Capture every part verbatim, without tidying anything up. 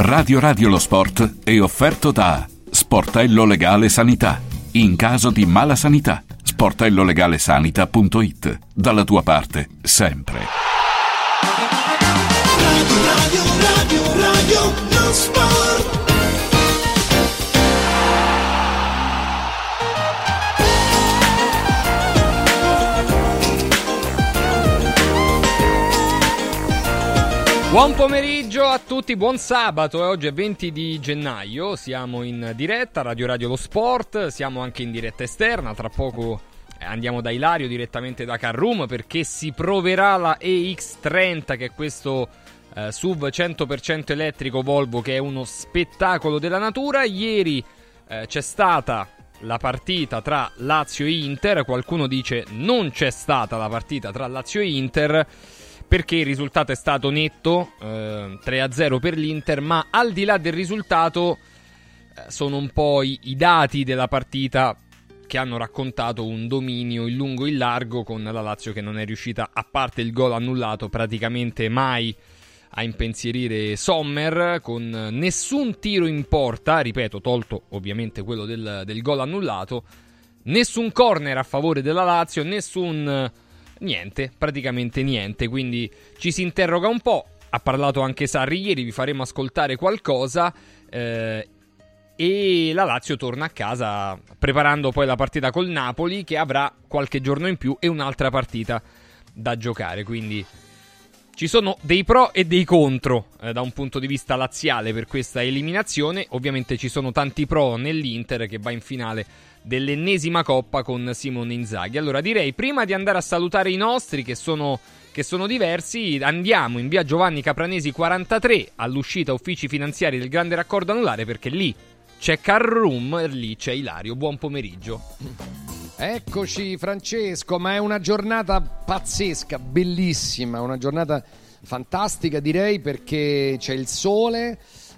Radio Radio lo Sport è offerto da Sportello Legale Sanità. In caso di mala sanità, sportello legale sanità punto it. Dalla tua parte, sempre. Radio, radio, radio, radio, lo sport. Buon pomeriggio a tutti, buon sabato, oggi è venti di gennaio, siamo in diretta, Radio Radio lo Sport, siamo anche in diretta esterna, tra poco andiamo da Ilario direttamente da Carroom perché si proverà la E X trenta, che è questo eh, S U V cento per cento elettrico Volvo che è uno spettacolo della natura. Ieri eh, c'è stata la partita tra Lazio e Inter, qualcuno dice non c'è stata la partita tra Lazio e Inter, perché il risultato è stato netto, eh, tre a zero per l'Inter, ma al di là del risultato eh, sono un po' i, i dati della partita che hanno raccontato un dominio in lungo e in largo, con la Lazio che non è riuscita, a parte il gol annullato, praticamente mai a impensierire Sommer, con nessun tiro in porta, ripeto, tolto ovviamente quello del, del gol annullato, nessun corner a favore della Lazio, nessun... Niente, praticamente niente, quindi ci si interroga un po'. Ha parlato anche Sarri ieri, vi faremo ascoltare qualcosa eh, e la Lazio torna a casa preparando poi la partita col Napoli, che avrà qualche giorno in più e un'altra partita da giocare, quindi ci sono dei pro e dei contro eh, da un punto di vista laziale per questa eliminazione. Ovviamente ci sono tanti pro nell'Inter che va in finale dell'ennesima coppa con Simone Inzaghi. Allora direi, prima di andare a salutare i nostri che sono, che sono diversi, andiamo in via Giovanni Capranesi quarantatré all'uscita uffici finanziari del grande raccordo anulare, perché lì c'è Carroom e lì c'è Ilario. Buon pomeriggio. Eccoci Francesco, ma è una giornata pazzesca, bellissima, una giornata fantastica direi, perché c'è il sole,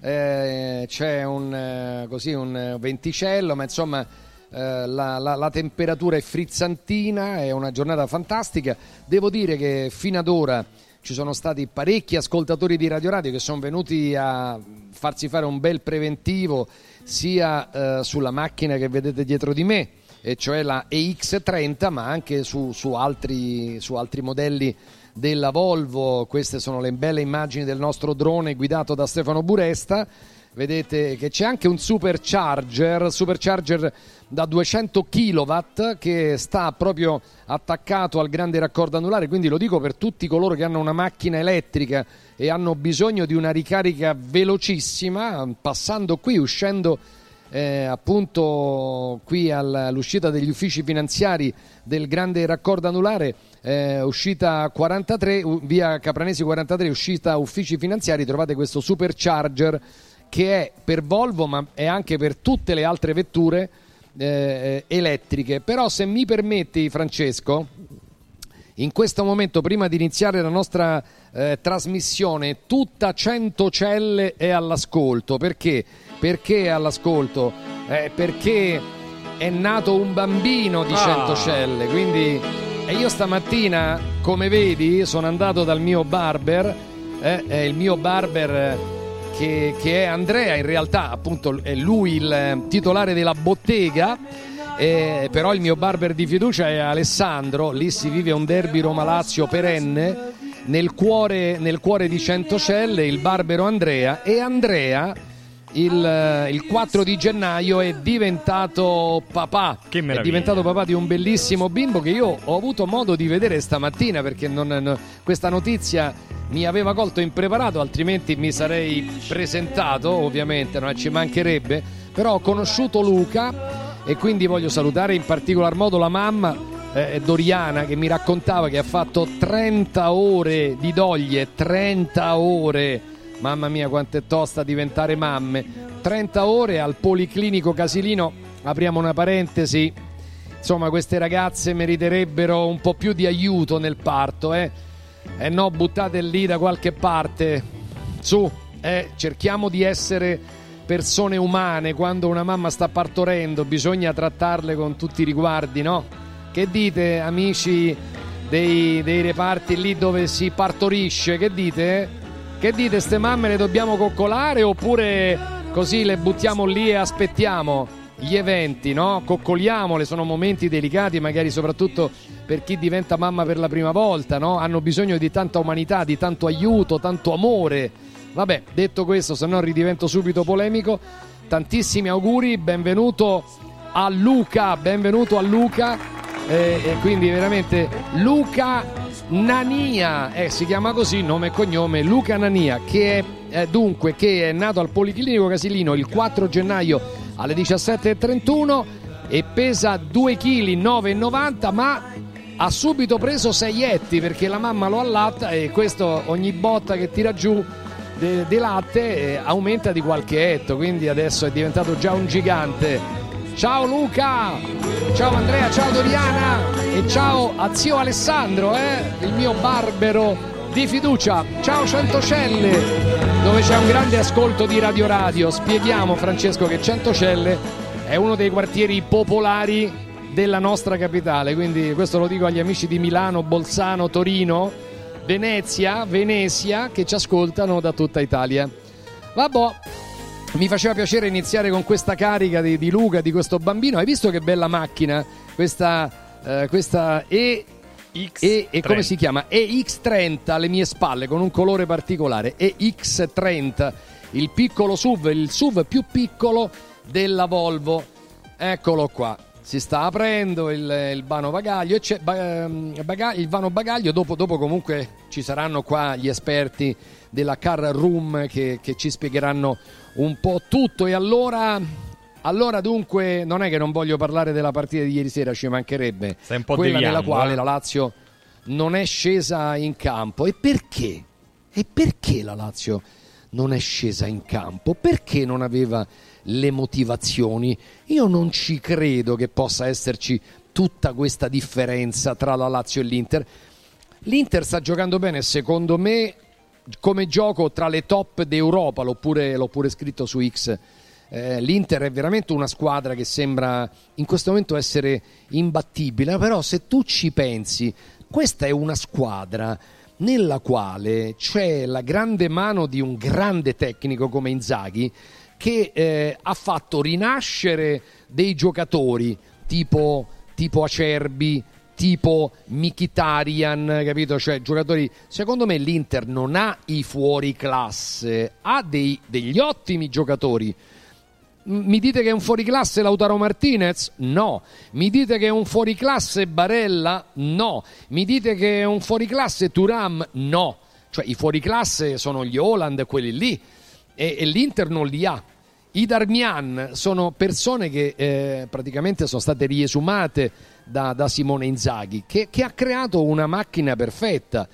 eh, c'è un, eh, così, un venticello, ma insomma eh, la, la, la temperatura è frizzantina, è una giornata fantastica. Devo dire che fino ad ora ci sono stati parecchi ascoltatori di Radio Radio che sono venuti a farsi fare un bel preventivo sia eh, sulla macchina che vedete dietro di me, e cioè la E X trenta, ma anche su, su, altri, su altri modelli della Volvo. Queste sono le belle immagini del nostro drone guidato da Stefano Buresta. Vedete che c'è anche un supercharger, supercharger da duecento chilowatt che sta proprio attaccato al grande raccordo anulare, quindi lo dico per tutti coloro che hanno una macchina elettrica e hanno bisogno di una ricarica velocissima, passando qui, uscendo Eh, appunto qui all'uscita degli uffici finanziari del grande raccordo anulare, eh, uscita quarantatré, via Capranesi quarantatré, uscita uffici finanziari, trovate questo supercharger che è per Volvo ma è anche per tutte le altre vetture eh, elettriche. Però se mi permetti Francesco, in questo momento, prima di iniziare la nostra eh, trasmissione, tutta Centocelle è all'ascolto. Perché? Perché è all'ascolto? Eh, perché è nato un bambino di Centocelle, quindi e io stamattina, come vedi, sono andato dal mio barber, eh, è il mio barber che, che è Andrea, in realtà appunto è lui il titolare della bottega. Eh, però il mio barber di fiducia è Alessandro. Lì si vive un derby Roma-Lazio perenne nel cuore, nel cuore di Centocelle, il barbero Andrea. E Andrea il, il quattro di gennaio è diventato papà. Che meraviglia. È diventato papà di un bellissimo bimbo che io ho avuto modo di vedere stamattina, perché non, no, questa notizia mi aveva colto impreparato, altrimenti mi sarei presentato, ovviamente non ci mancherebbe. Però ho conosciuto Luca e quindi voglio salutare in particolar modo la mamma eh, Doriana, che mi raccontava che ha fatto trenta ore di doglie, trenta ore, mamma mia quanto è tosta diventare mamme, trenta ore al Policlinico Casilino. Apriamo una parentesi, insomma queste ragazze meriterebbero un po' più di aiuto nel parto, eh, eh no, buttate lì da qualche parte, su, eh, cerchiamo di essere persone umane. Quando una mamma sta partorendo bisogna trattarle con tutti i riguardi, no? Che dite, amici dei, dei reparti lì dove si partorisce? Che dite? Che dite, ste mamme le dobbiamo coccolare oppure così le buttiamo lì e aspettiamo gli eventi, no? Coccoliamole, sono momenti delicati, magari soprattutto per chi diventa mamma per la prima volta, no? Hanno bisogno di tanta umanità, di tanto aiuto, tanto amore. Vabbè, detto questo, se no ridivento subito polemico. Tantissimi auguri, benvenuto a Luca, benvenuto a Luca, eh, e quindi veramente Luca Nania, eh, si chiama così, nome e cognome, Luca Nania, che è eh, dunque che è nato al Policlinico Casilino il quattro gennaio alle diciassette e trentuno e pesa due chili nove e novanta, ma ha subito preso sei etti perché la mamma lo allatta e questo ogni botta che tira giù de, de latte eh, aumenta di qualche etto, quindi adesso è diventato già un gigante. Ciao Luca, ciao Andrea, ciao Doriana e ciao a zio Alessandro, eh, il mio barbero di fiducia. Ciao Centocelle, dove c'è un grande ascolto di Radio Radio. Spieghiamo, Francesco, che Centocelle è uno dei quartieri popolari della nostra capitale, quindi questo lo dico agli amici di Milano, Bolzano, Torino, Venezia, Venezia, che ci ascoltano da tutta Italia. Vabbè, mi faceva piacere iniziare con questa carica di, di Luca, di questo bambino. Hai visto che bella macchina? Questa, eh, questa E... E, e come si chiama? E X trenta alle mie spalle con un colore particolare. E X trenta, il piccolo S U V, il S U V più piccolo della Volvo. Eccolo qua. Si sta aprendo il, il vano bagaglio, e c'è, bagaglio il vano bagaglio. Dopo, dopo comunque ci saranno qua gli esperti della Car Room che, che ci spiegheranno un po' tutto. E allora... Allora dunque non è che non voglio parlare della partita di ieri sera, ci mancherebbe, Stai un po' quella deviando, nella quale eh? la Lazio non è scesa in campo. E perché? E perché la Lazio non è scesa in campo? Perché non aveva le motivazioni? Io non ci credo che possa esserci tutta questa differenza tra la Lazio e l'Inter. L'Inter sta giocando bene, secondo me, come gioco tra le top d'Europa, l'ho pure, l'ho pure scritto su X. Eh, L'Inter è veramente una squadra che sembra in questo momento essere imbattibile, però se tu ci pensi, questa è una squadra nella quale c'è la grande mano di un grande tecnico come Inzaghi che eh, ha fatto rinascere dei giocatori tipo, tipo Acerbi, tipo Mkhitaryan, capito? Cioè giocatori, secondo me l'Inter non ha i fuori classe, ha dei, degli ottimi giocatori. Mi dite che è un fuoriclasse Lautaro Martinez? No. Mi dite che è un fuoriclasse Barella? No. Mi dite che è un fuoriclasse Thuram? No. Cioè i fuoriclasse sono gli Haaland, quelli lì, e, e l'Inter non li ha. I Darmian sono persone che eh, praticamente sono state riesumate da, da Simone Inzaghi, che, che ha creato una macchina perfetta.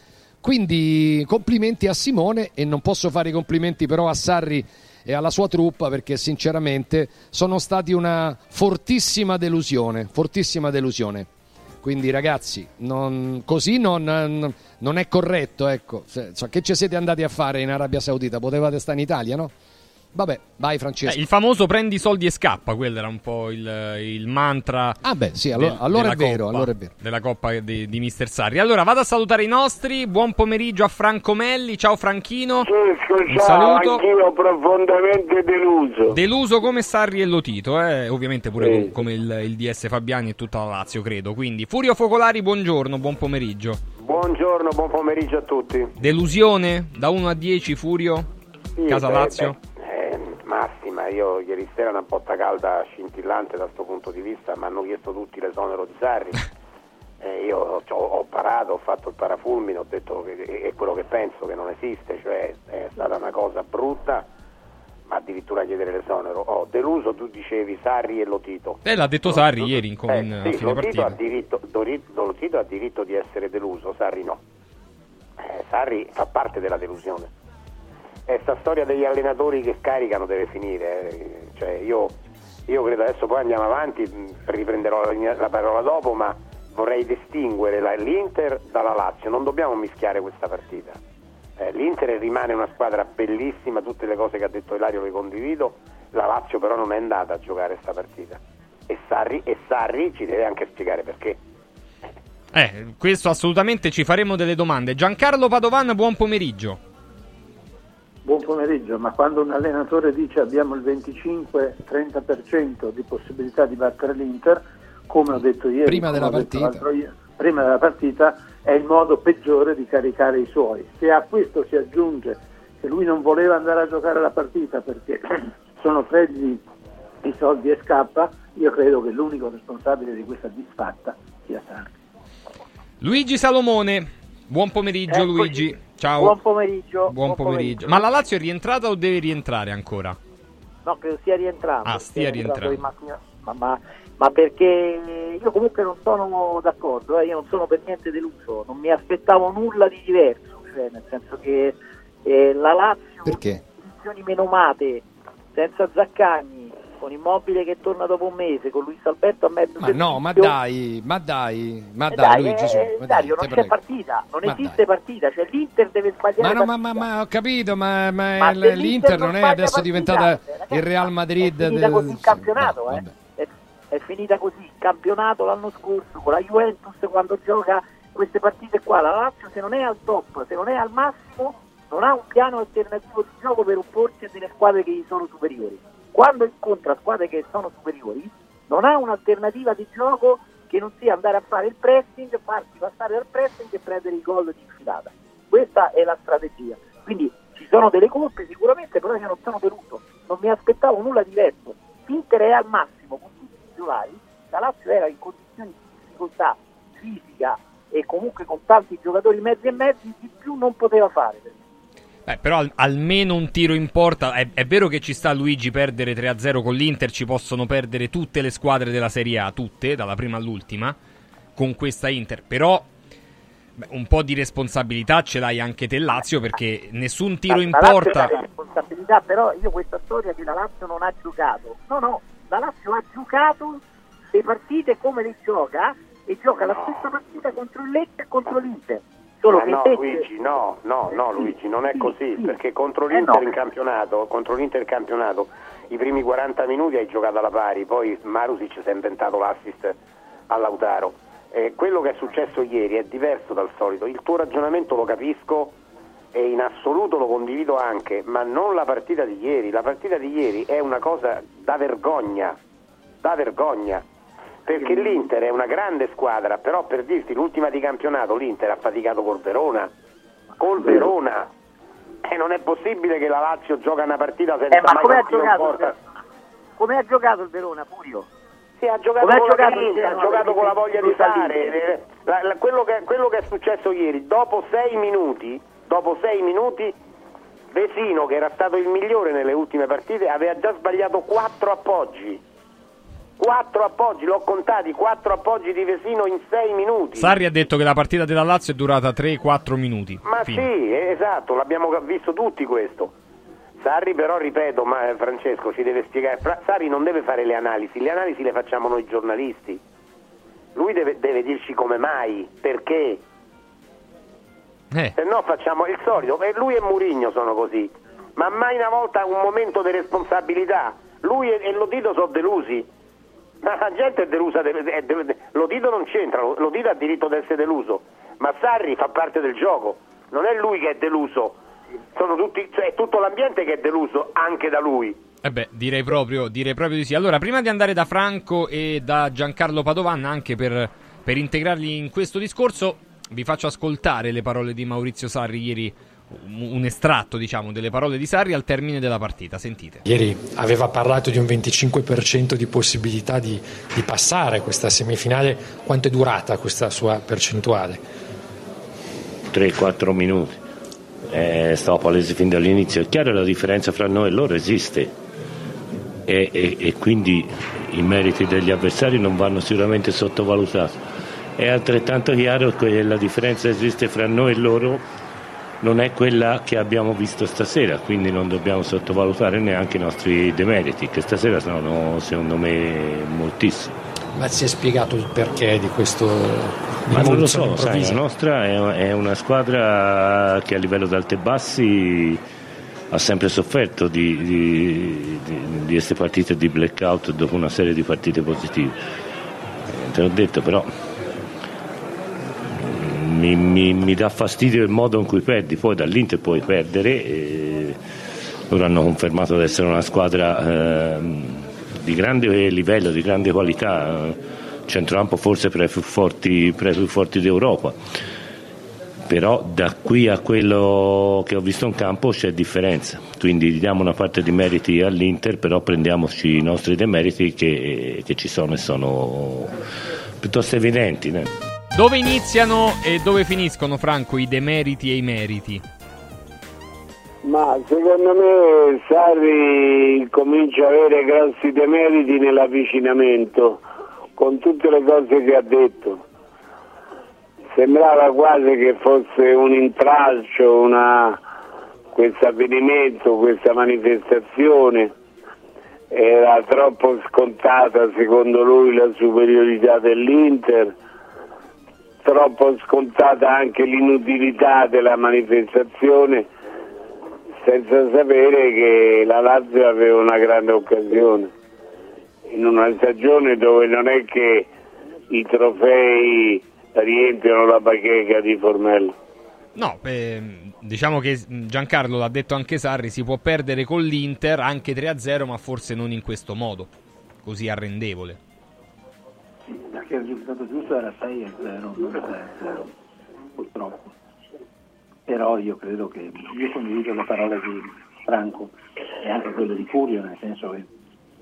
Quindi complimenti a Simone, e non posso fare i complimenti però a Sarri e alla sua truppa, perché sinceramente sono stati una fortissima delusione, fortissima delusione. Quindi ragazzi, non, così non, non è corretto, ecco. Che ci siete andati a fare in Arabia Saudita? Potevate stare in Italia, no? Vabbè, vai Francesco. Eh, il famoso prendi i soldi e scappa, quello era un po' il, il mantra. Ah beh, sì, allora, de, allora, è vero, coppa, allora è vero. Della Coppa di, di mister Sarri. Allora vado a salutare i nostri. Buon pomeriggio a Franco Melli. Ciao Franchino. Sì, un saluto. Anch'io profondamente deluso. Deluso come Sarri e Lotito, eh? Ovviamente pure sì. com- come il, il D S Fabiani e tutta la Lazio, credo. Quindi Furio Focolari, buongiorno, buon pomeriggio. Buongiorno, buon pomeriggio a tutti. Delusione da uno a dieci, Furio? Sì, Casa beh, Lazio? Beh. Massima, io ieri sera una botta calda scintillante da questo punto di vista, mi hanno chiesto tutti l'esonero di Sarri, eh, io ho, ho parato, ho fatto il parafulmine, ho detto che è quello che penso, che non esiste, cioè è stata una cosa brutta, ma addirittura chiedere l'esonero. Ho deluso, tu dicevi Sarri e Lotito. Eh, l'ha detto Sarri no, ieri in, eh, in sì, fine Lotito partita. ha diritto, Lotito ha diritto di essere deluso, Sarri no. Eh, Sarri fa parte della delusione. Questa storia degli allenatori che scaricano deve finire, cioè io, io credo, adesso poi andiamo avanti, riprenderò la, la parola dopo, ma vorrei distinguere la, l'Inter dalla Lazio, non dobbiamo mischiare questa partita. Eh, L'Inter rimane una squadra bellissima, tutte le cose che ha detto Ilario le condivido, la Lazio però non è andata a giocare questa partita e Sarri, e Sarri ci deve anche spiegare perché. Eh, questo assolutamente, ci faremo delle domande. Giancarlo Padovan, buon pomeriggio. Buon pomeriggio, ma quando un allenatore dice abbiamo il venticinque trenta per cento di possibilità di battere l'Inter, come ho detto ieri, prima della partita, ieri, prima della partita, è il modo peggiore di caricare i suoi. Se a questo si aggiunge che lui non voleva andare a giocare la partita perché sono freddi i soldi e scappa, io credo che l'unico responsabile di questa disfatta sia Sarri. Luigi Salomone, buon pomeriggio. Eccoci. Luigi, ciao. Buon pomeriggio. Buon, buon pomeriggio. pomeriggio. Ma la Lazio è rientrata o deve rientrare ancora? No, credo stia rientrando. Ah, stia rientrando. rientrando. Ma, ma, ma perché io comunque non sono d'accordo, eh? Io non sono per niente deluso, non mi aspettavo nulla di diverso, cioè nel senso che eh, la Lazio, perché? Posizioni menomate, senza Zaccagni, con Immobile che torna dopo un mese, con Luis Alberto a mezzo ma servizio. no, ma dai, ma dai, ma eh dai, dai, Luigi, eh, su, eh, ma Dario, dai, non c'è partita, non ma esiste dai. partita, cioè l'Inter deve sbagliare. Ma, no, ma, ma, ma ho capito, ma, ma, ma l'Inter, l'Inter non è non adesso partita, diventata ragazzi, il Real Madrid è finita del... così il campionato, no, eh. è, è finita così il campionato l'anno scorso con la Juventus, quando gioca queste partite qua, la Lazio se non è al top, se non è al massimo, non ha un piano alternativo di gioco per opporsi a delle squadre che gli sono superiori. Quando incontra squadre che sono superiori non ha un'alternativa di gioco che non sia andare a fare il pressing, farsi passare dal pressing e prendere i gol di infilata. Questa è la strategia. Quindi ci sono delle colpe sicuramente, però io non sono deluso, non mi aspettavo nulla di diverso. L'Inter è al massimo con tutti i titolari, la Lazio era in condizioni di difficoltà fisica e comunque con tanti giocatori mezzi e mezzi, di più non poteva fare. Eh, però al- almeno un tiro in porta. È, è vero che ci sta Luigi perdere tre a zero con l'Inter, ci possono perdere tutte le squadre della Serie A, tutte, dalla prima all'ultima, con questa Inter, però beh, un po' di responsabilità ce l'hai anche te Lazio, perché nessun tiro la, in la porta... Lazio ha responsabilità, però io questa storia che la Lazio non ha giocato, no no, la Lazio ha giocato le partite come le gioca e gioca la stessa partita contro il Lecce e contro l'Inter. Solo Ma che no, Lecce... Luigi, no, no, no, Luigi, non è sì, così, sì. perché contro Eh, l'Inter no. in campionato, contro l'Inter in campionato, i primi quaranta minuti hai giocato alla pari, poi Marusic si è inventato l'assist a Lautaro. Eh, quello che è successo ieri è diverso dal solito, il tuo ragionamento lo capisco e in assoluto lo condivido anche, ma non la partita di ieri. La partita di ieri è una cosa da vergogna, da vergogna. Perché l'Inter è una grande squadra, però per dirti l'ultima di campionato l'Inter ha faticato col Verona, col Verona, e non è possibile che la Lazio gioca una partita senza Eh, ma mai come ha partire in giocato il porta. Verona? Come ha giocato il Verona, Furio? Sì, ha giocato Come ha con giocato la il grinta, ha Verona? giocato con la voglia di Rosalini. fare. La- la- quello, che, quello che è successo ieri, dopo sei minuti, dopo sei minuti, Vesino, che era stato il migliore nelle ultime partite, aveva già sbagliato quattro appoggi. Quattro appoggi, l'ho contati, quattro appoggi di Vesino in sei minuti. Sarri ha detto che la partita della Lazio è durata tre quattro minuti. Ma Fine. sì, esatto, l'abbiamo visto tutti questo. Sarri però, ripeto, ma eh, Francesco ci deve spiegare, Fra- Sarri non deve fare le analisi, le analisi le facciamo noi giornalisti. Lui deve, deve dirci come mai, perché, Eh. se no facciamo il solito. E lui e Mourinho sono così, ma mai una volta un momento di responsabilità. Lui e, e Lotito sono delusi. Ma la gente è delusa, deve, è, deve, Lotito non c'entra, Lotito ha diritto di essere deluso, ma Sarri fa parte del gioco, non è lui che è deluso, sono tutti, cioè è tutto l'ambiente che è deluso anche da lui. Eh beh, direi proprio, direi proprio di sì. Allora, prima di andare da Franco e da Giancarlo Padovan, anche per, per integrarli in questo discorso, vi faccio ascoltare le parole di Maurizio Sarri ieri, un estratto, diciamo, delle parole di Sarri al termine della partita. Sentite. Ieri aveva parlato di un venticinque per cento di possibilità di, di passare questa semifinale. Quanto è durata questa sua percentuale? tre quattro minuti. Eh, stavo palese fin dall'inizio. È chiaro, la differenza fra noi e loro esiste e, e, e quindi i meriti degli avversari non vanno sicuramente sottovalutati. È altrettanto chiaro che la differenza esiste fra noi e loro, non è quella che abbiamo visto stasera, quindi non dobbiamo sottovalutare neanche i nostri demeriti, che stasera sono secondo me moltissimi. Ma si è spiegato il perché di questo? Ma non lo so, sai, la nostra è, è una squadra che a livello d'alti e bassi ha sempre sofferto di, di, di, di queste partite di blackout dopo una serie di partite positive. Eh, te l'ho detto, però mi, mi, mi dà fastidio il modo in cui perdi, poi dall'Inter puoi perdere e loro hanno confermato di essere una squadra eh, di grande livello, di grande qualità, eh, centrocampo forse tra i più forti, tra i più forti d'Europa, però da qui a quello che ho visto in campo c'è differenza, quindi diamo una parte di meriti all'Inter, però prendiamoci i nostri demeriti che, che ci sono e sono piuttosto evidenti, né? Dove iniziano e dove finiscono, Franco, i demeriti e i meriti? Ma secondo me Sarri comincia a avere grossi demeriti nell'avvicinamento, con tutte le cose che ha detto. Sembrava quasi che fosse un intralcio, una, questo avvenimento, questa manifestazione. Era troppo scontata secondo lui la superiorità dell'Inter, troppo scontata anche l'inutilità della manifestazione, senza sapere che la Lazio aveva una grande occasione in una stagione dove non è che i trofei riempiono la bacheca di Formello. No, eh, diciamo che Giancarlo, l'ha detto anche Sarri, si può perdere con l'Inter anche tre a zero, ma forse non in questo modo così arrendevole. Sì, perché il risultato giusto era sei a zero, non sei a zero, purtroppo. Però io credo che, io condivido le parole di Franco e anche quelle di Furio, nel senso che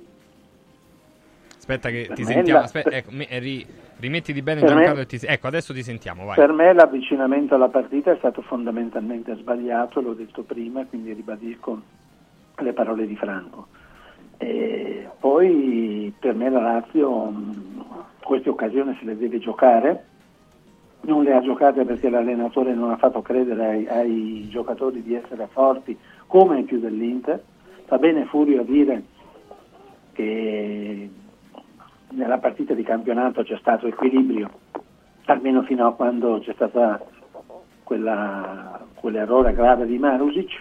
aspetta che per ti me sentiamo, la... aspetta, ecco, mi, ri, rimettiti bene per Giancarlo me... e ti, ecco adesso ti sentiamo, vai. Per me l'avvicinamento alla partita è stato fondamentalmente sbagliato, l'ho detto prima, quindi ribadisco le parole di Franco. E poi per me la Lazio queste occasioni se le deve giocare, non le ha giocate perché l'allenatore non ha fatto credere ai, ai giocatori di essere forti come più dell'Inter. Va bene Furio a dire che nella partita di campionato c'è stato equilibrio, almeno fino a quando c'è stata quella, quell'errore grave di Marusic.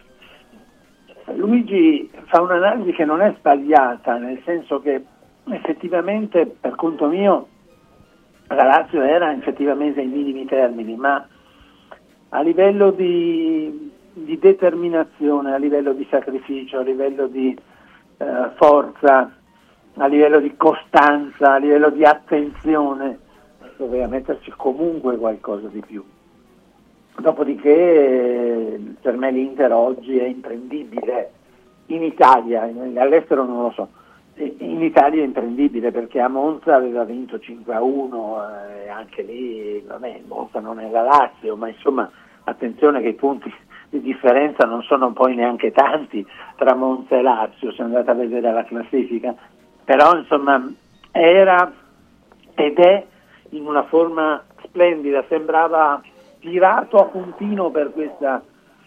Luigi fa un'analisi che non è sbagliata, nel senso che effettivamente, per conto mio, la Lazio era effettivamente ai minimi termini, ma a livello di, di determinazione, a livello di sacrificio, a livello di eh, forza, a livello di costanza, a livello di attenzione, doveva metterci comunque qualcosa di più. Dopodiché per me l'Inter oggi è imprendibile in Italia, all'estero non lo so, in Italia è imprendibile perché a Monza aveva vinto cinque a uno e anche lì, vabbè, Monza non è la Lazio, ma insomma attenzione che i punti di differenza non sono poi neanche tanti tra Monza e Lazio, se andate a vedere la classifica, però insomma era ed è in una forma splendida, sembrava tirato a puntino per questa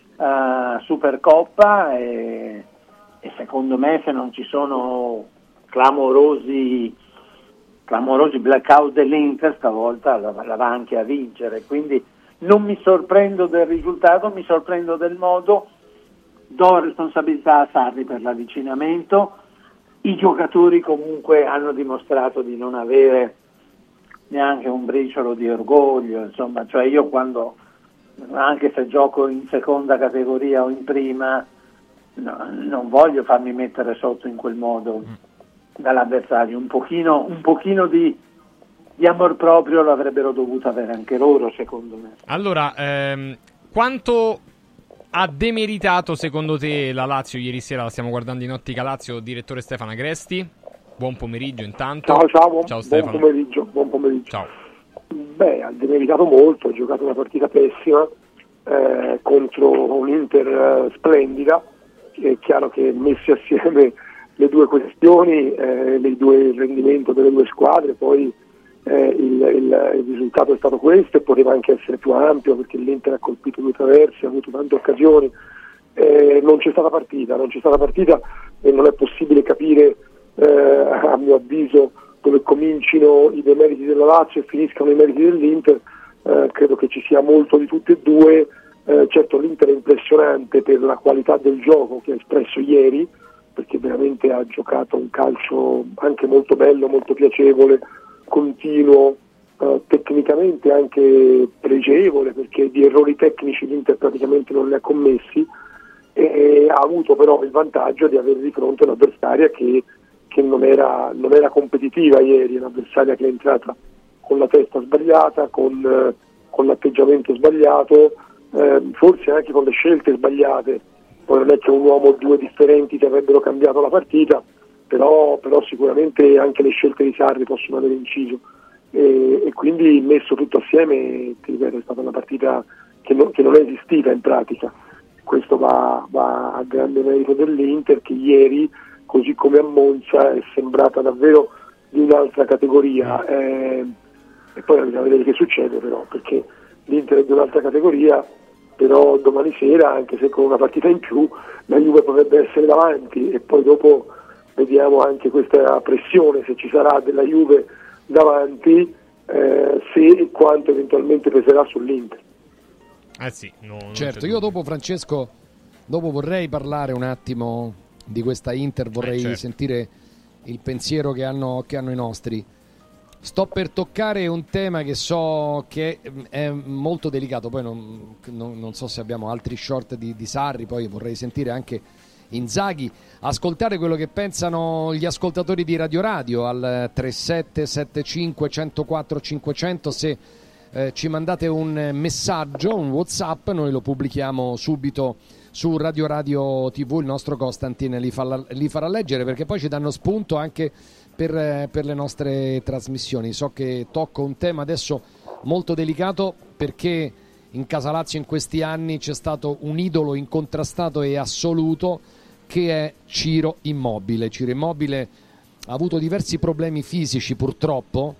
uh, Supercoppa e, e secondo me se non ci sono clamorosi clamorosi blackout dell'Inter stavolta la, la va anche a vincere, quindi non mi sorprendo del risultato, mi sorprendo del modo, do responsabilità a Sarri per l'avvicinamento, i giocatori comunque hanno dimostrato di non avere neanche un briciolo di orgoglio, insomma, cioè io quando, anche se gioco in seconda categoria o in prima, no, non voglio farmi mettere sotto in quel modo dall'avversario, un pochino, un pochino di, di amor proprio lo avrebbero dovuto avere anche loro, secondo me. Allora, ehm, quanto ha demeritato secondo te la Lazio ieri sera? La stiamo guardando in Ottica Lazio, direttore Stefano Agresti. Buon pomeriggio intanto. Ciao, ciao, buon, ciao Stefano. Buon pomeriggio, buon pomeriggio. Ciao. Beh, ha demeritato molto, ha giocato una partita pessima eh, contro un'Inter eh, splendida. È chiaro che messi assieme le due questioni, eh, le due, il rendimento delle due squadre, poi eh, il, il, il risultato è stato questo e poteva anche essere più ampio perché l'Inter ha colpito due traversi, ha avuto tante occasioni. Eh, non c'è stata partita, non c'è stata partita e non è possibile capire Eh, a mio avviso dove comincino i demeriti della Lazio e finiscano i meriti dell'Inter. Eh, credo che ci sia molto di tutti e due. Eh, certo l'Inter è impressionante per la qualità del gioco che ha espresso ieri, perché veramente ha giocato un calcio anche molto bello, molto piacevole, continuo, eh, tecnicamente anche pregevole, perché di errori tecnici l'Inter praticamente non ne ha commessi e ha avuto però il vantaggio di avere di fronte un'avversaria che, che non, era, non era competitiva ieri, un'avversaria che è entrata con la testa sbagliata, con, eh, con l'atteggiamento sbagliato, eh, forse anche con le scelte sbagliate. Poi non è che un uomo o due differenti che avrebbero cambiato la partita, però, però sicuramente anche le scelte di Sarri possono aver inciso, e, e quindi messo tutto assieme, ti ripeto, è stata una partita che non, che non è esistita in pratica. Questo va, va a grande merito dell'Inter, che ieri, così come a Monza, è sembrata davvero di un'altra categoria, eh, e poi bisogna vedere che succede però, perché l'Inter è di un'altra categoria, però domani sera, anche se con una partita in più, la Juve potrebbe essere davanti, e poi dopo vediamo anche questa pressione, se ci sarà, della Juve davanti, eh, se e quanto eventualmente peserà sull'Inter. Eh sì, no, certo, io dopo, Francesco, dopo vorrei parlare un attimo di questa Inter, vorrei eh, certo. sentire il pensiero che hanno, che hanno i nostri. Sto per toccare un tema che so che è molto delicato, poi non, non, non so se abbiamo altri short di, di Sarri, poi vorrei sentire anche Inzaghi, ascoltare quello che pensano gli ascoltatori di Radio Radio al tre sette sette cinque uno zero quattro cinquecento. Se eh, ci mandate un messaggio, un WhatsApp, noi lo pubblichiamo subito su Radio Radio tivù, il nostro Costantin li, fa, li farà leggere, perché poi ci danno spunto anche per, per le nostre trasmissioni. So che tocco un tema adesso molto delicato, perché in Casa Lazio in questi anni c'è stato un idolo incontrastato e assoluto, che è Ciro Immobile. Ciro Immobile ha avuto diversi problemi fisici purtroppo,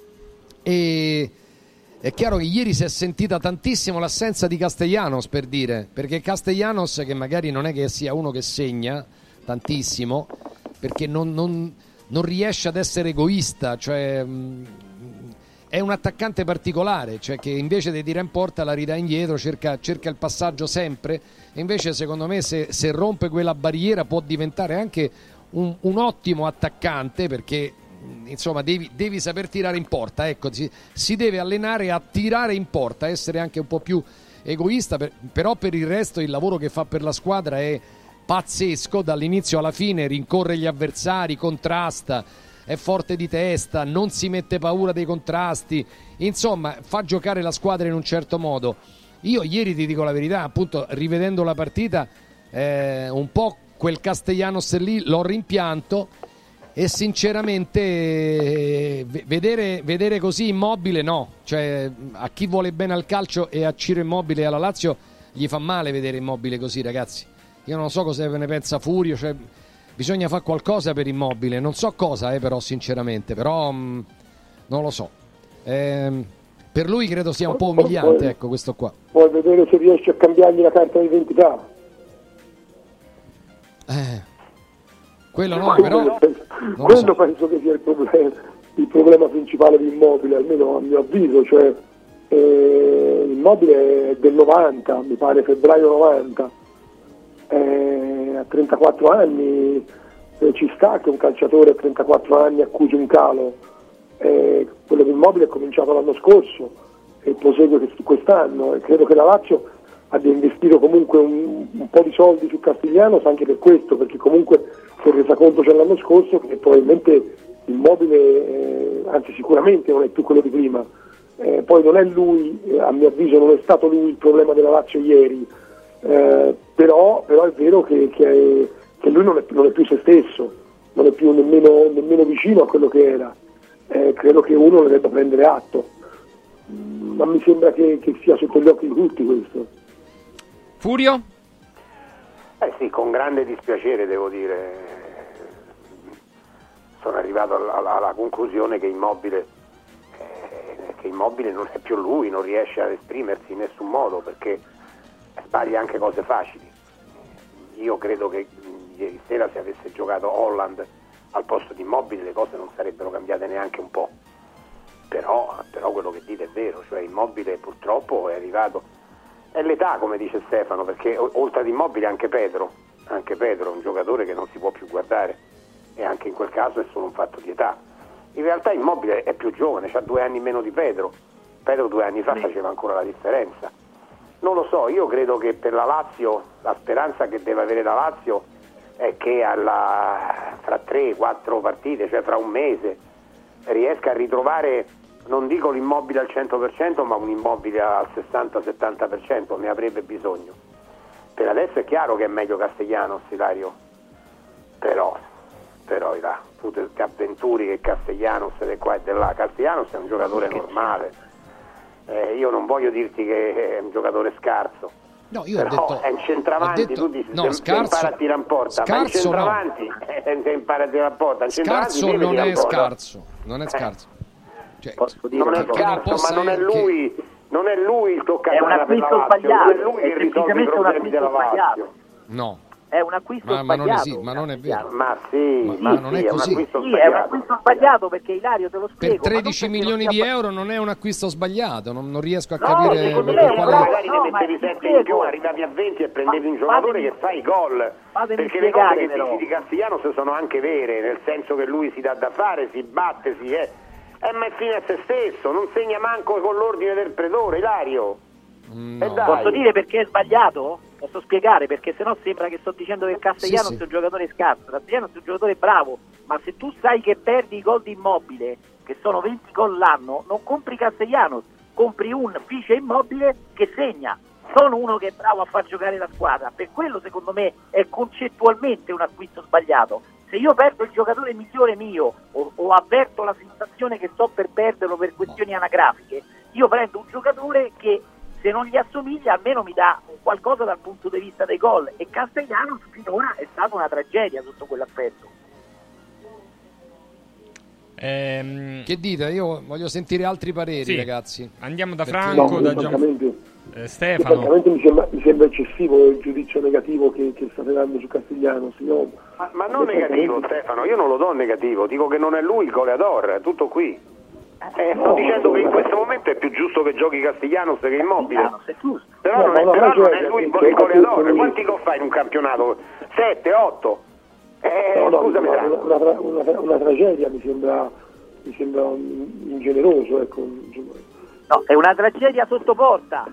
e è chiaro che ieri si è sentita tantissimo l'assenza di Castellanos, per dire, perché Castellanos, che magari non è che sia uno che segna tantissimo, perché non, non, non riesce ad essere egoista, cioè mh, è un attaccante particolare, cioè che invece di tirare in porta la ridà indietro, cerca, cerca il passaggio sempre, e invece secondo me se, se rompe quella barriera può diventare anche un, un ottimo attaccante, perché insomma devi, devi saper tirare in porta, ecco, si, si deve allenare a tirare in porta, essere anche un po' più egoista, per, però per il resto il lavoro che fa per la squadra è pazzesco, dall'inizio alla fine rincorre gli avversari, contrasta, è forte di testa, non si mette paura dei contrasti, insomma fa giocare la squadra in un certo modo. Io ieri, ti dico la verità, appunto rivedendo la partita, eh, un po' quel Castellanos lì l'ho rimpianto, e sinceramente eh, vedere, vedere così Immobile no, cioè a chi vuole bene al calcio e a Ciro Immobile e alla Lazio gli fa male vedere Immobile così, ragazzi. Io non so cosa ne pensa Furio, cioè bisogna fare qualcosa per Immobile, non so cosa, eh, però sinceramente, però mh, non lo so, eh, per lui credo sia un po' umiliante, ecco, questo qua. Vuoi vedere se riesci a cambiargli la carta d'identità? Eh, quello no, però quello, quello so. Penso che sia il problema, il problema principale di Immobile, almeno a mio avviso, cioè eh, Immobile è del novanta, mi pare febbraio novanta, eh, a trentaquattro anni, eh, ci sta che un calciatore a trentaquattro anni accusi un calo, eh, quello di Immobile è cominciato l'anno scorso e prosegue quest'anno, e credo che la Lazio abbia investito comunque un, un po' di soldi su Castiglianos anche per questo, perché comunque si è resa conto già l'anno scorso che probabilmente Immobile, eh, anzi sicuramente non è più quello di prima, eh, poi non è lui, eh, a mio avviso non è stato lui il problema della Lazio ieri, eh, però, però è vero che, che, è, che lui non è, non è più se stesso, non è più nemmeno, nemmeno vicino a quello che era, eh, credo che uno ne debba prendere atto, ma mi sembra che, che sia sotto gli occhi di tutti questo. Furio? Eh sì, con grande dispiacere devo dire, sono arrivato alla, alla, alla conclusione che Immobile, eh, che Immobile non è più lui, non riesce ad esprimersi in nessun modo, perché sbaglia anche cose facili. Io credo che ieri sera se avesse giocato Holland al posto di Immobile le cose non sarebbero cambiate neanche un po', però, però quello che dite è vero, cioè Immobile purtroppo è arrivato, è l'età come dice Stefano, perché oltre ad Immobile anche Pedro, anche Pedro è un giocatore che non si può più guardare, e anche in quel caso è solo un fatto di età. In realtà Immobile è più giovane, ha due anni meno di Pedro, Pedro due anni fa faceva ancora la differenza, Non lo so, io credo che per la Lazio, la speranza che deve avere la Lazio è che alla, fra tre quattro partite, cioè fra un mese, riesca a ritrovare, non dico l'immobile al cento per cento, ma un immobile al sessanta settanta per cento, ne avrebbe bisogno. Per adesso è chiaro che è meglio Castellanos, Ilario, però, però là, tu ti avventuri che Castellanos è qua e di là. Castellanos è un giocatore normale. Eh, io non voglio dirti che è un giocatore scarso, no, io però ho detto, è un centravanti, detto, tu dici no, se, scarso, se impara a tirare in porta, ma il centravanti no. eh, se impara a tirare in porta, il scarso non è scarso, non è scarso, cioè, non è scarso, ma non è lui, che... non è lui il toccatore per la Lazio, non è lui che risolve i problemi della Lazio. No. È un acquisto ma, ma sbagliato. Non è, sì, ma non è vero. Ma sì, ma, ma non sì, è così. È un acquisto sì, sbagliato. È un acquisto sbagliato perché Ilario te lo spiego. Per tredici milioni di euro non è un acquisto sbagliato, non, non riesco a no, capire per me, quale... magari ne mettevi sette in più, arrivavi a venti e prendevi un giocatore fatemi, che fa i gol. Perché le cose che dici di Castellanos sono anche vere, nel senso che lui si dà da fare, si batte, si è. Eh, ma è fine a se stesso, non segna manco con l'ordine del pretore, Ilario. No. E dai. Posso dire perché è sbagliato? Posso spiegare? Perché sennò sembra che sto dicendo che Castellanos sì, sì. è un giocatore scarso. Castellanos è un giocatore bravo, ma se tu sai che perdi i gol di Immobile, che sono venti gol l'anno, non compri Castellanos, compri un vice Immobile che segna. Sono uno che è bravo a far giocare la squadra. Per quello secondo me è concettualmente un acquisto sbagliato. Se io perdo il giocatore migliore mio o, o avverto la sensazione che sto per perderlo per questioni anagrafiche, io prendo un giocatore che se non gli assomiglia almeno mi dà qualcosa dal punto di vista dei gol, e Castellanos finora è stata una tragedia sotto quell'aspetto. Ehm... Che dite? Io voglio sentire altri pareri, sì. ragazzi. Andiamo da Franco, no, da Gian... eh, Stefano. Francamente mi sembra, mi sembra eccessivo il giudizio negativo che, che state dando su Castellanos. Io, ma, ma non negativo, Stefano, io non lo do negativo, dico che non è lui il goleador, è tutto qui. Eh, sto no, dicendo che in questo momento è più giusto che giochi Castellanos che Immobile, però, no, non, è, no, però no, non è lui il goleador. Quanti gol fai in un campionato? sette, otto? Eh, no, no, scusami, una, una, una, una, una tragedia mi sembra, mi sembra ingeneroso, ecco. No, è una tragedia sotto porta.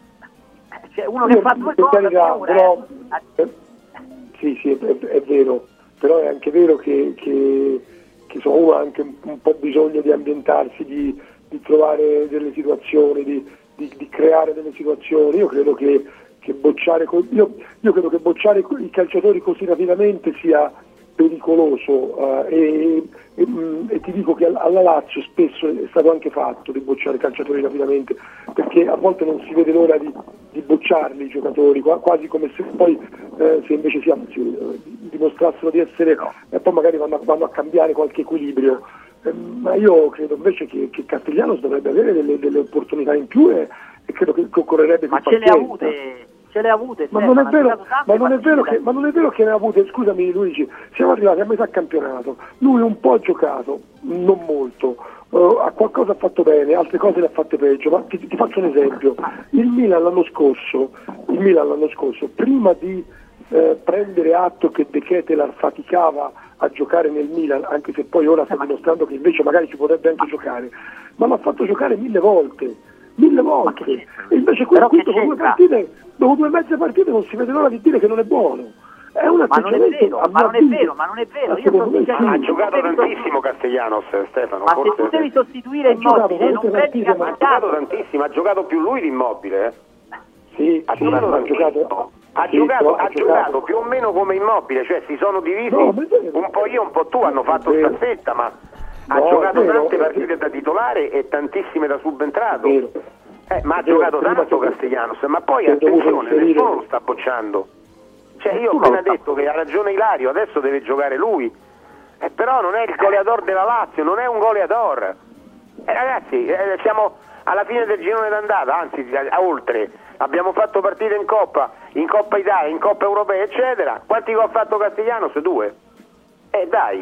C'è uno che Io, fa due gol, però, eh. eh, sì, sì, è, è vero, però è anche vero che, che che so, uno ha anche un, un po' bisogno di ambientarsi, di, di trovare delle situazioni, di, di, di creare delle situazioni. Io credo che, che bocciare io, io credo che bocciare i calciatori così rapidamente sia pericoloso, uh, e, e, e ti dico che alla Lazio spesso è stato anche fatto di bocciare i calciatori rapidamente, perché a volte non si vede l'ora di, di bocciarli i giocatori, quasi come se poi eh, se invece si, si dimostrassero di essere, e poi magari vanno, vanno a cambiare qualche equilibrio. Eh, ma io credo invece che, che Castellanos dovrebbe avere delle, delle opportunità in più, e, e credo che, che occorrerebbe ma più ce le ha pazienza. avute ce le ha avute ma non è vero, ma non è vero che ma non è vero che ne ha avute, scusami Luigi, siamo arrivati a metà campionato, lui un po' ha giocato, non molto, uh, a qualcosa ha fatto bene, altre cose le ha fatte peggio, ma ti, ti faccio un esempio. Il Milan l'anno scorso, il Milan l'anno scorso, prima di eh, prendere atto che De Ketelaere faticava a giocare nel Milan, anche se poi ora sta dimostrando che invece magari ci potrebbe anche giocare, ma l'ha fatto giocare mille volte, mille volte, e invece qui, qui dopo due partite, dopo due mezze partite non si vede l'ora di dire che non è buono. È un ma non è vero, ma non è vero, ma non è vero. Io sto dicendo, ha giocato tantissimo Castellanos, Stefano. Ma forse... se tu devi sostituire Immobile, non prendi Castellanos. Ha giocato tantissimo, ha giocato più lui di Immobile. Eh? Sì, ha sì, giocato ha giocato, ha, sì, giocato, ha ha giocato giocato più o meno come Immobile, cioè si sono divisi no, un po' io, un po' tu, hanno fatto staffetta, ma no, ha giocato vero, tante partite da titolare e tantissime da subentrato. Eh, ma ha vero, giocato tanto Castellanos, ma poi attenzione, nessuno lo sta bocciando. Cioè io ho appena detto che ha ragione Ilario, adesso deve giocare lui, eh, però non è il goleador della Lazio, non è un goleador. Eh, ragazzi, eh, siamo alla fine del girone d'andata, anzi a, oltre, abbiamo fatto partite in Coppa, in Coppa Italia, in Coppa Europea, eccetera. Quanti gol ha fatto Castellanos? Due. Eh dai.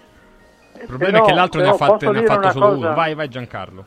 Il problema però, è che l'altro ne ha, fatte, ne ha fatto solo cosa... uno. Vai, vai Giancarlo.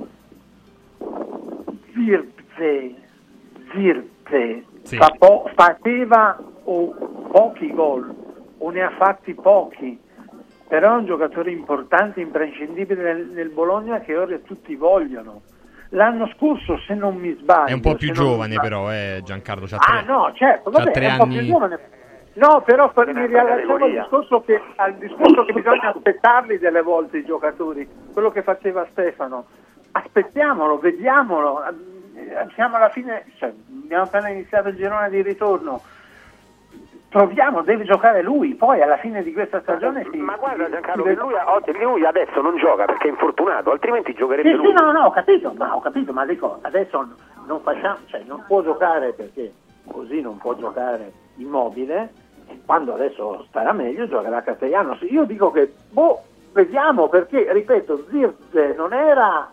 Zirze, Zirze sì. fa po- faceva o pochi gol o ne ha fatti pochi, però è un giocatore importante, imprescindibile nel, nel Bologna, che ora tutti vogliono. l'anno scorso, se non mi sbaglio... È un po' più giovane però, eh, Giancarlo, c'ha tre, ah no, certo, vabbè, c'ha tre è un po' anni... più giovane. No, però mi riallacciamo al discorso che, al discorso che bisogna aspettarli delle volte i giocatori, quello che faceva Stefano. Aspettiamolo, vediamolo, siamo alla fine, cioè, abbiamo appena iniziato il girone di ritorno. Proviamo, deve giocare lui, poi alla fine di questa stagione si, ma guarda Giancarlo, si... che lui, oggi, lui adesso non gioca perché è infortunato, altrimenti giocherebbe sì, lui. Sì, no, no, ho capito, ma ho capito, ma dico, adesso non facciamo, cioè non può giocare perché così non può giocare Immobile, e quando adesso starà meglio giocherà Castellanos. Io dico che, boh, vediamo, perché, ripeto, Zirkzee non era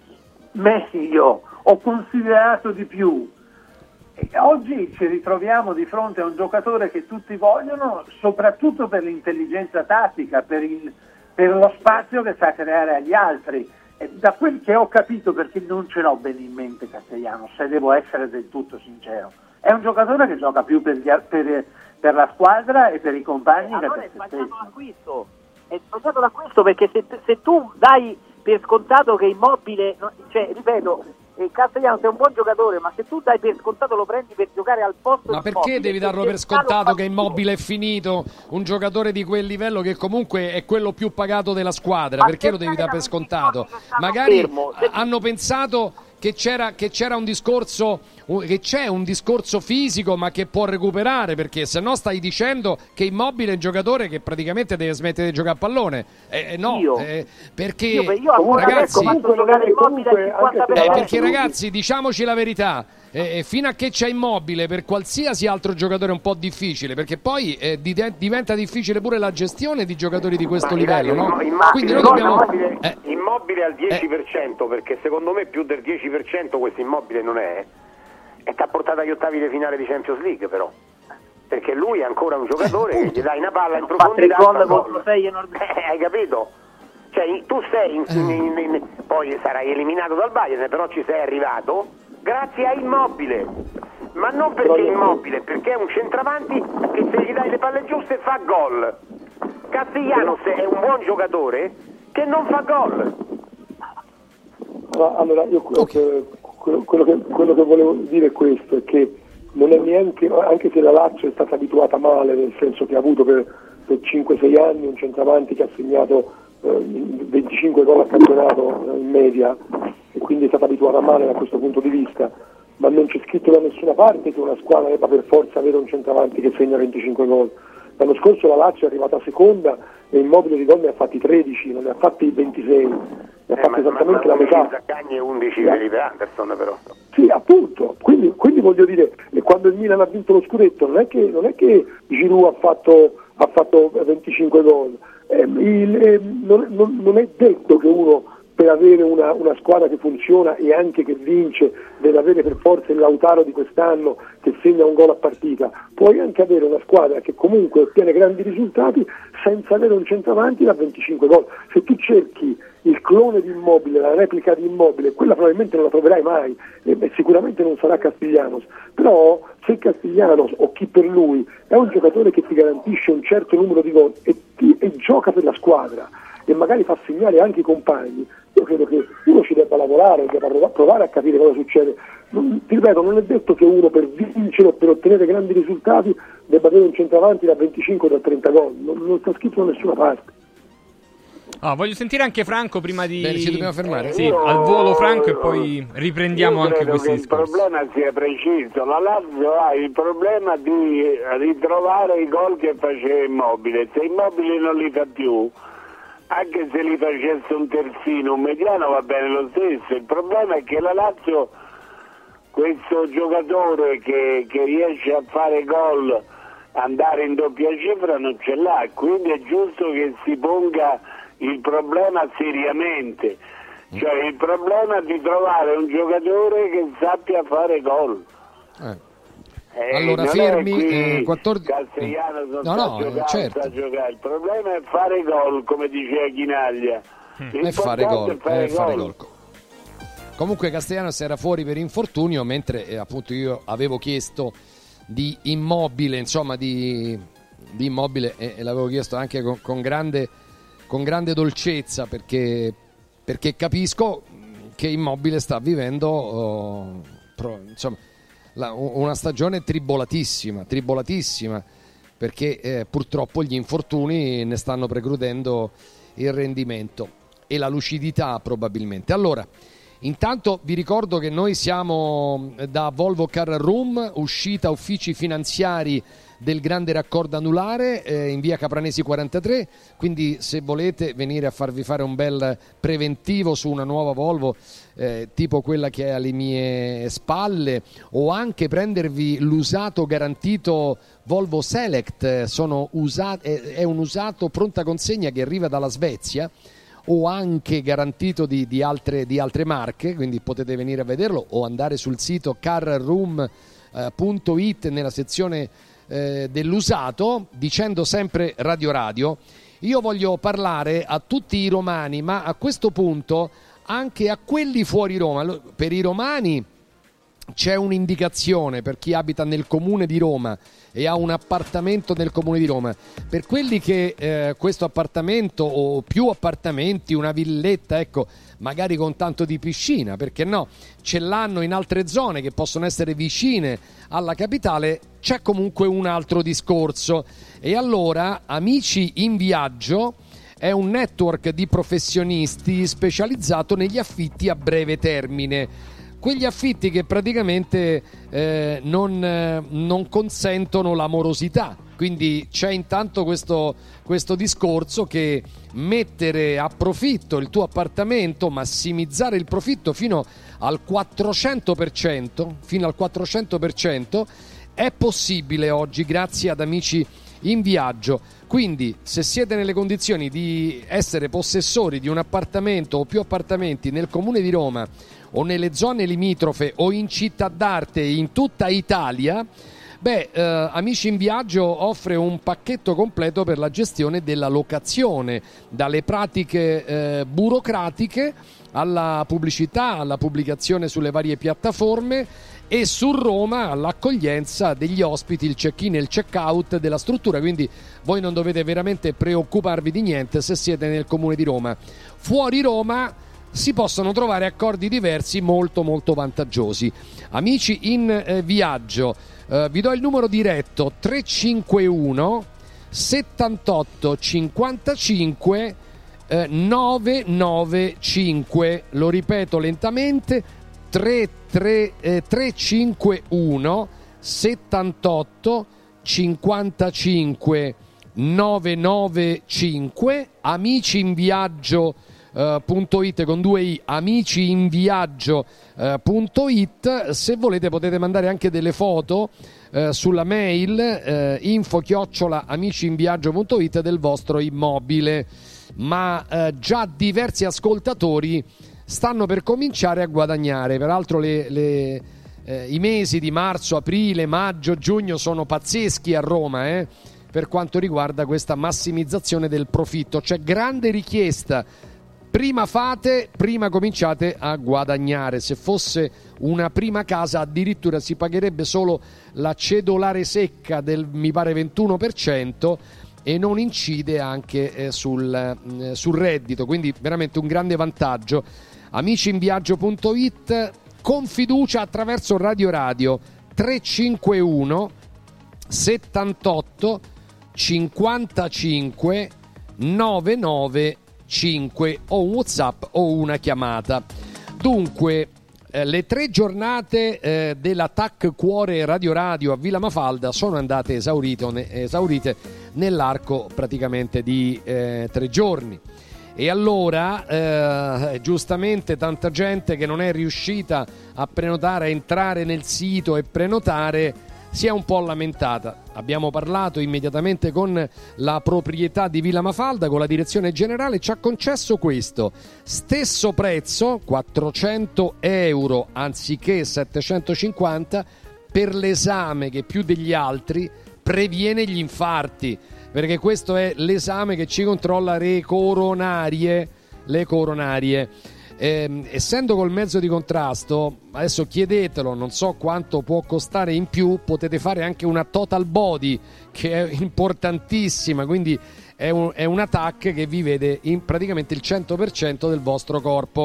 meglio o considerato di più. E oggi ci ritroviamo di fronte a un giocatore che tutti vogliono, soprattutto per l'intelligenza tattica, per, il, per lo spazio che sa creare agli altri. E da quel che ho capito, perché non ce l'ho bene in mente Castellanos, se devo essere del tutto sincero, è un giocatore che gioca più per, gli, per, per la squadra e per i compagni. Allora che per è sbagliato l'acquisto, è sbagliato l'acquisto perché se, se tu dai per scontato che Immobile, cioè ripeto, eh, Castellanos è un buon giocatore, ma se tu dai per scontato lo prendi per giocare al posto ma di perché Immobile, devi darlo per scontato che Immobile è finito, un giocatore di quel livello che comunque è quello più pagato della squadra? Ma perché lo devi dare per scontato? Magari fermo. hanno pensato che c'era, che c'era un discorso, che c'è un discorso fisico ma che può recuperare, perché se no stai dicendo che Immobile è un giocatore che praticamente deve smettere di giocare a pallone. Eh, no, io, eh, perché io, io ragazzi, Immobile eh, perché ragazzi diciamoci la verità, eh, fino a che c'è Immobile per qualsiasi altro giocatore è un po' difficile, perché poi eh, diventa difficile pure la gestione di giocatori di questo ma livello, no? Immobile, Quindi noi dobbiamo immobile, eh, immobile al dieci per cento, eh, perché secondo me più del dieci per cento questo Immobile non è, e ti ha portato agli ottavi di finale di Champions League, però perché lui è ancora un giocatore eh, che gli dai una palla in profondità, gol contro sei enormi. Eh, hai capito? Cioè tu sei in, in, in, in, poi sarai eliminato dal Bayern, però ci sei arrivato grazie a Immobile, ma non perché Immobile, perché è un centravanti che se gli dai le palle giuste fa gol. Castellanos è un buon giocatore che non fa gol. Allora io okay. quello, quello, che, quello che volevo dire è questo, è che non è neanche, anche se la Lazio è stata abituata male, nel senso che ha avuto per, per cinque sei anni un centravanti che ha segnato eh, venticinque gol a campionato in media, e quindi è stata abituata male da questo punto di vista, ma non c'è scritto da nessuna parte che una squadra debba per forza avere un centravanti che segna venticinque gol. L'anno scorso la Lazio è arrivata seconda e Immobile di gol ne ha fatti tredici, non ne ha fatti ventisei, ne ha eh, fatti esattamente la metà. Zaccagni e undici Felipe Anderson, però. Sì, appunto, quindi, quindi voglio dire, quando il Milan ha vinto lo scudetto non è che, non è che Giroud ha fatto, ha fatto venticinque gol, eh, il, eh, non, non, non è detto che uno per avere una, una squadra che funziona e anche che vince deve avere per forza il Lautaro di quest'anno che segna un gol a partita. Puoi anche avere una squadra che comunque ottiene grandi risultati senza avere un centravanti da venticinque gol. Se tu cerchi il clone di Immobile, la replica di Immobile, quella probabilmente non la troverai mai, e, e sicuramente non sarà Castellanos, però se Castellanos o chi per lui è un giocatore che ti garantisce un certo numero di gol e, ti, e gioca per la squadra e magari fa segnare anche i compagni, io credo che uno ci debba lavorare, debba provare a capire cosa succede. Non, ti ripeto, non è detto che uno per vincere o per ottenere grandi risultati debba avere un centravanti da venticinque o da trenta gol, non, non sta scritto da nessuna parte. Ah, voglio sentire anche Franco prima di... Bene, ci dobbiamo fermare. Sì, io, al volo Franco e poi riprendiamo anche questi discorsi. Il problema sia preciso, la Lazio ha il problema di ritrovare i gol che faceva Immobile, se Immobile non li fa più, anche se li facesse un terzino, un mediano va bene lo stesso, il problema è che la Lazio, questo giocatore che, che riesce a fare gol, andare in doppia cifra non ce l'ha, quindi è giusto che si ponga il problema seriamente, cioè il problema di trovare un giocatore che sappia fare gol. Eh. Eh, allora fermi eh, quattordici Castellano non no, no, giocare, certo. sa giocare. Il problema è fare gol, come diceva Chinaglia. Mm. E fare gol, è fare gol. Comunque Castellanos era fuori per infortunio, mentre eh, appunto io avevo chiesto di Immobile, insomma di, di Immobile e, e l'avevo chiesto anche con, con grande con grande dolcezza, perché, perché capisco che Immobile sta vivendo oh, pro, insomma, la, una stagione tribolatissima, tribolatissima perché eh, purtroppo gli infortuni ne stanno precludendo il rendimento e la lucidità probabilmente. Allora, intanto vi ricordo che noi siamo da Volvo Car Room, uscita uffici finanziari del grande raccordo anulare eh, in via Capranesi quarantatré, quindi se volete venire a farvi fare un bel preventivo su una nuova Volvo eh, tipo quella che è alle mie spalle, o anche prendervi l'usato garantito Volvo Select, sono usati, è, è un usato pronta consegna che arriva dalla Svezia, o anche garantito di, di, altre, di altre marche, quindi potete venire a vederlo o andare sul sito carroom punto it nella sezione eh, dell'usato, dicendo sempre Radio Radio. Io voglio parlare a tutti i romani, ma a questo punto anche a quelli fuori Roma. Per i romani c'è un'indicazione per chi abita nel comune di Roma e ha un appartamento nel comune di Roma. Per quelli che eh, questo appartamento o più appartamenti, una villetta, ecco, magari con tanto di piscina, perché no, ce l'hanno in altre zone che possono essere vicine alla capitale, c'è comunque un altro discorso. E allora Amici in Viaggio è un network di professionisti specializzato negli affitti a breve termine. Quegli affitti che praticamente eh, non, eh, non consentono la morosità. Quindi c'è intanto questo, questo discorso che mettere a profitto il tuo appartamento, massimizzare il profitto fino al quattrocento per cento, fino al quattrocento per cento è possibile oggi grazie ad Amici in Viaggio. Quindi se siete nelle condizioni di essere possessori di un appartamento o più appartamenti nel comune di Roma o nelle zone limitrofe o in città d'arte in tutta Italia, beh, eh, Amici in Viaggio offre un pacchetto completo per la gestione della locazione, dalle pratiche eh, burocratiche alla pubblicità, alla pubblicazione sulle varie piattaforme, e su Roma all'accoglienza degli ospiti, il check-in e il check-out della struttura. Quindi voi non dovete veramente preoccuparvi di niente se siete nel comune di Roma. Fuori Roma si possono trovare accordi diversi molto molto vantaggiosi. Amici in eh, Viaggio, eh, vi do il numero diretto tre cinque uno settantotto cinquantacinque eh, nove nove cinque, lo ripeto lentamente, tre cinque uno settantotto cinquantacinque nove nove cinque. Amici in Viaggio Uh, punto it con due i, amici in viaggio punto it. Se volete potete mandare anche delle foto uh, sulla mail uh, info chiocciola amici in viaggio punto it del vostro immobile, ma uh, già diversi ascoltatori stanno per cominciare a guadagnare. Peraltro le, le, eh, i mesi di marzo, aprile, maggio, giugno sono pazzeschi a Roma eh, per quanto riguarda questa massimizzazione del profitto. C'è grande richiesta. Prima fate, prima cominciate a guadagnare. Se fosse una prima casa addirittura si pagherebbe solo la cedolare secca del, mi pare, ventuno per cento, e non incide anche eh, sul, eh, sul reddito. Quindi veramente un grande vantaggio. amici in viaggio punto it, con fiducia attraverso Radio Radio tre cinque uno settantotto cinquantacinque nove nove cinque, o un WhatsApp o una chiamata. Dunque eh, le tre giornate eh, della T A C Cuore Radio Radio a Villa Mafalda sono andate esaurite, ne, esaurite nell'arco praticamente di eh, tre giorni. E allora eh, giustamente tanta gente che non è riuscita a prenotare, a entrare nel sito e prenotare, si è un po' lamentata. Abbiamo parlato immediatamente con la proprietà di Villa Mafalda, con la direzione generale, ci ha concesso questo stesso prezzo, quattrocento euro anziché settecentocinquanta, per l'esame che più degli altri previene gli infarti, perché questo è l'esame che ci controlla le coronarie, le coronarie. Eh, essendo col mezzo di contrasto, adesso chiedetelo, non so quanto può costare in più, potete fare anche una total body che è importantissima, quindi è, un, è una T A C che vi vede in praticamente il cento per cento del vostro corpo.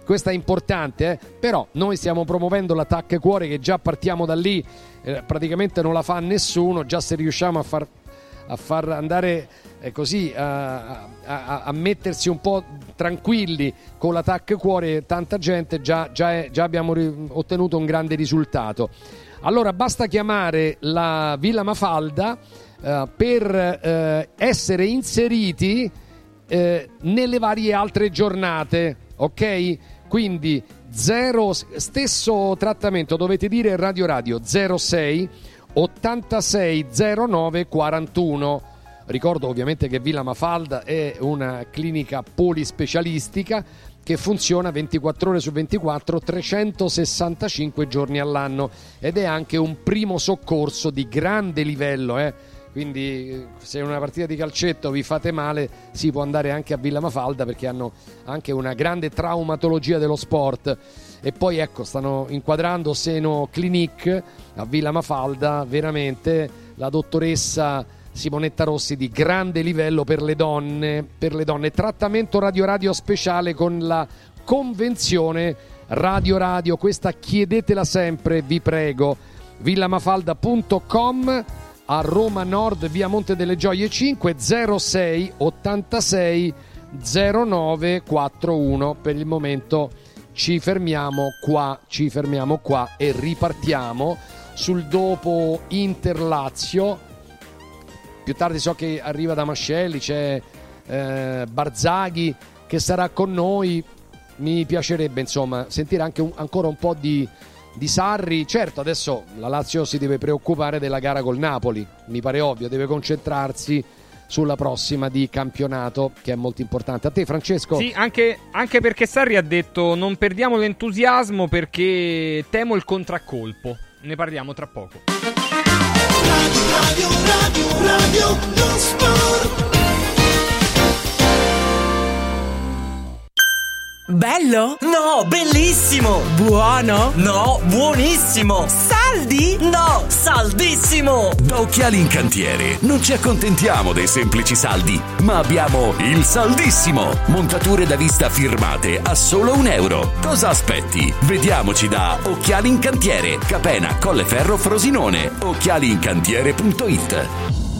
questo è importante, eh? Però noi stiamo promuovendo l'attacco cuore, che già partiamo da lì, eh, praticamente non la fa nessuno, già se riusciamo a far, a far andare eh, così a, a, a mettersi un po' tranquilli con l'attacco cuore tanta gente, già, già, è, già abbiamo ri- ottenuto un grande risultato. Allora basta chiamare la Villa Mafalda eh, per eh, essere inseriti eh, nelle varie altre giornate, ok? Quindi zero, stesso trattamento, dovete dire Radio Radio zero sei ottantasei zero nove quarantuno. Ricordo ovviamente che Villa Mafalda è una clinica polispecialistica che funziona ventiquattro ore su ventiquattro, trecentosessantacinque giorni all'anno, ed è anche un primo soccorso di grande livello, eh? Quindi se in una partita di calcetto vi fate male si può andare anche a Villa Mafalda, perché hanno anche una grande traumatologia dello sport. E poi ecco, stanno inquadrando Seno Clinic a Villa Mafalda, veramente la dottoressa Simonetta Rossi di grande livello per le donne, per le donne. Trattamento Radio Radio speciale con la convenzione Radio Radio, questa chiedetela sempre, vi prego. villamafalda punto com, a Roma Nord, via Monte delle Gioie cinque, zero sei ottantasei zero nove quarantuno. Per il momento ci fermiamo qua, ci fermiamo qua e ripartiamo sul dopo Inter Lazio. Più tardi so che arriva da Mascelli, c'è eh, Barzaghi che sarà con noi. Mi piacerebbe insomma sentire anche un, ancora un po' di, di Sarri. Certo, adesso la Lazio si deve preoccupare della gara col Napoli, mi pare ovvio, deve concentrarsi sulla prossima di campionato, che è molto importante. A te, Francesco? Sì, anche, anche perché Sarri ha detto non perdiamo l'entusiasmo perché temo il contraccolpo. Ne parliamo tra poco. Radio, radio, radio, lo sport. Bello? No, bellissimo! Buono? No, buonissimo! Saldi? No, saldissimo! Da Occhiali in Cantiere non ci accontentiamo dei semplici saldi, ma abbiamo il saldissimo! Montature da vista firmate a solo un euro. Cosa aspetti? Vediamoci da Occhiali in Cantiere, Capena, Colleferro, Frosinone. occhiali in cantiere punto it.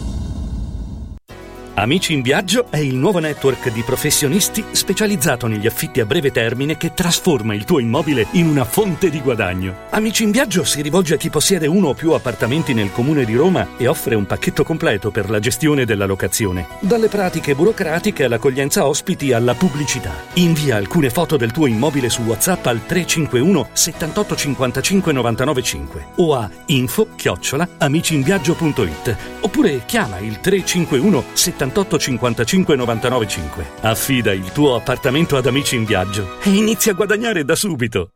Amici in Viaggio è il nuovo network di professionisti specializzato negli affitti a breve termine che trasforma il tuo immobile in una fonte di guadagno. Amici in Viaggio si rivolge a chi possiede uno o più appartamenti nel comune di Roma e offre un pacchetto completo per la gestione della locazione. Dalle pratiche burocratiche all'accoglienza ospiti alla pubblicità. Invia alcune foto del tuo immobile su WhatsApp al tre cinque uno settantotto cinquantacinque novantanove cinque o a info chiocciola amicinviaggio punto it oppure chiama il tre cinque uno settantotto cinquantacinque novantanove cinque. Affida il tuo appartamento ad Amici in Viaggio e inizia a guadagnare da subito.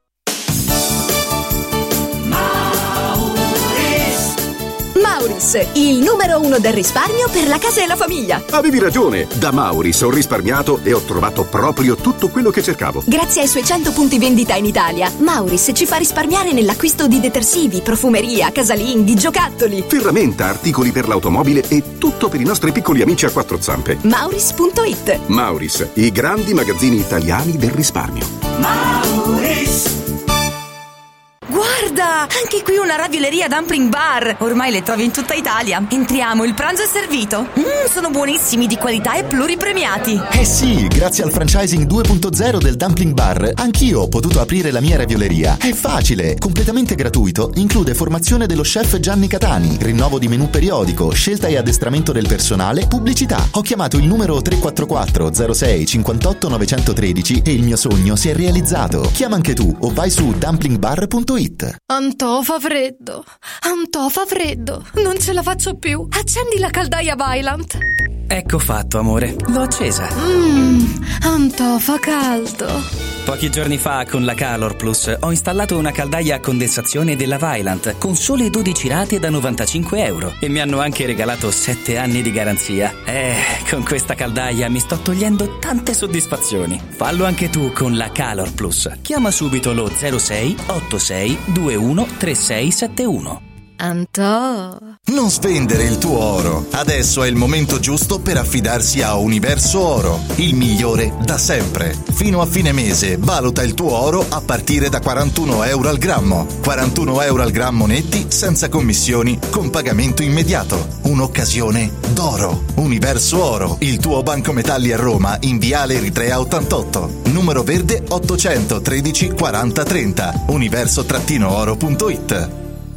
Mauris, il numero uno del risparmio per la casa e la famiglia. Avevi ragione, da Mauris ho risparmiato e ho trovato proprio tutto quello che cercavo. Grazie ai suoi cento punti vendita in Italia, Mauris ci fa risparmiare nell'acquisto di detersivi, profumeria, casalinghi, giocattoli, ferramenta, articoli per l'automobile e tutto per i nostri piccoli amici a quattro zampe. Mauris punto it. Mauris, i grandi magazzini italiani del risparmio. Mauris! Guarda, anche qui una ravioleria dumpling bar. Ormai le trovi in tutta Italia. Entriamo, il pranzo è servito. Mmm, sono buonissimi, di qualità e pluripremiati. Eh sì, grazie al franchising due punto zero del dumpling bar, anch'io ho potuto aprire la mia ravioleria. È facile, completamente gratuito, include formazione dello chef Gianni Catani, rinnovo di menù periodico, scelta e addestramento del personale, pubblicità. Ho chiamato il numero tre quattro quattro zero sei cinquantotto novecentotredici e il mio sogno si è realizzato. Chiama anche tu o vai su dumpling bar punto it. Antò fa freddo, Antò fa freddo, non ce la faccio più. Accendi la caldaia Vaillant. Ecco fatto, amore, l'ho accesa. Mmm, Antò fa caldo. Pochi giorni fa con la Calor Plus ho installato una caldaia a condensazione della Vaillant con sole dodici rate da novantacinque euro e mi hanno anche regalato sette anni di garanzia. Eh, con questa caldaia mi sto togliendo tante soddisfazioni. Fallo anche tu con la Calor Plus. Chiama subito lo zero sei otto sei due uno tre sei sette uno. Antò. Non svendere il tuo oro. Adesso è il momento giusto per affidarsi a Universo Oro, il migliore da sempre. Fino a fine mese valuta il tuo oro a partire da quarantuno euro al grammo. quarantuno euro al grammo netti, senza commissioni, con pagamento immediato. Un'occasione d'oro. Universo Oro, il tuo banco metalli a Roma, in viale Eritrea ottantotto. Numero verde ottocentotredici quaranta trenta. universo oro punto it.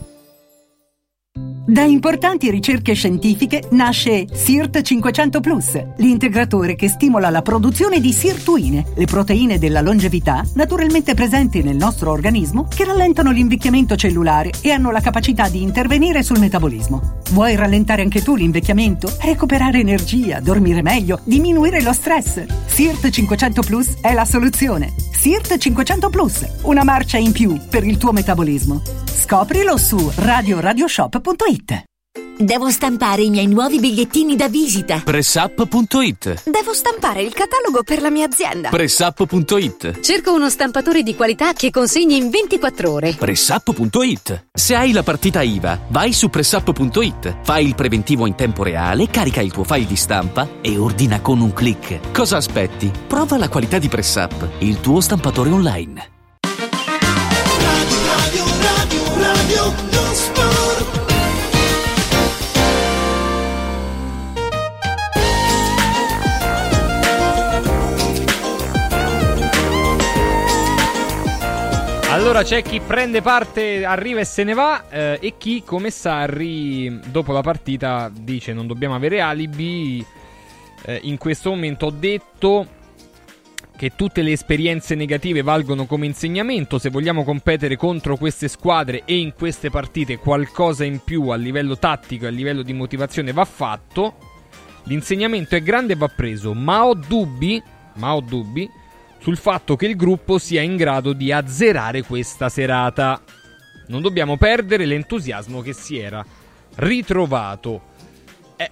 Da importanti ricerche scientifiche nasce SIRT cinquecento plus, l'integratore che stimola la produzione di sirtuine, le proteine della longevità naturalmente presenti nel nostro organismo che rallentano l'invecchiamento cellulare e hanno la capacità di intervenire sul metabolismo. Vuoi rallentare anche tu l'invecchiamento? Recuperare energia, dormire meglio, diminuire lo stress? SIRT cinquecento plus è la soluzione. SIRT cinquecento plus, una marcia in più per il tuo metabolismo. Scoprilo su radio radioshop punto it. Devo stampare i miei nuovi bigliettini da visita. Pressup punto it. Devo stampare il catalogo per la mia azienda. Pressup punto it. Cerco uno stampatore di qualità che consegni in ventiquattro ore. Pressup punto it. Se hai la partita I V A, vai su Pressup punto it, fai il preventivo in tempo reale, carica il tuo file di stampa e ordina con un click. Cosa aspetti? Prova la qualità di Pressup, il tuo stampatore online. Radio, radio, radio, lo sport. Allora c'è chi prende parte, arriva e se ne va, eh, e chi, come Sarri, dopo la partita dice non dobbiamo avere alibi. Eh, in questo momento ho detto che tutte le esperienze negative valgono come insegnamento. Se vogliamo competere contro queste squadre e in queste partite qualcosa in più a livello tattico e a livello di motivazione va fatto. L'insegnamento è grande e va preso, ma ho dubbi, ma ho dubbi sul fatto che il gruppo sia in grado di azzerare questa serata. Non dobbiamo perdere l'entusiasmo che si era ritrovato. Eh,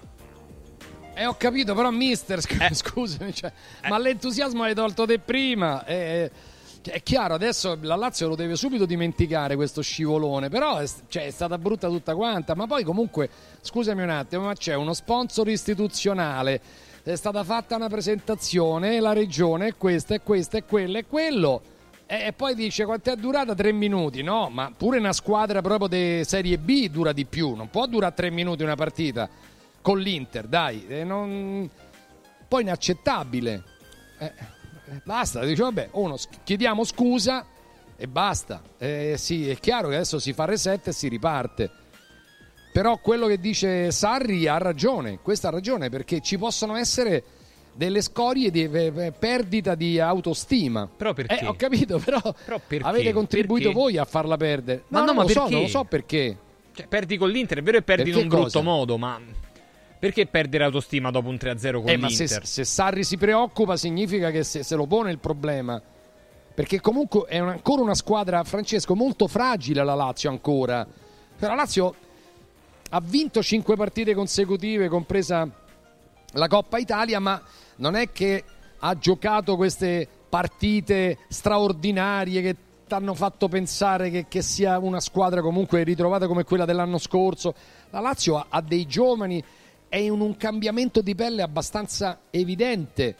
eh ho capito, però mister, sc- eh. scusami, cioè, eh. ma l'entusiasmo l'hai tolto te prima. Eh, è chiaro, adesso la Lazio lo deve subito dimenticare questo scivolone, però è, cioè, è stata brutta tutta quanta. Ma poi comunque, scusami un attimo, ma c'è uno sponsor istituzionale, è stata fatta una presentazione, la regione è questa, è questa, è quello, è quello, e, e poi dice quanto è durata? Tre minuti. No, ma pure una squadra proprio di Serie B dura di più, non può durare tre minuti una partita con l'Inter, dai, e non... poi inaccettabile. Eh, basta, dice vabbè, uno, chiediamo scusa e basta. Eh, sì, è chiaro che adesso si fa reset e si riparte. Però quello che dice Sarri ha ragione, questa ha ragione, perché ci possono essere delle scorie di perdita di autostima. Però perché? Eh, ho capito, però, però perché? Avete contribuito perché? voi a farla perdere. Ma no, no, non ma lo perché? so, non lo so perché. Cioè, perdi con l'Inter, è vero, e perdi perché in un brutto cosa? modo, ma perché perdere autostima dopo un tre a zero con eh, l'Inter? Ma se, se Sarri si preoccupa significa che se, se lo pone il problema. Perché comunque è un, ancora una squadra, Francesco, molto fragile la Lazio ancora. Però la Lazio ha vinto cinque partite consecutive, compresa la Coppa Italia, ma non è che ha giocato queste partite straordinarie che ti hanno fatto pensare che, che sia una squadra comunque ritrovata come quella dell'anno scorso. La Lazio ha, ha dei giovani, è in un cambiamento di pelle abbastanza evidente,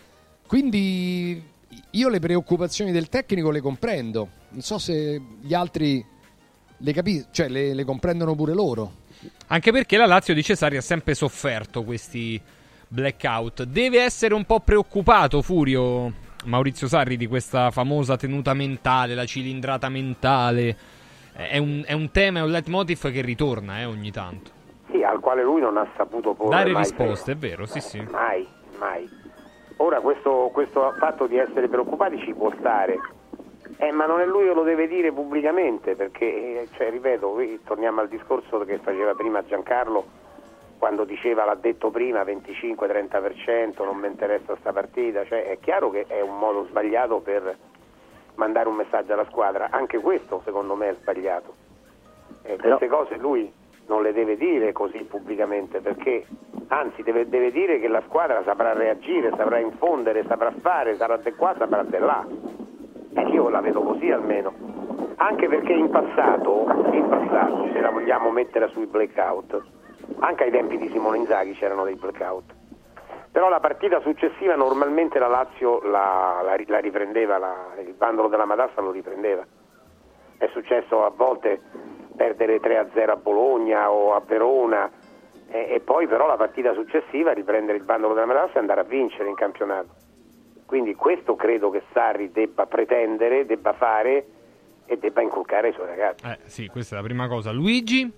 quindi io le preoccupazioni del tecnico le comprendo. Non so se gli altri le capiscono, cioè le, le comprendono pure loro. Anche perché la Lazio di Sarri ha sempre sofferto questi blackout. Deve essere un po' preoccupato, Furio, Maurizio Sarri, di questa famosa tenuta mentale, la cilindrata mentale. È un, è un tema, è un leitmotiv che ritorna eh, ogni tanto. Sì, al quale lui non ha saputo porre dare mai risposte, freno. È vero, sì sì. Mai, mai. Ora questo, questo fatto di essere preoccupati ci può stare. Eh, ma non è lui che lo deve dire pubblicamente, perché, cioè, ripeto, torniamo al discorso che faceva prima Giancarlo, quando diceva, l'ha detto prima, venticinque trenta per cento, non mi interessa sta partita. Cioè, è chiaro che è un modo sbagliato per mandare un messaggio alla squadra. Anche questo, secondo me, è sbagliato. Eh, queste cose lui non le deve dire così pubblicamente, perché, anzi, deve, deve dire che la squadra saprà reagire, saprà infondere, saprà fare, sarà di qua, saprà di là. Eh, io la vedo così almeno. anche perché in passato, in passato, se la vogliamo mettere sui blackout, anche ai tempi di Simone Inzaghi c'erano dei blackout, però la partita successiva normalmente la Lazio la, la, la riprendeva, la, il bandolo della matassa lo riprendeva. È successo a volte perdere tre a zero a Bologna o a Verona e, e poi però la partita successiva riprendere il bandolo della matassa e andare a vincere in campionato. Quindi questo credo che Sarri debba pretendere, debba fare e debba inculcare ai suoi ragazzi. Eh sì, questa è la prima cosa. Luigi?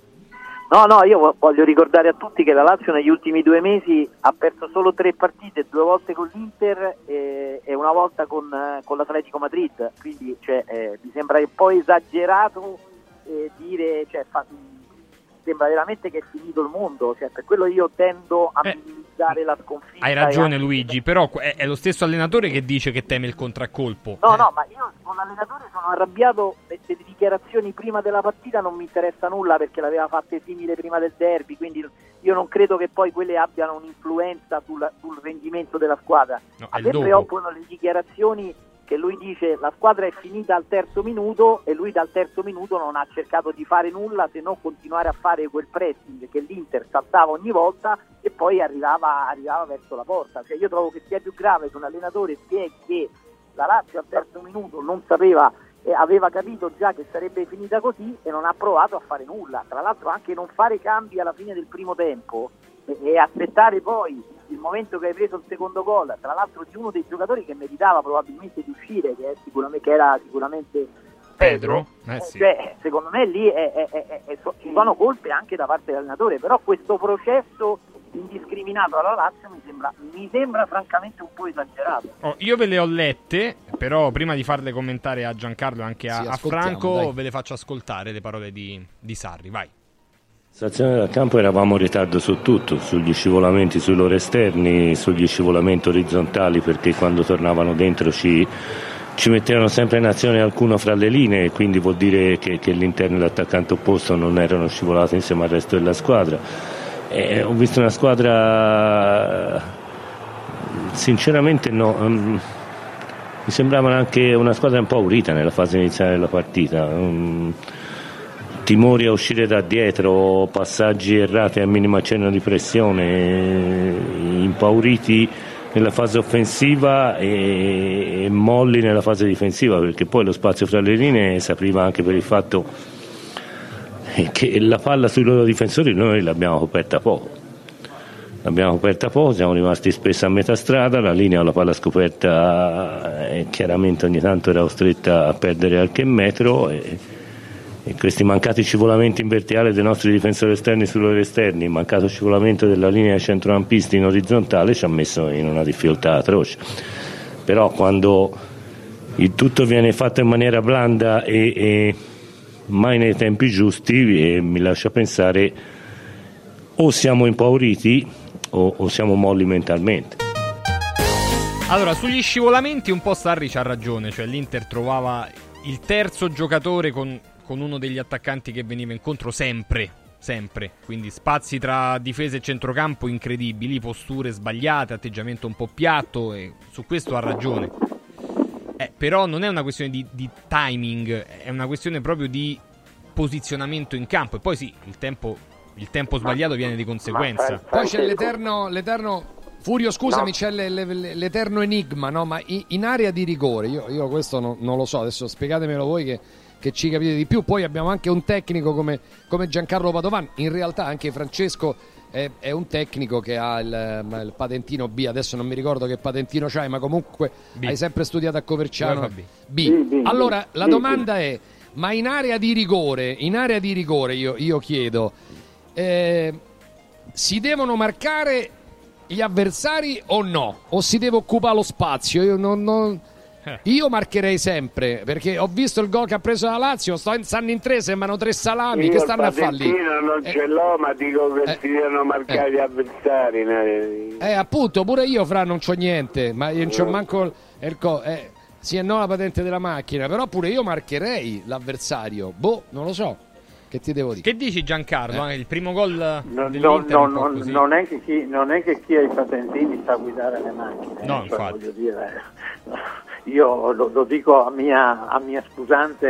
No, no, io voglio ricordare a tutti che la Lazio negli ultimi due mesi ha perso solo tre partite, due volte con l'Inter e, e una volta con, con l'Atletico Madrid, quindi cioè, eh, mi sembra un po' esagerato eh, dire, cioè, fa, sembra veramente che è finito il mondo, cioè, per quello io tendo a eh, minimizzare la sconfitta. Hai ragione anche... Luigi, però è, è lo stesso allenatore che dice che teme il contraccolpo. No, eh. no, ma io con l'allenatore sono arrabbiato, le, le dichiarazioni prima della partita non mi interessa nulla perché l'aveva fatte simile prima del derby, quindi io non credo che poi quelle abbiano un'influenza sul, sul rendimento della squadra. No, a me preoccupano le dichiarazioni che lui dice la squadra è finita al terzo minuto e lui dal terzo minuto non ha cercato di fare nulla se non continuare a fare quel pressing che l'Inter saltava ogni volta e poi arrivava, arrivava verso la porta. Cioè io trovo che sia più grave che un allenatore spieghi che la Lazio al terzo minuto non sapeva, eh, aveva capito già che sarebbe finita così e non ha provato a fare nulla. Tra l'altro anche non fare cambi alla fine del primo tempo e, e aspettare poi il momento che hai preso il secondo gol, tra l'altro di uno dei giocatori che meritava probabilmente di uscire, che, è sicuramente, che era sicuramente Pedro, eh sì. Cioè, secondo me lì è, è, è, è, ci sono colpe anche da parte dell'allenatore, però questo processo indiscriminato alla Lazio mi sembra, mi sembra francamente un po' esagerato. Oh, io ve le ho lette, però prima di farle commentare a Giancarlo e anche a, Sì, a Franco, dai. ve le faccio ascoltare le parole di, di Sarri, vai. Situazione del campo, eravamo in ritardo su tutto, sugli scivolamenti sui loro esterni, sugli scivolamenti orizzontali, perché quando tornavano dentro ci, ci mettevano sempre in azione alcuno fra le linee, quindi vuol dire che, che l'interno e l'attaccante opposto non erano scivolati insieme al resto della squadra. E ho visto una squadra sinceramente no, um, mi sembrava anche una squadra un po' aurita nella fase iniziale della partita. Um, timori a uscire da dietro, passaggi errati a minimo accenno di pressione, impauriti nella fase offensiva e, e molli nella fase difensiva, perché poi lo spazio fra le linee si apriva anche per il fatto che la palla sui loro difensori noi l'abbiamo coperta poco. L'abbiamo coperta poco, siamo rimasti spesso a metà strada, la linea o la palla scoperta eh, chiaramente ogni tanto era costretta a perdere qualche metro e, e questi mancati scivolamenti in verticale dei nostri difensori esterni sui loro esterni, il mancato scivolamento della linea dei centrocampisti in orizzontale ci ha messo in una difficoltà atroce. Però quando il tutto viene fatto in maniera blanda e, e mai nei tempi giusti, e mi lascia pensare o siamo impauriti o, o siamo molli mentalmente. Allora, sugli scivolamenti un po' Sarri c'ha ragione, cioè l'Inter trovava il terzo giocatore con, con uno degli attaccanti che veniva incontro sempre, sempre, quindi spazi tra difesa e centrocampo incredibili, posture sbagliate, atteggiamento un po' piatto, e su questo ha ragione. Eh, però non è una questione di, di timing, è una questione proprio di posizionamento in campo, e poi sì, il tempo, il tempo sbagliato viene di conseguenza. Poi c'è l'eterno, l'eterno Furio, scusami, no. C'è le, le, l'eterno enigma, no? Ma in, in area di rigore, io, io questo no, non lo so, adesso spiegatemelo voi che, che ci capite di più. Poi abbiamo anche un tecnico come, come Giancarlo Padovan, in realtà anche Francesco è, è un tecnico che ha il, il patentino B, adesso non mi ricordo che patentino c'hai, ma comunque B. Hai sempre studiato a Coverciano. B. B. B. Allora la domanda è, ma in area di rigore, in area di rigore io, io chiedo, eh, si devono marcare gli avversari o no? O si deve occupare lo spazio? Io non, non... Io marcherei sempre, perché ho visto il gol che ha preso la Lazio, sto in, stanno in tre, sembrano tre salami. Io che stanno a fare lì? Non eh, ce l'ho, ma dico che eh, si devono marcare eh. gli avversari. Eh. eh appunto, pure io fra non c'ho niente, ma io non c'ho manco il co- eh, sì e no la patente della macchina, però pure io marcherei l'avversario. Boh, non lo so. Che ti devo dire? Che dici Giancarlo? Eh. Il primo gol no, dell'Inter no, un po' no, così. non, è che chi, non è che chi ha i patentini sa guidare le macchine. No, eh, infatti. Voglio dire, io lo, lo dico a mia, a mia scusante,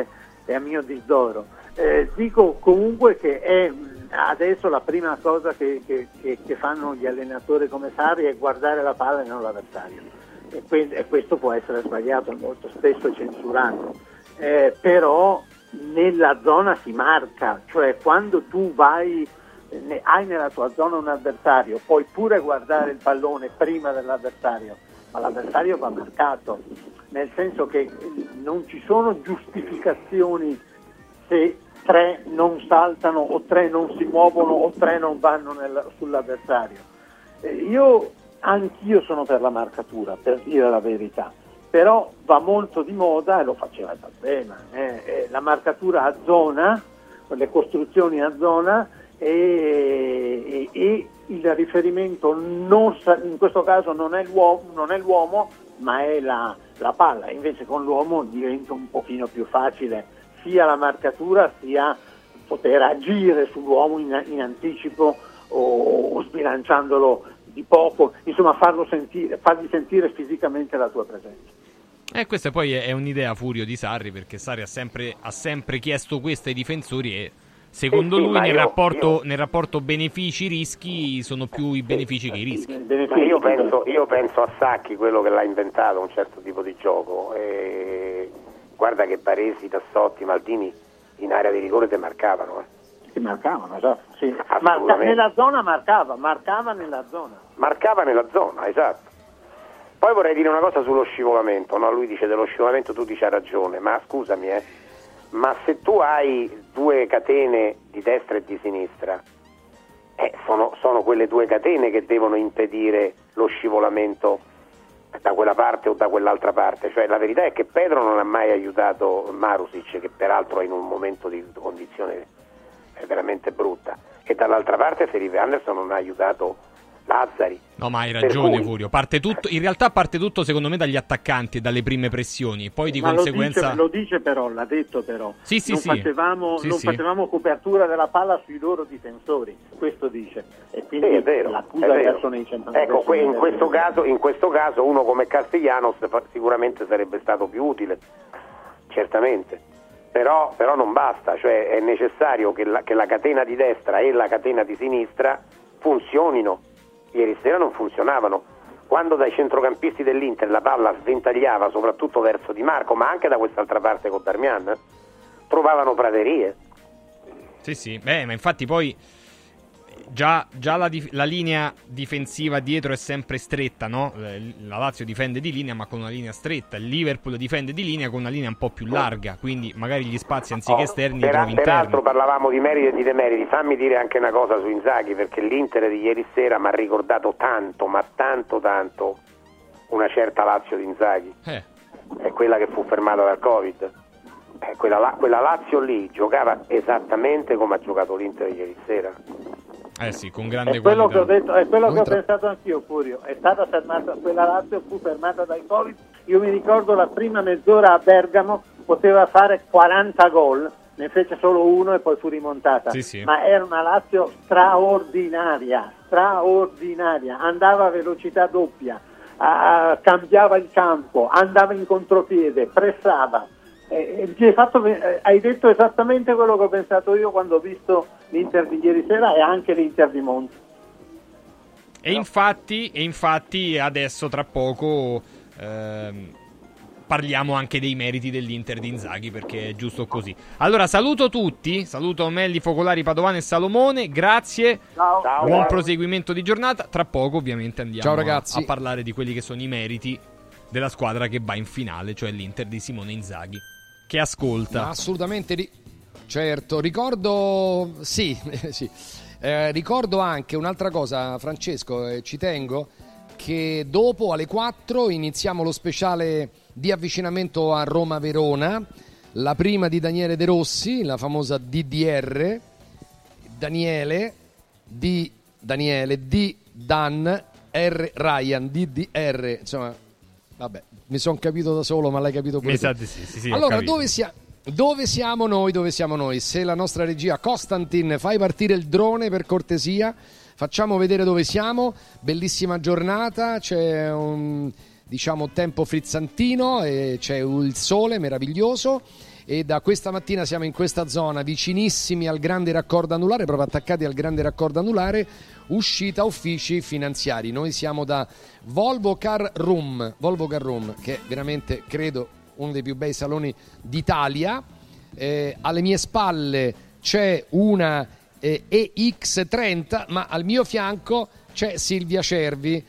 e a mio disdoro. Eh, dico comunque che è adesso la prima cosa che, che, che, che fanno gli allenatori come Sarri è guardare la palla e non l'avversario, e, que- e questo può essere sbagliato, molto spesso censurato, eh, però nella zona si marca, cioè quando tu vai, ne, hai nella tua zona un avversario, puoi pure guardare il pallone prima dell'avversario, ma l'avversario va marcato, nel senso che non ci sono giustificazioni se tre non saltano o tre non si muovono o tre non vanno nel, sull'avversario. Eh, io anch'io sono per la marcatura, per dire la verità, però va molto di moda, e lo faceva Zalbena, eh, eh, la marcatura a zona, le costruzioni a zona e, e, e il riferimento non, in questo caso non è l'uomo, non è l'uomo ma è la, la palla, invece con l'uomo diventa un pochino più facile sia la marcatura sia poter agire sull'uomo in, in anticipo o, o sbilanciandolo di poco, insomma farlo sentire, fargli sentire fisicamente la tua presenza. E eh, questa poi è un'idea, Furio, di Sarri, perché Sarri ha sempre, ha sempre chiesto questo ai difensori e secondo sì, sì, lui nel, io, rapporto, io... nel rapporto benefici-rischi sono più i benefici che i rischi. Ma io penso, io penso a Sacchi, quello che l'ha inventato, un certo tipo di gioco. E... guarda che Baresi, Tassotti, Maldini in area di rigore te marcavano. Eh. Si marcavano, esatto. Sì. Marca, nella zona marcava, marcava nella zona. Marcava nella zona, esatto. Poi vorrei dire una cosa sullo scivolamento, no? Lui dice dello scivolamento, tu dici ha ragione, ma scusami, eh, ma se tu hai due catene di destra e di sinistra, eh, sono, sono quelle due catene che devono impedire lo scivolamento da quella parte o da quell'altra parte, cioè la verità è che Pedro non ha mai aiutato Marusic, che peraltro è in un momento di condizione veramente brutta, e dall'altra parte Felipe Anderson non ha aiutato Lazzari. No, ma hai ragione, cui... Furio, parte tutto, in realtà parte tutto secondo me dagli attaccanti e dalle prime pressioni, poi di ma conseguenza lo dice, lo dice però, l'ha detto però sì, sì, non, sì. Facevamo, sì, non sì. facevamo copertura della palla sui loro difensori, questo dice, e quindi sì, è vero, l'accusa è vero. adesso nei centonovanta. Ecco, in questo caso, in questo caso uno come Castellanos sicuramente sarebbe stato più utile, certamente, però, però non basta, cioè è necessario che la, che la catena di destra e la catena di sinistra funzionino. Ieri sera non funzionavano, quando dai centrocampisti dell'Inter la palla sventagliava soprattutto verso Di Marco, ma anche da quest'altra parte con Darmian, trovavano praterie. Sì, sì, beh, ma infatti poi già, già la, dif- la linea difensiva dietro è sempre stretta, no? La Lazio difende di linea ma con una linea stretta, il Liverpool difende di linea con una linea un po' più larga, quindi magari gli spazi anziché esterni li per, trovi interni. Peraltro parlavamo di meriti e di demeriti, fammi dire anche una cosa su Inzaghi, perché l'Inter di ieri sera mi ha ricordato tanto, ma tanto tanto una certa Lazio di Inzaghi, eh. è quella che fu fermata dal Covid. Eh, quella, quella Lazio lì giocava esattamente come ha giocato l'Inter ieri sera. Eh sì, con grande è quello qualità. che ho detto, è quello Noi che tra... ho pensato anch'io, Furio. È stata fermata, quella Lazio fu fermata dal Covid. Io mi ricordo la prima mezz'ora a Bergamo, poteva fare quaranta gol, ne fece solo uno e poi fu rimontata. Sì, sì. Ma era una Lazio straordinaria, straordinaria. Andava a velocità doppia, a, cambiava il campo, andava in contropiede, pressava. Eh, hai, fatto, eh, hai detto esattamente quello che ho pensato io quando ho visto l'Inter di ieri sera e anche l'Inter di Monza. E infatti, e infatti adesso tra poco ehm, parliamo anche dei meriti dell'Inter di Inzaghi, perché è giusto così. Allora saluto tutti, saluto Melli, Focolari, Padovano e Salomone, grazie, ciao. Ciao. Buon proseguimento di giornata. Tra poco ovviamente andiamo ciao, ragazzi. A, a parlare di quelli che sono i meriti della squadra che va in finale, cioè l'Inter di Simone Inzaghi, che ascolta. Assolutamente, ri- certo, ricordo, sì, sì. Eh, ricordo anche un'altra cosa, Francesco, eh, ci tengo, che dopo alle quattro iniziamo lo speciale di avvicinamento a Roma-Verona, la prima di Daniele De Rossi, la famosa D D R, Daniele, di Daniele, di Dan, R Ryan, D D R, insomma, vabbè, mi sono capito da solo, ma l'hai capito pure mi tu. sa di sì, sì, sì, allora, dove siamo? Dove siamo noi? Dove siamo noi? Se la nostra regia Costantin, fai partire il drone per cortesia, facciamo vedere dove siamo. Bellissima giornata, c'è un, diciamo, tempo frizzantino e c'è il sole meraviglioso e da questa mattina siamo in questa zona vicinissimi al grande raccordo anulare, proprio attaccati al grande raccordo anulare, uscita uffici finanziari. Noi siamo da Volvo Car Room, Volvo Car Room, che è veramente, credo, uno dei più bei saloni d'Italia. Eh, alle mie spalle c'è una eh, E X trenta, ma al mio fianco c'è Silvia Cervi,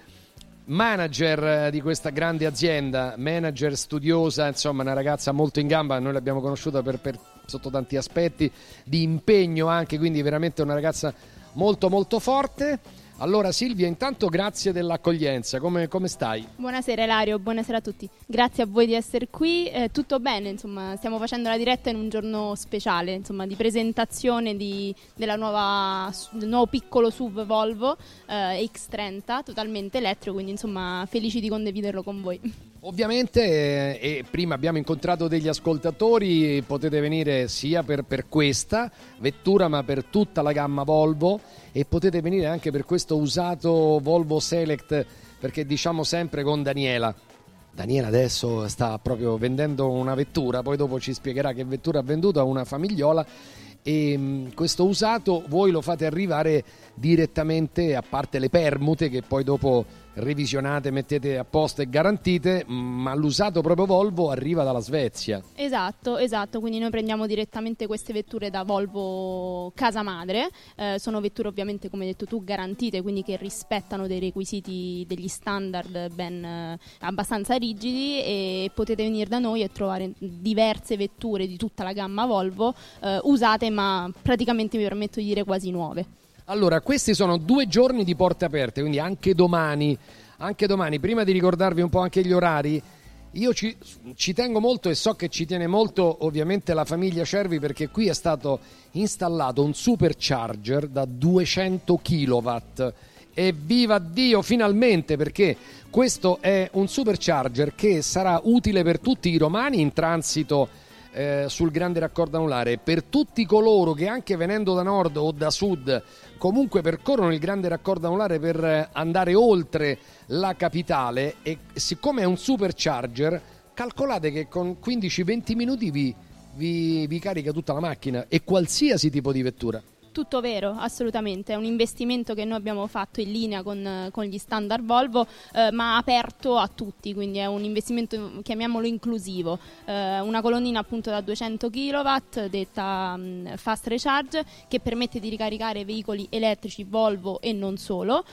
manager di questa grande azienda, manager studiosa, insomma una ragazza molto in gamba. Noi l'abbiamo conosciuta per, per, sotto tanti aspetti, di impegno anche, quindi veramente una ragazza molto molto forte. Allora Silvia, intanto grazie dell'accoglienza, come, come stai? Buonasera Ilario, buonasera a tutti, grazie a voi di essere qui, eh, tutto bene, insomma stiamo facendo la diretta in un giorno speciale, insomma di presentazione di, della nuova, del nuovo piccolo S U V Volvo eh, X trenta, totalmente elettrico, quindi insomma felici di condividerlo con voi. Ovviamente, eh, e prima abbiamo incontrato degli ascoltatori, potete venire sia per, per questa vettura ma per tutta la gamma Volvo, e potete venire anche per questo usato Volvo Select, perché diciamo sempre con Daniela, Daniela adesso sta proprio vendendo una vettura, poi dopo ci spiegherà che vettura ha venduto a una famigliola, e mh, questo usato voi lo fate arrivare direttamente, a parte le permute che poi dopo revisionate, mettete a posto e garantite, ma l'usato proprio Volvo arriva dalla Svezia. Esatto, esatto, quindi noi prendiamo direttamente queste vetture da Volvo casa madre, eh, sono vetture ovviamente come hai detto tu garantite, quindi che rispettano dei requisiti, degli standard ben eh, abbastanza rigidi, e potete venire da noi e trovare diverse vetture di tutta la gamma Volvo eh, usate, ma praticamente mi permetto di dire quasi nuove. Allora, questi sono due giorni di porte aperte, quindi anche domani, anche domani, prima di ricordarvi un po' anche gli orari, io ci, ci tengo molto, e so che ci tiene molto ovviamente la famiglia Cervi, perché qui è stato installato un supercharger da duecento chilowatt. E viva Dio, finalmente, perché questo è un supercharger che sarà utile per tutti i romani in transito eh, sul grande raccordo anulare, per tutti coloro che anche venendo da nord o da sud comunque percorrono il grande raccordo anulare per andare oltre la capitale. E siccome è un supercharger, calcolate che con quindici venti minuti vi, vi, vi carica tutta la macchina, e qualsiasi tipo di vettura. Tutto vero, assolutamente, è un investimento che noi abbiamo fatto in linea con, con gli standard Volvo, eh, ma aperto a tutti, quindi è un investimento, chiamiamolo inclusivo, eh, una colonnina appunto da duecento chilowatt detta um, Fast Recharge, che permette di ricaricare veicoli elettrici Volvo e non solo,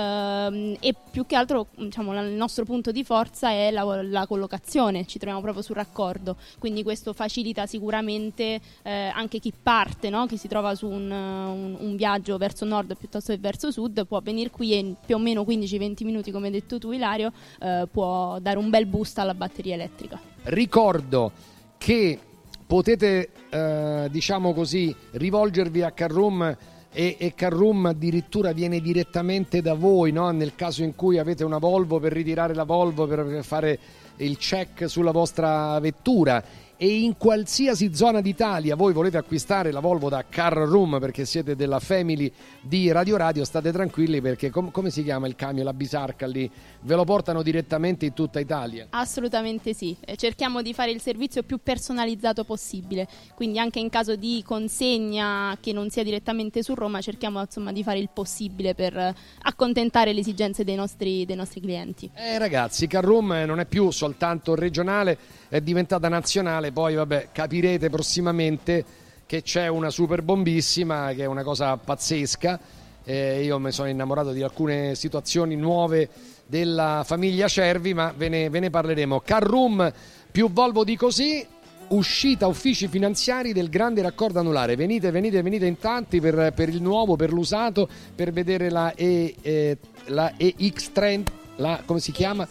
ehm, e più che altro diciamo, il nostro punto di forza è la, la collocazione, ci troviamo proprio sul raccordo, quindi questo facilita sicuramente eh, anche chi parte, no? Chi si trova su un Un, un viaggio verso nord piuttosto che verso sud, può venire qui e in più o meno quindici venti minuti, come hai detto tu Ilario, eh, può dare un bel boost alla batteria elettrica. Ricordo che potete eh, diciamo così rivolgervi a Carroom, e, e Carroom addirittura viene direttamente da voi, no? Nel caso in cui avete una Volvo, per ritirare la Volvo, per fare il check sulla vostra vettura. E in qualsiasi zona d'Italia voi volete acquistare la Volvo da Car Room, perché siete della family di Radio Radio, state tranquilli, perché com- come si chiama il camion, la bisarca lì, ve lo portano direttamente in tutta Italia. Assolutamente sì, cerchiamo di fare il servizio più personalizzato possibile, quindi anche in caso di consegna che non sia direttamente su Roma cerchiamo insomma di fare il possibile per accontentare le esigenze dei nostri, dei nostri clienti. Eh ragazzi, Car Room non è più soltanto regionale, è diventata nazionale. Poi vabbè, capirete prossimamente che c'è una super bombissima, che è una cosa pazzesca. Eh, io mi sono innamorato di alcune situazioni nuove della famiglia Cervi, ma ve ne, ve ne parleremo. Car Room più Volvo di così, uscita uffici finanziari del grande raccordo anulare. Venite, venite, venite in tanti per, per il nuovo, per l'usato, per vedere la, e, eh, la E X trenta, la, come si chiama?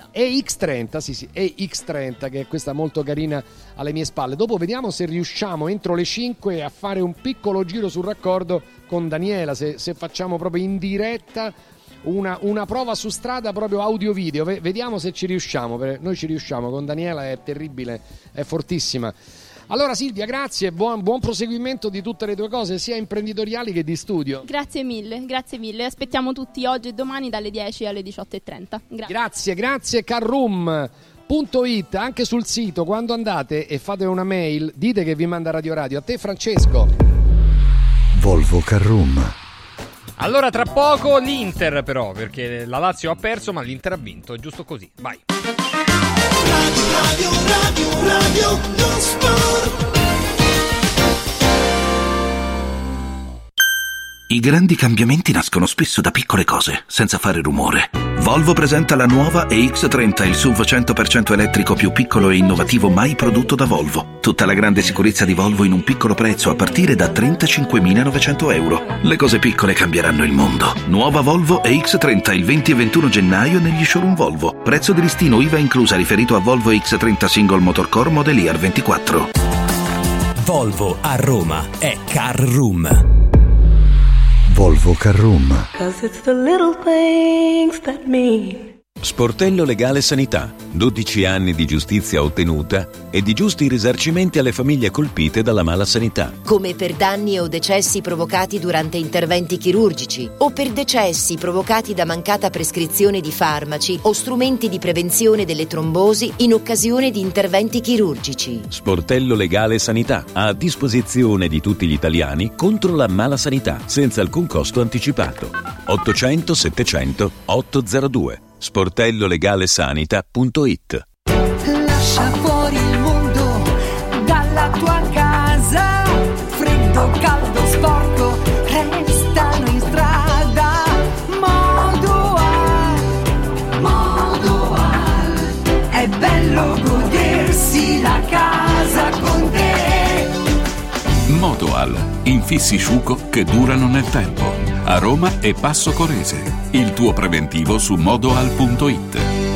E X trenta, sì sì, E X trenta, che è questa molto carina alle mie spalle. Dopo vediamo se riusciamo entro le cinque a fare un piccolo giro sul raccordo con Daniela, se, se facciamo proprio in diretta una, una prova su strada proprio audio video. Vediamo se ci riusciamo, noi ci riusciamo, con Daniela è terribile, è fortissima. Allora Silvia, grazie, buon, buon proseguimento di tutte le tue cose, sia imprenditoriali che di studio. Grazie mille, grazie mille. Aspettiamo tutti oggi e domani dalle dieci alle diciotto e trenta. Gra- grazie, grazie. Car Room, punto it. Anche sul sito, quando andate e fate una mail, dite che vi manda Radio Radio. A te, Francesco. Volvo Carrum. Allora tra poco l'Inter però, perché la Lazio ha perso ma l'Inter ha vinto, è giusto così. Vai. Radio, radio, radio, radio, non sport. I grandi cambiamenti nascono spesso da piccole cose, senza fare rumore. Volvo presenta la nuova E X trenta, il S U V cento per cento elettrico più piccolo e innovativo mai prodotto da Volvo. Tutta la grande sicurezza di Volvo in un piccolo prezzo a partire da trentacinquemilanovecento euro. Le cose piccole cambieranno il mondo. Nuova Volvo E X trenta il venti e ventuno gennaio negli showroom Volvo. Prezzo di listino I V A inclusa riferito a Volvo E X trenta Single Motor Core Model Year ventiquattro. Volvo a Roma è Car Room. Volvo Carrum. Sportello Legale Sanità. dodici anni di giustizia ottenuta e di giusti risarcimenti alle famiglie colpite dalla mala sanità. Come per danni o decessi provocati durante interventi chirurgici o per decessi provocati da mancata prescrizione di farmaci o strumenti di prevenzione delle trombosi in occasione di interventi chirurgici. Sportello Legale Sanità, a disposizione di tutti gli italiani contro la mala sanità, senza alcun costo anticipato. ottocento settecento ottocentodue. sportellolegalesanita punto it. Lascia fuori il mondo dalla tua casa, freddo, caldo, sporco, restano in strada. Modoal, Modoal, è bello godersi la casa con te. Modoal, infissi Sciuco che durano nel tempo. A Roma e Passo Corese. Il tuo preventivo su modoal punto it.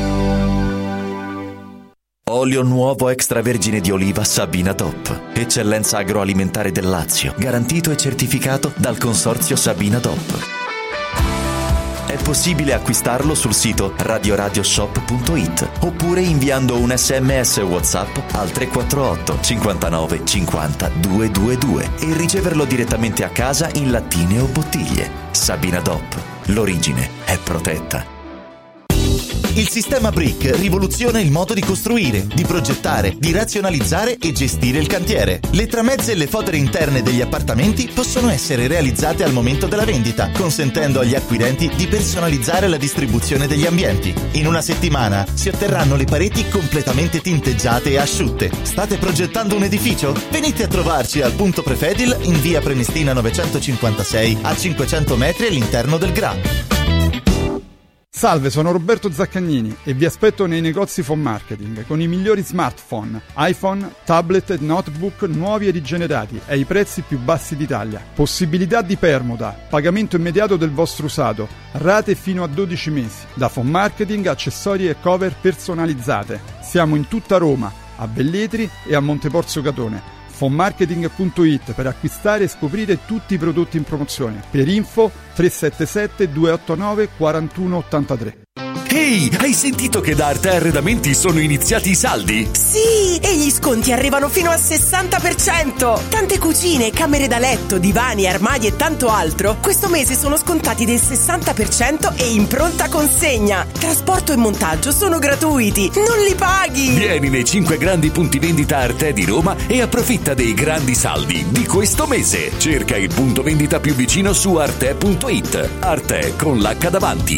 Olio nuovo extravergine di oliva Sabina DOP. Eccellenza agroalimentare del Lazio. Garantito e certificato dal consorzio Sabina DOP. È possibile acquistarlo sul sito radioradioshop punto it oppure inviando un sms WhatsApp al tre quattro otto cinquantanove cinquanta duecentoventidue e riceverlo direttamente a casa in lattine o bottiglie. Sabina DOP. L'origine è protetta. Il sistema Brick rivoluziona il modo di costruire, di progettare, di razionalizzare e gestire il cantiere. Le tramezze e le fodere interne degli appartamenti possono essere realizzate al momento della vendita, consentendo agli acquirenti di personalizzare la distribuzione degli ambienti. In una settimana si otterranno le pareti completamente tinteggiate e asciutte. State progettando un edificio? Venite a trovarci al punto Prefedil in via Prenestina novecentocinquantasei a cinquecento metri all'interno del G R A. Salve, sono Roberto Zaccagnini e vi aspetto nei negozi Phone Marketing con i migliori smartphone, iPhone, tablet e notebook nuovi e rigenerati ai prezzi più bassi d'Italia. Possibilità di permuta, pagamento immediato del vostro usato, rate fino a dodici mesi. Da Phone Marketing, accessori e cover personalizzate. Siamo in tutta Roma, a Velletri e a Monteporzio Catone. phone marketing punto it per acquistare e scoprire tutti i prodotti in promozione. Per info tre sette sette due otto nove quattro uno otto tre. Ehi, hai sentito che da Arte Arredamenti sono iniziati i saldi? Sì, e gli sconti arrivano fino al sessanta per cento. Tante cucine, camere da letto, divani, armadi e tanto altro questo mese sono scontati del sessanta per cento e in pronta consegna. Trasporto e montaggio sono gratuiti, non li paghi. Vieni nei cinque grandi punti vendita Arte di Roma e approfitta dei grandi saldi di questo mese. Cerca il punto vendita più vicino su arte punto it. Arte con l'H davanti.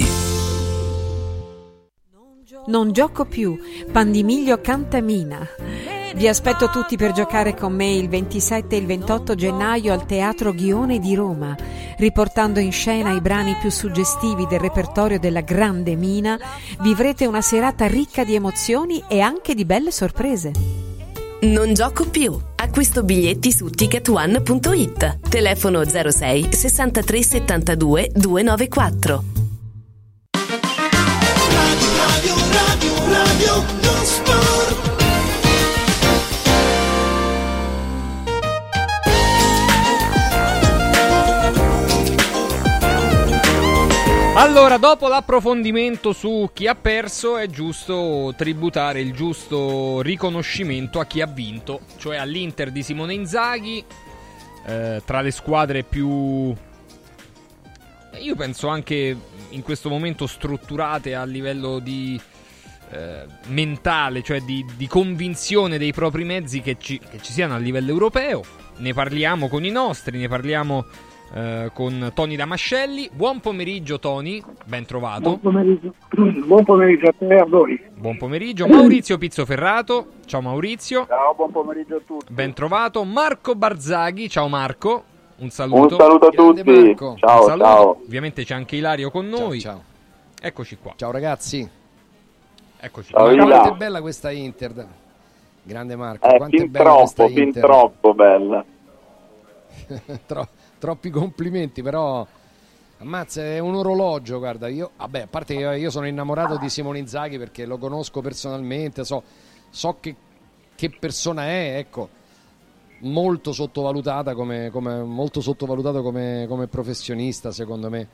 Non gioco più, Pandimiglio Cantamina. Vi aspetto tutti per giocare con me il ventisette e il ventotto gennaio al Teatro Ghione di Roma, riportando in scena i brani più suggestivi del repertorio della Grande Mina. Vivrete una serata ricca di emozioni e anche di belle sorprese. Non gioco più. Acquisto biglietti su ticket one punto it. Telefono zero sei sessantatré settantadue duecentonovantaquattro. Radio, radio, radio, non sport. Allora, dopo l'approfondimento su chi ha perso, è giusto tributare il giusto riconoscimento a chi ha vinto, cioè all'Inter di Simone Inzaghi, eh, tra le squadre più, io penso anche in questo momento strutturate a livello di eh, mentale, cioè di, di convinzione dei propri mezzi che ci, che ci siano a livello europeo. Ne parliamo con i nostri, ne parliamo eh, con Tony Damascelli. Buon pomeriggio Tony, ben trovato. Buon pomeriggio, buon pomeriggio a te e a voi. Buon pomeriggio Maurizio Pizzoferrato. Ciao Maurizio. Ciao, buon pomeriggio a tutti. Ben trovato Marco Barzaghi. Ciao Marco. Un saluto. Un saluto a tutti. Marco. Ciao, Un saluto. ciao. Ovviamente c'è anche Ilario con noi. Ciao, ciao. Eccoci qua. Ciao ragazzi. Eccoci Ciao, qua. Ila. Quanto è bella questa Inter. Grande Marco. Eh, Quanto è fin bella questa troppo, fin Inter. troppo bella. Tro- troppi complimenti, però ammazza, è un orologio, guarda, io vabbè, a parte che io sono innamorato di Simone Inzaghi perché lo conosco personalmente, so, so che, che persona è, ecco, molto sottovalutata come, come molto sottovalutato come, come professionista, secondo me.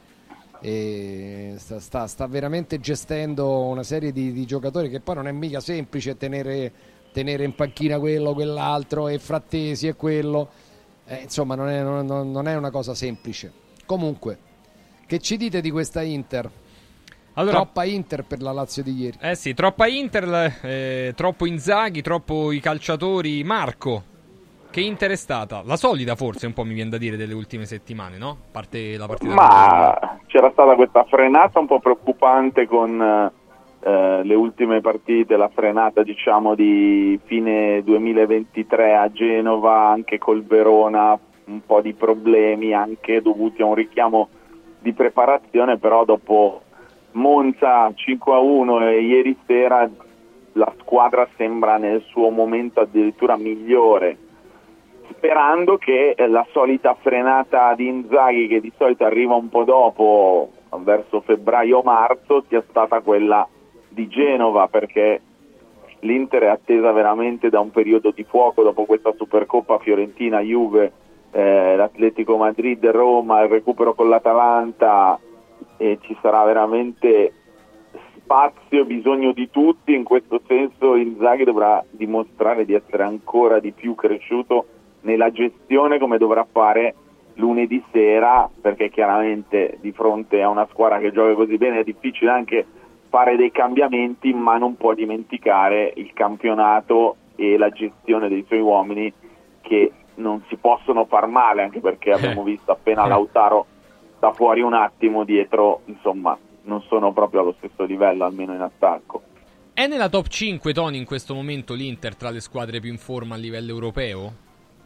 E sta, sta, sta veramente gestendo una serie di, di giocatori che poi non è mica semplice tenere, tenere in panchina quello, quell'altro e Frattesi e quello. Eh, insomma non è, non, non è una cosa semplice. Comunque, che ci dite di questa Inter? Allora, troppa Inter per la Lazio di ieri. Eh sì, troppa Inter, eh, troppo Inzaghi, troppo i calciatori. Marco, che Inter è stata? La solida forse, un po' mi viene da dire, delle ultime settimane, no? A parte la partita. Ma c'era stata questa frenata un po' preoccupante con eh, le ultime partite, la frenata diciamo di fine duemilaventitré a Genova, anche col Verona, un po' di problemi anche dovuti a un richiamo di preparazione, però dopo Monza cinque a uno e ieri sera la squadra sembra nel suo momento addirittura migliore, sperando che la solita frenata di Inzaghi, che di solito arriva un po' dopo, verso febbraio-marzo, sia stata quella di Genova, perché l'Inter è attesa veramente da un periodo di fuoco dopo questa Supercoppa Fiorentina, Juve, eh, l'Atletico Madrid, Roma, il recupero con l'Atalanta, e ci sarà veramente spazio e bisogno di tutti. In questo senso Inzaghi dovrà dimostrare di essere ancora di più cresciuto nella gestione, come dovrà fare lunedì sera, perché chiaramente di fronte a una squadra che gioca così bene è difficile anche fare dei cambiamenti, ma non può dimenticare il campionato e la gestione dei suoi uomini, che non si possono far male, anche perché abbiamo visto appena Lautaro sta fuori un attimo, dietro insomma non sono proprio allo stesso livello, almeno in attacco. È nella top cinque, Tony, in questo momento l'Inter tra le squadre più in forma a livello europeo?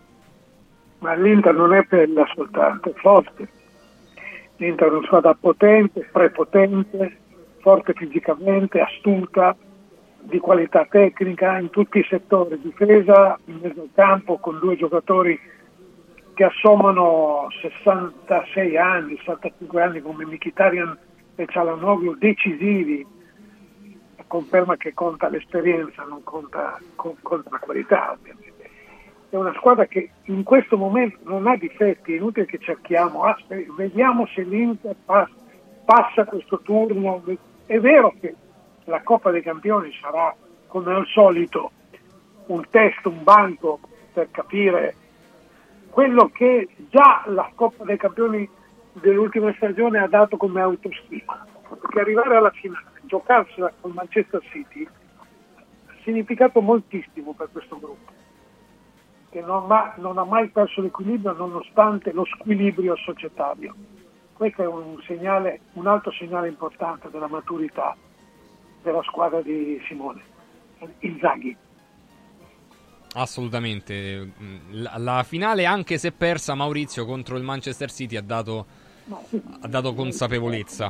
Ma l'Inter non è bella soltanto, è forte. L'Inter è una squadra potente, prepotente, forte fisicamente, astuta, di qualità tecnica in tutti i settori, difesa, in mezzo al campo, con due giocatori che assommano sessantasei anni, sessantacinque anni, come Mkhitaryan e Çalhanoğlu, decisivi. Conferma che conta l'esperienza, non conta, conta la qualità, ovviamente. È una squadra che in questo momento non ha difetti, è inutile che cerchiamo, ah, vediamo se l'Inter passa, passa questo turno. È vero che la Coppa dei Campioni sarà, come al solito, un test, un banco per capire quello che già la Coppa dei Campioni dell'ultima stagione ha dato come autostima, perché arrivare alla finale, giocarsela con Manchester City, ha significato moltissimo per questo gruppo, che non ha, non ha mai perso l'equilibrio nonostante lo squilibrio societario. Questo è un segnale, un altro segnale importante della maturità della squadra di Simone Inzaghi. Assolutamente. La, la finale, anche se persa, Maurizio, contro il Manchester City ha dato, ha dato consapevolezza.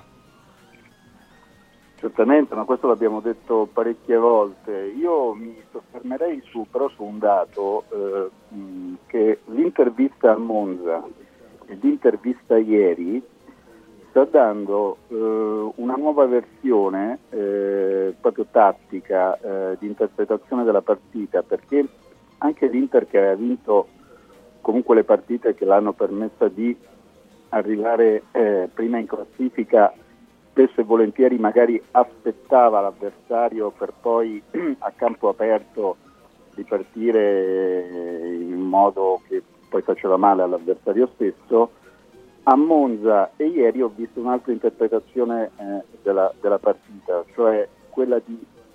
Certamente, ma questo l'abbiamo detto parecchie volte. Io mi soffermerei su, però su un dato, eh, che l'intervista a Monza e l'intervista ieri sta dando eh, una nuova versione eh, proprio tattica, eh, di interpretazione della partita, perché anche l'Inter, che ha vinto comunque le partite che l'hanno permessa di arrivare eh, prima in classifica, spesso e volentieri magari aspettava l'avversario per poi a campo aperto ripartire in modo che poi faceva male all'avversario stesso. A Monza e ieri ho visto un'altra interpretazione eh, della, della partita, cioè quella di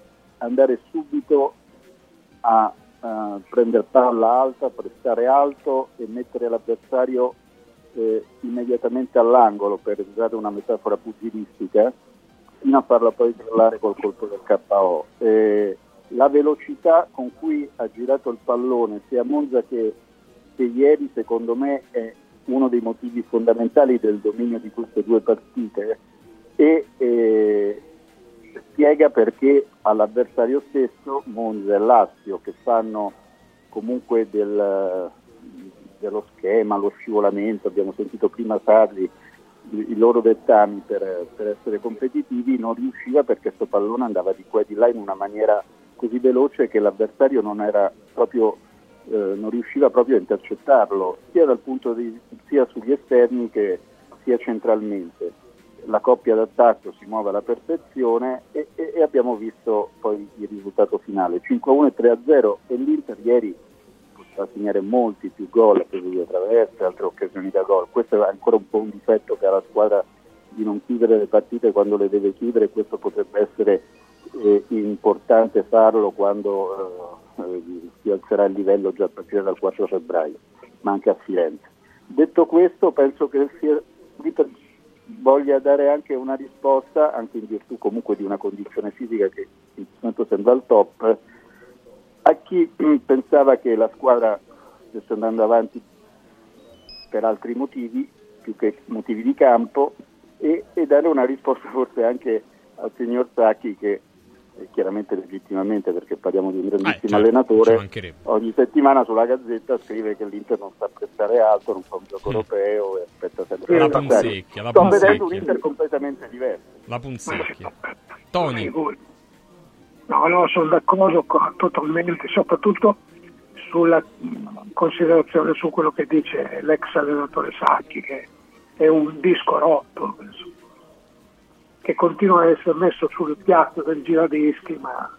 andare subito a uh, prendere palla alta, prestare alto e mettere l'avversario eh, immediatamente all'angolo, per usare una metafora pugilistica, fino a farla poi crollare col colpo del K O. Eh, la velocità con cui ha girato il pallone sia a Monza che, che ieri, secondo me, è uno dei motivi fondamentali del dominio di queste due partite e eh, spiega perché all'avversario stesso Monza e Lazio, che fanno comunque del, dello schema, lo scivolamento, abbiamo sentito prima Sarri, i, i loro dettami per, per essere competitivi, non riusciva perché questo pallone andava di qua e di là in una maniera così veloce che l'avversario non era proprio eh, non riusciva proprio a intercettarlo, sia dal punto di sia sugli esterni che sia centralmente. La coppia d'attacco si muove alla perfezione e, e, e abbiamo visto poi il risultato finale cinque a uno e tre a zero, e l'Inter ieri poteva segnare molti più gol, ha preso due traverse, altre occasioni da gol. Questo è ancora un po' un difetto che ha la squadra, di non chiudere le partite quando le deve chiudere. Questo potrebbe essere eh, importante farlo quando eh, si alzerà il livello già a partire dal quattro febbraio, ma anche a Firenze. Detto questo, penso che l'Inter voglia dare anche una risposta, anche in virtù comunque di una condizione fisica che in questo momento sembra al top, a chi pensava che la squadra stesse andando avanti per altri motivi, più che motivi di campo, e, e dare una risposta forse anche al signor Sacchi, che eh, chiaramente legittimamente, perché parliamo di un grandissimo eh, certo, allenatore, ogni settimana sulla Gazzetta scrive che l'Inter non sa prestare alto, non fa un gioco mm. europeo e aspetta sempre la punzecchia, la sto punzecchia. vedendo un Inter completamente diverso. La punzecchia. Tony. No, no, sono d'accordo con, totalmente, soprattutto sulla considerazione su quello che dice l'ex allenatore Sacchi, che è un disco rotto, penso, che continua a essere messo sul piatto del giradischi, ma,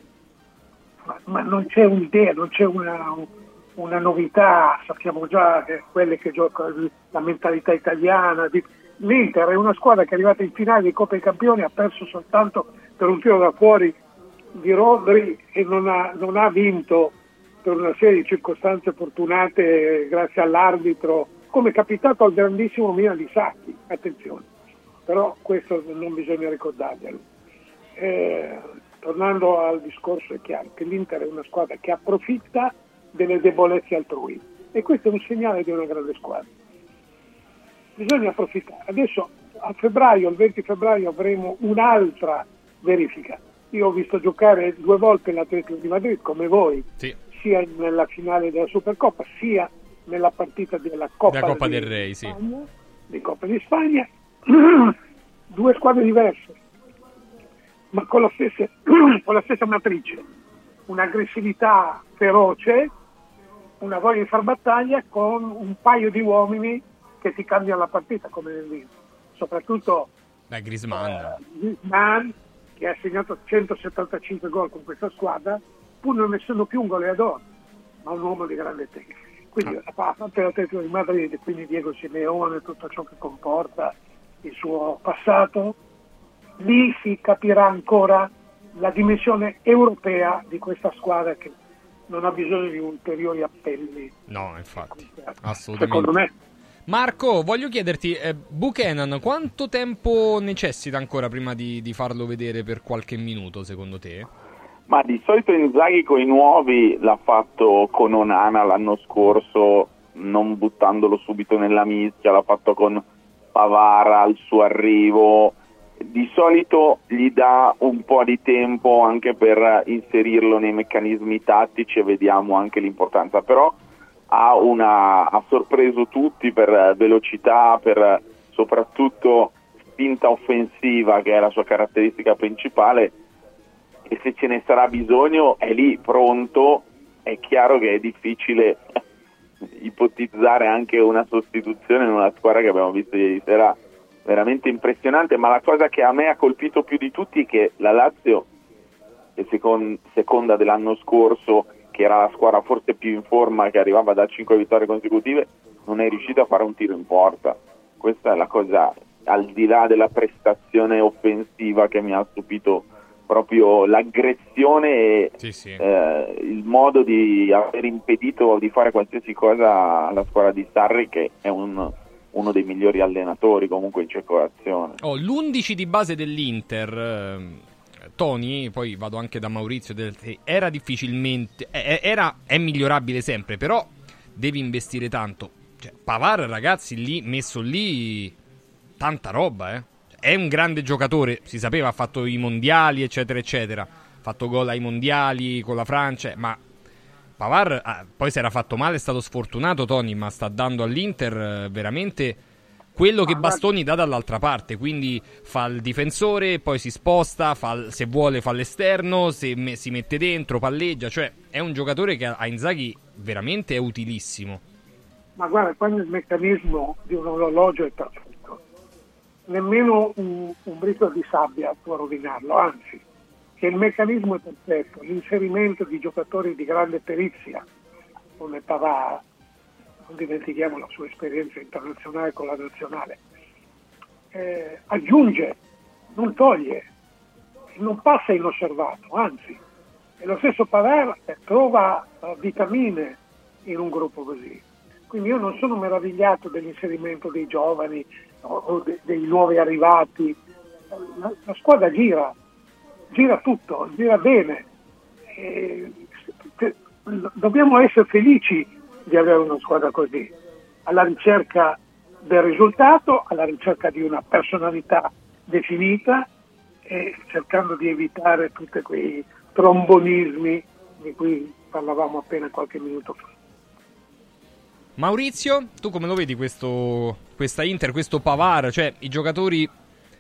ma, ma non c'è un'idea, non c'è una, una novità. Sappiamo già che quelle che giocano, la mentalità italiana. Di, l'Inter è una squadra che è arrivata in finale di Coppa dei Campioni, ha perso soltanto per un tiro da fuori di Rodri e non ha, non ha vinto per una serie di circostanze fortunate grazie all'arbitro, come è capitato al grandissimo Milan di Sacchi, attenzione, però questo non bisogna ricordarglielo. Eh, tornando al discorso, è chiaro che l'Inter è una squadra che approfitta delle debolezze altrui e questo è un segnale di una grande squadra. Bisogna approfittare. Adesso a febbraio, il venti febbraio, avremo un'altra verifica. Io ho visto giocare due volte l'Atletico di Madrid, come voi, sì, sia nella finale della Supercoppa, sia nella partita della Coppa, Coppa di del Re, sì. Spagna, di Coppa di Spagna. Due squadre diverse, ma con la stessa, con la stessa matrice, un'aggressività feroce, una voglia di far battaglia, con un paio di uomini che ti cambiano la partita, come nel Milan, soprattutto Beh, Griezmann. eh, Griezmann, che ha segnato centosettantacinque gol con questa squadra, pur non essendo più un goleador, ma un uomo di grande tecnica. Quindi a parte l'Atletico di Madrid, quindi Diego Simeone, tutto ciò che comporta il suo passato, lì si capirà ancora la dimensione europea di questa squadra, che non ha bisogno di ulteriori appelli. No, infatti, assolutamente. Secondo me. Marco, voglio chiederti, eh, Buchanan quanto tempo necessita ancora prima di, di farlo vedere per qualche minuto, secondo te? Ma di solito Inzaghi con i nuovi l'ha fatto con Onana l'anno scorso, non buttandolo subito nella mischia, l'ha fatto con Pavara al suo arrivo. Di solito gli dà un po' di tempo anche per inserirlo nei meccanismi tattici e vediamo anche l'importanza, però ha, una, ha sorpreso tutti per velocità, per soprattutto spinta offensiva, che è la sua caratteristica principale, e se ce ne sarà bisogno è lì pronto. È chiaro che è difficile ipotizzare anche una sostituzione in una squadra che abbiamo visto ieri sera veramente impressionante, ma la cosa che a me ha colpito più di tutti è che la Lazio, è second- seconda dell'anno scorso, che era la squadra forse più in forma, che arrivava da cinque vittorie consecutive, non è riuscita a fare un tiro in porta. Questa è la cosa, al di là della prestazione offensiva, che mi ha stupito proprio l'aggressione e sì, sì. Eh, il modo di aver impedito di fare qualsiasi cosa alla squadra di Sarri, che è un, uno dei migliori allenatori comunque in circolazione. Oh, l'undici di base dell'Inter, eh, Tony, poi vado anche da Maurizio, era difficilmente, era, è migliorabile sempre, però devi investire tanto. Cioè, Pavard, ragazzi, lì messo lì tanta roba, eh. È un grande giocatore, si sapeva, ha fatto i mondiali, eccetera, eccetera. Ha fatto gol ai mondiali con la Francia, ma Pavard ah, poi si era fatto male, è stato sfortunato, Tony, ma sta dando all'Inter eh, veramente quello che Bastoni dà dall'altra parte, quindi fa il difensore, poi si sposta, fa, se vuole fa l'esterno, se me, si mette dentro, palleggia, cioè è un giocatore che a Inzaghi veramente è utilissimo. Ma guarda, quando il meccanismo di un orologio è perfetto, nemmeno un, un briciolo di sabbia può rovinarlo, anzi, che il meccanismo è perfetto, l'inserimento di giocatori di grande perizia, come Pavard, non dimentichiamo la sua esperienza internazionale con la nazionale, eh, aggiunge, non toglie, non passa inosservato, anzi, e lo stesso Pavard eh, trova eh, vitamine in un gruppo così. Quindi io non sono meravigliato dell'inserimento dei giovani o, o de, dei nuovi arrivati, la, la squadra gira, gira tutto, gira bene, e, te, dobbiamo essere felici di avere una squadra così, alla ricerca del risultato, alla ricerca di una personalità definita e cercando di evitare tutti quei trombonismi di cui parlavamo appena qualche minuto fa. Maurizio, tu come lo vedi questo, questa Inter, questo Pavard, cioè i giocatori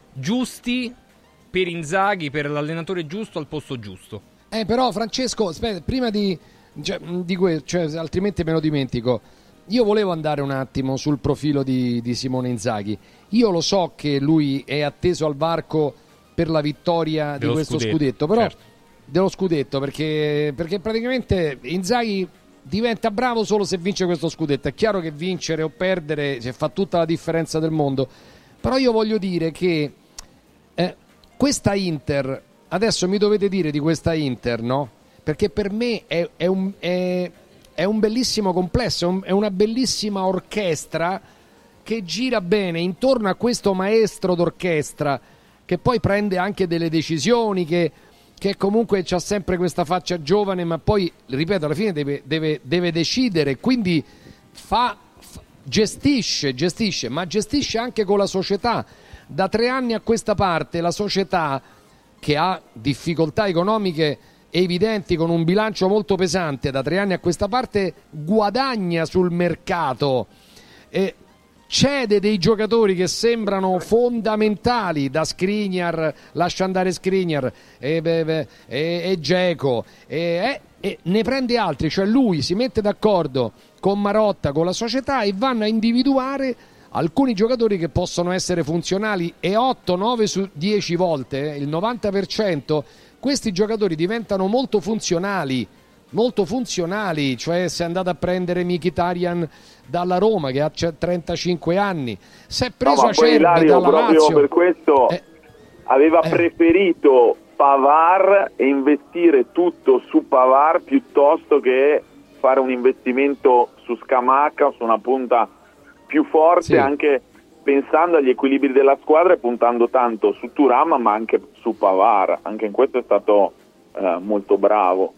giusti per Inzaghi, per l'allenatore giusto al posto giusto? Eh però Francesco, aspetta, prima di, cioè, di questo, cioè, altrimenti me lo dimentico, io volevo andare un attimo sul profilo di, di Simone Inzaghi. Io lo so che lui è atteso al varco per la vittoria dello di questo scudetto, scudetto però certo. dello scudetto, perché, perché praticamente Inzaghi diventa bravo solo se vince questo scudetto. È chiaro che vincere o perdere se fa tutta la differenza del mondo, però io voglio dire che eh, questa Inter, adesso mi dovete dire di questa Inter, no? Perché per me è, è, un, è, è un bellissimo complesso, è, un, è una bellissima orchestra che gira bene intorno a questo maestro d'orchestra che poi prende anche delle decisioni, che che comunque c'ha sempre questa faccia giovane, ma poi, ripeto, alla fine deve, deve, deve decidere, quindi fa, fa, gestisce, gestisce, ma gestisce anche con la società. Da tre anni a questa parte la società, che ha difficoltà economiche evidenti con un bilancio molto pesante, da tre anni a questa parte guadagna sul mercato e cede dei giocatori che sembrano fondamentali, da Skriniar, lascia andare Skriniar e, e, e Dzeko e, e ne prende altri, cioè lui si mette d'accordo con Marotta, con la società, e vanno a individuare alcuni giocatori che possono essere funzionali, e otto nove su dieci volte, il novanta per cento, questi giocatori diventano molto funzionali, molto funzionali, cioè se è andato a prendere Mkhitaryan dalla Roma che ha trentacinque anni, si è preso no, Acerbi Ilario, dalla proprio Lazio, per questo eh, aveva eh. preferito Pavard e investire tutto su Pavard piuttosto che fare un investimento su Scamacca o su una punta più forte, sì. Anche pensando agli equilibri della squadra e puntando tanto su Thuram ma anche su Pavard. Anche in questo è stato eh, molto bravo.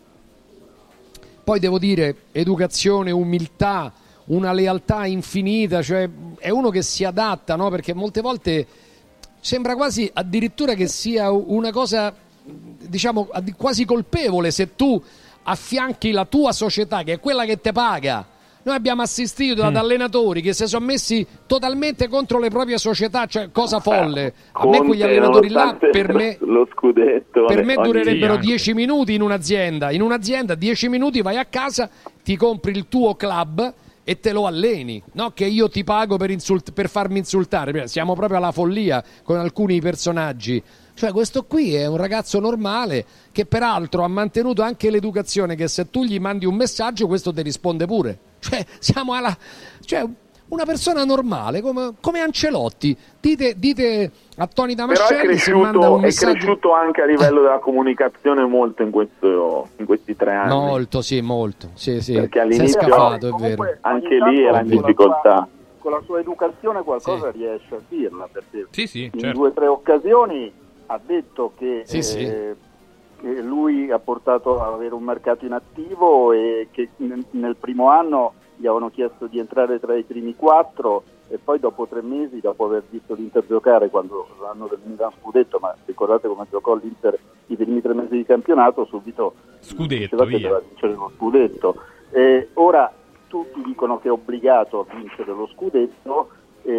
Poi devo dire, educazione, umiltà, una lealtà infinita, cioè è uno che si adatta, no? Perché molte volte sembra quasi addirittura che sia una cosa, diciamo, quasi colpevole se tu affianchi la tua società, che è quella che te paga. Noi abbiamo assistito ad allenatori che si sono messi totalmente contro le proprie società, cioè cosa folle. A me quegli allenatori là, per me, lo scudetto, per me durerebbero anni. dieci minuti in un'azienda. In un'azienda dieci minuti vai a casa, ti compri il tuo club e te lo alleni, no? Che io ti pago per, insult- per farmi insultare. Siamo proprio alla follia con alcuni personaggi. Cioè questo qui è un ragazzo normale che peraltro ha mantenuto anche l'educazione, che se tu gli mandi un messaggio questo ti risponde pure. Cioè siamo alla... Cioè, una persona normale come, come Ancelotti. Dite, dite a Tony Damascelli Però è se manda un cresciuto, è messaggio. cresciuto anche a livello della comunicazione molto in, questo, in questi tre anni. Molto, sì, molto. Sì, sì. Perché Si è all'inizio scafato, è Comunque, vero. anche ogni lì tanto era in con la difficoltà. sua- con la sua educazione qualcosa riesce a dirla, perché Sì, sì, in certo. due o tre occasioni ha detto che, Sì, eh, sì. che lui ha portato ad avere un mercato inattivo e che nel, nel primo anno gli avevano chiesto di entrare tra i primi quattro e poi dopo tre mesi, dopo aver visto l'Inter giocare quando l'anno del Milan scudetto, ma ricordate come giocò l'Inter i primi tre mesi di campionato, subito Scudetto, diceva che via. doveva vincere lo scudetto. E ora tutti dicono che è obbligato a vincere lo scudetto,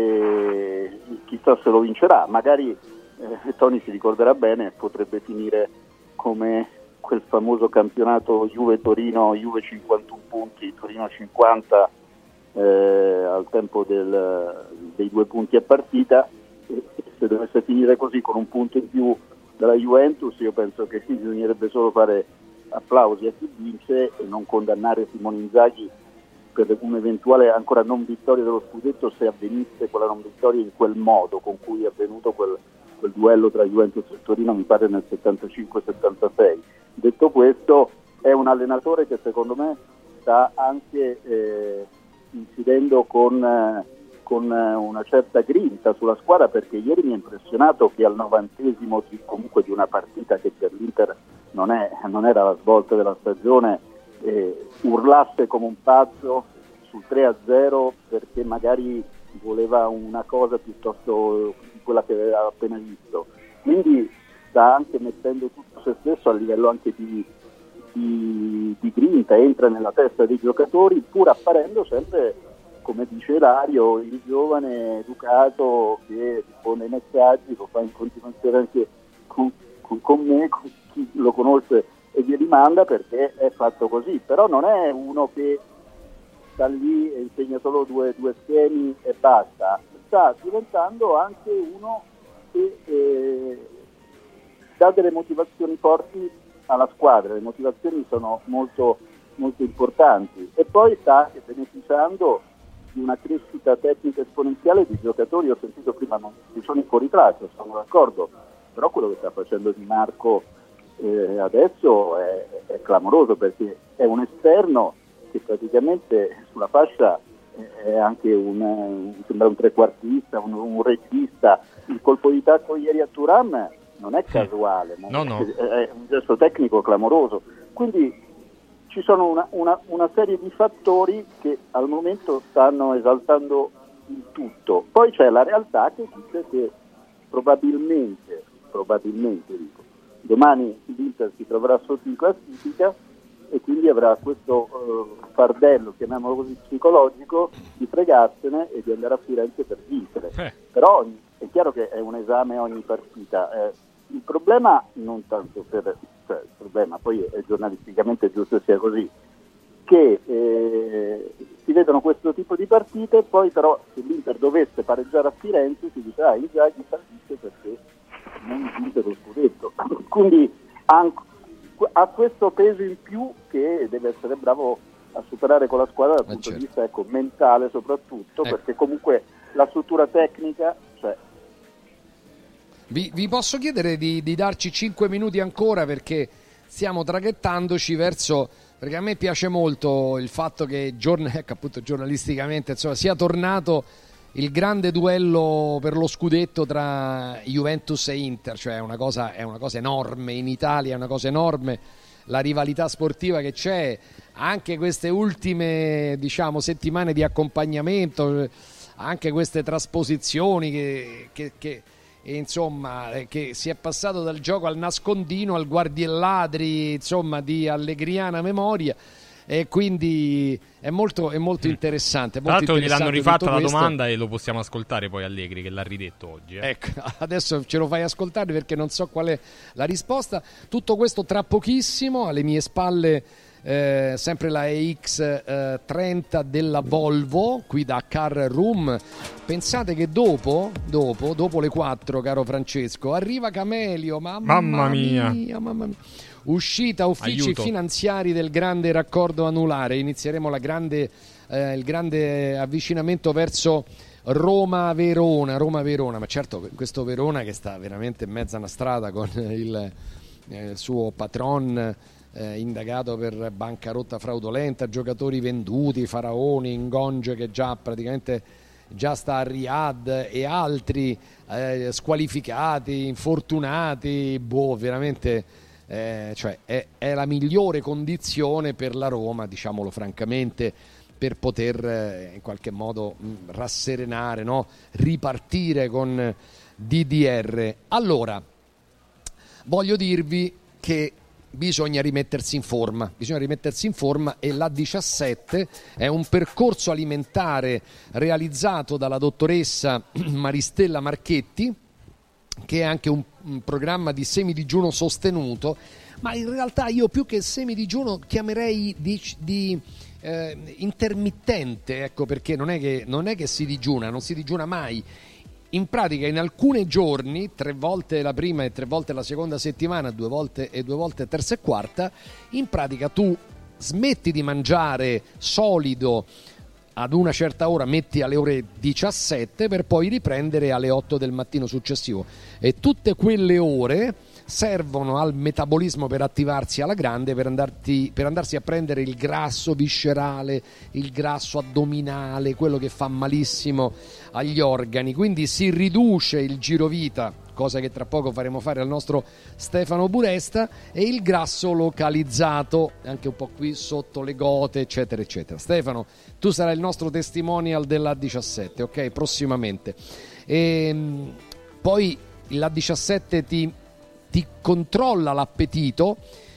e chissà se lo vincerà, magari eh, Tony si ricorderà bene, potrebbe finire come quel famoso campionato Juve-Torino, Juve cinquantuno punti, Torino cinquanta eh, al tempo del, dei due punti a partita, e se dovesse finire così con un punto in più della Juventus, io penso che bisognerebbe solo fare applausi a chi vince e non condannare Simone Inzaghi per un'eventuale ancora non vittoria dello scudetto, se avvenisse quella non vittoria in quel modo con cui è avvenuto quel, quel duello tra Juventus e Torino, mi pare nel settantacinque settantasei. Detto questo, è un allenatore che secondo me sta anche eh, incidendo con, eh, con eh, una certa grinta sulla squadra, perché ieri mi ha impressionato che al novantesimo di, comunque di una partita che per l'Inter non, è, non era la svolta della stagione, eh, urlasse come un pazzo sul tre a zero perché magari voleva una cosa piuttosto di quella che aveva appena visto. Quindi sta anche mettendo tutto se stesso a livello anche di, di, di grinta, entra nella testa dei giocatori, pur apparendo sempre, come dice Ilario, il giovane educato che risponde ai messaggi, lo fa in continuazione anche con, con, con me, con chi lo conosce e gli rimanda, perché è fatto così. Però non è uno che sta lì e insegna solo due, due schemi e basta, sta diventando anche uno che eh, dà delle motivazioni forti alla squadra, le motivazioni sono molto, molto importanti, e poi sta anche beneficiando di una crescita tecnica esponenziale di giocatori. Ho sentito prima, non ci sono i fuori traccia, sono d'accordo, però quello che sta facendo Di Marco eh, adesso è, è clamoroso, perché è un esterno che praticamente sulla fascia è anche un, un sembra un trequartista, un, un regista. Il colpo di tacco ieri a Thuram non è casuale, ma no, no. È, è un gesto tecnico clamoroso. Quindi ci sono una, una, una serie di fattori che al momento stanno esaltando il tutto. Poi c'è la realtà che dice che probabilmente, probabilmente dico, domani l'Inter si troverà sotto in classifica e quindi avrà questo uh, fardello, chiamiamolo così, psicologico, di fregarsene e di andare a Firenze per vincere. Eh. Però è chiaro che è un esame ogni partita. Eh, il problema non tanto per... cioè il problema, poi è giornalisticamente giusto che sia così, che eh, si vedono questo tipo di partite, poi però se l'Inter dovesse pareggiare a Firenze si dice ah, Inzaghi fallisce perché non vince lo scudetto. Quindi anche ha questo peso in più che deve essere bravo a superare con la squadra dal eh punto certo. di vista ecco, mentale soprattutto, ecco. Perché comunque la struttura tecnica c'è. Vi, vi posso chiedere di, di darci cinque minuti ancora, perché stiamo traghettandoci verso, perché a me piace molto il fatto che giorn- ecco, appunto, giornalisticamente insomma, sia tornato il grande duello per lo scudetto tra Juventus e Inter, cioè è una cosa, è una cosa enorme in Italia, è una cosa enorme la rivalità sportiva che c'è, anche queste ultime diciamo settimane di accompagnamento, anche queste trasposizioni che, che, che insomma che si è passato dal gioco al nascondino al guardie e ladri, insomma di allegriana memoria, e quindi è molto, è molto interessante. Tra l'altro gliel'hanno rifatta la questo. domanda e lo possiamo ascoltare poi Allegri che l'ha ridetto oggi. Eh. Ecco, adesso ce lo fai ascoltare perché non so qual è la risposta. Tutto questo tra pochissimo, alle mie spalle eh, sempre la E X eh, trenta della Volvo, qui da Car Room. Pensate che dopo, dopo, dopo le quattro, caro Francesco, arriva Camelio, mamma, Mamma mia. mia, mamma mia. uscita uffici Aiuto. finanziari del grande raccordo anulare. Inizieremo la grande, eh, il grande avvicinamento verso Roma-Verona, Roma-Verona, ma certo questo Verona che sta veramente in mezzo a una strada con il, eh, il suo patron eh, indagato per bancarotta fraudolenta, giocatori venduti, Faraoni, Ngonge che già praticamente già sta a Riyadh e altri eh, squalificati, infortunati, boh, veramente eh, cioè è, è la migliore condizione per la Roma, diciamolo francamente, per poter eh, in qualche modo mh, rasserenare, no? Ripartire con D D R. Allora, voglio dirvi che bisogna rimettersi in forma, bisogna rimettersi in forma e l'A diciassette è un percorso alimentare realizzato dalla dottoressa Maristella Marchetti, che è anche un, un programma di semidigiuno sostenuto, ma in realtà io più che semidigiuno chiamerei di, di eh, intermittente, ecco, perché non è che, non è che si digiuna, non si digiuna mai. In pratica in alcuni giorni, tre volte la prima e tre volte la seconda settimana, due volte e due volte terza e quarta, in pratica tu smetti di mangiare solido ad una certa ora, metti alle ore diciassette per poi riprendere alle otto del mattino successivo, e tutte quelle ore servono al metabolismo per attivarsi alla grande, per, andarti, per andarsi a prendere il grasso viscerale, il grasso addominale, quello che fa malissimo agli organi. Quindi si riduce il girovita, cosa che tra poco faremo fare al nostro Stefano Buresta, e il grasso localizzato anche un po' qui sotto le gote, eccetera eccetera. Stefano, tu sarai il nostro testimonial dell'A diciassette, ok? Prossimamente. E poi l'A diciassette ti ti controlla l'appetito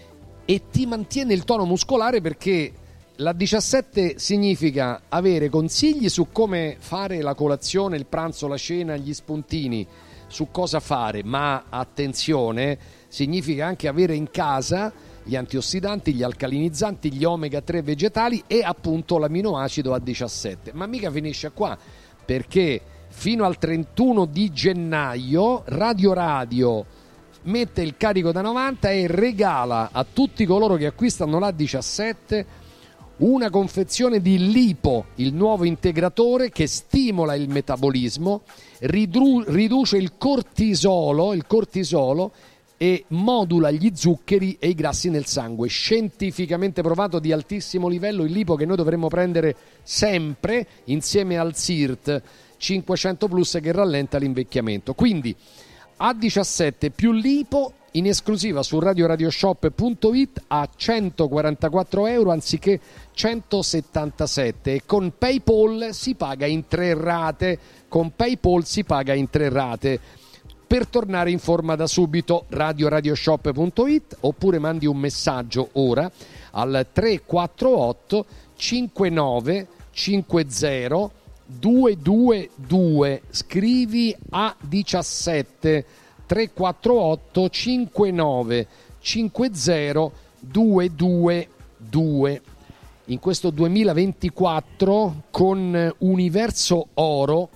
e ti mantiene il tono muscolare, perché l'A diciassette significa avere consigli su come fare la colazione, il pranzo, la cena, gli spuntini, su cosa fare, ma attenzione, significa anche avere in casa gli antiossidanti, gli alcalinizzanti, gli omega tre vegetali e appunto l'aminoacido A diciassette. Ma mica finisce qua, perché fino al trentuno di gennaio Radio Radio mette il carico da novanta e regala a tutti coloro che acquistano l'A diciassette una confezione di Lipo, il nuovo integratore che stimola il metabolismo, ridu- riduce il cortisolo, il cortisolo e modula gli zuccheri e i grassi nel sangue. Scientificamente provato, di altissimo livello, il Lipo che noi dovremmo prendere sempre insieme al S I R T cinquecento plus che rallenta l'invecchiamento. Quindi A diciassette più Lipo in esclusiva su radio radio shop punto it a centoquarantaquattro euro anziché centosettantasette, e con PayPal si paga in tre rate. Con PayPal si paga in tre rate. Per tornare in forma da subito, radio radio shop punto it, oppure mandi un messaggio ora al tre quattro otto cinque nove cinque zero due due due, scrivi A diciassette tre quattro otto cinque nove cinque zero due due due. In questo duemilaventiquattro con Universo Oro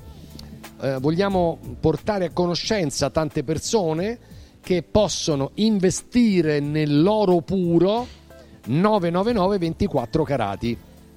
eh, vogliamo portare a conoscenza tante persone che possono investire nell'oro puro novecentonovantanove ventiquattro carati.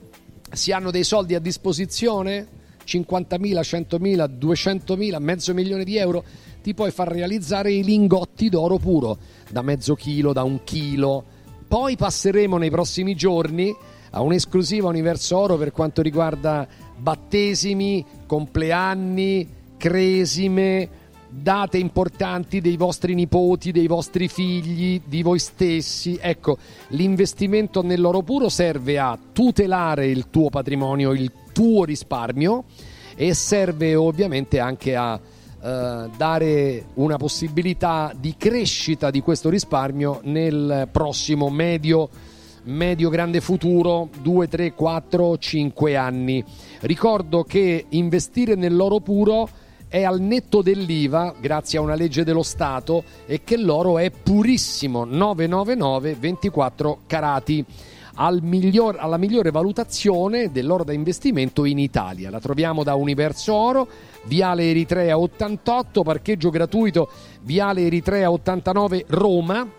Si hanno dei soldi a disposizione? cinquantamila, centomila, duecentomila, mezzo milione di euro, ti puoi far realizzare i lingotti d'oro puro da mezzo chilo, da un chilo. Poi passeremo nei prossimi giorni a un'esclusiva Universo Oro per quanto riguarda battesimi, compleanni, cresime, date importanti dei vostri nipoti, dei vostri figli, di voi stessi. Ecco, l'investimento nell'oro puro serve a tutelare il tuo patrimonio, il tuo risparmio, e serve ovviamente anche a eh, dare una possibilità di crescita di questo risparmio nel prossimo medio medio grande futuro, due, tre, quattro, cinque anni. Ricordo che investire nell'oro puro è al netto dell'I V A grazie a una legge dello Stato, e che l'oro è purissimo, novecentonovantanove ventiquattro carati, al miglior, alla migliore valutazione dell'oro da investimento in Italia. La troviamo da Universo Oro, Viale Eritrea ottantotto, parcheggio gratuito Viale Eritrea ottantanove Roma,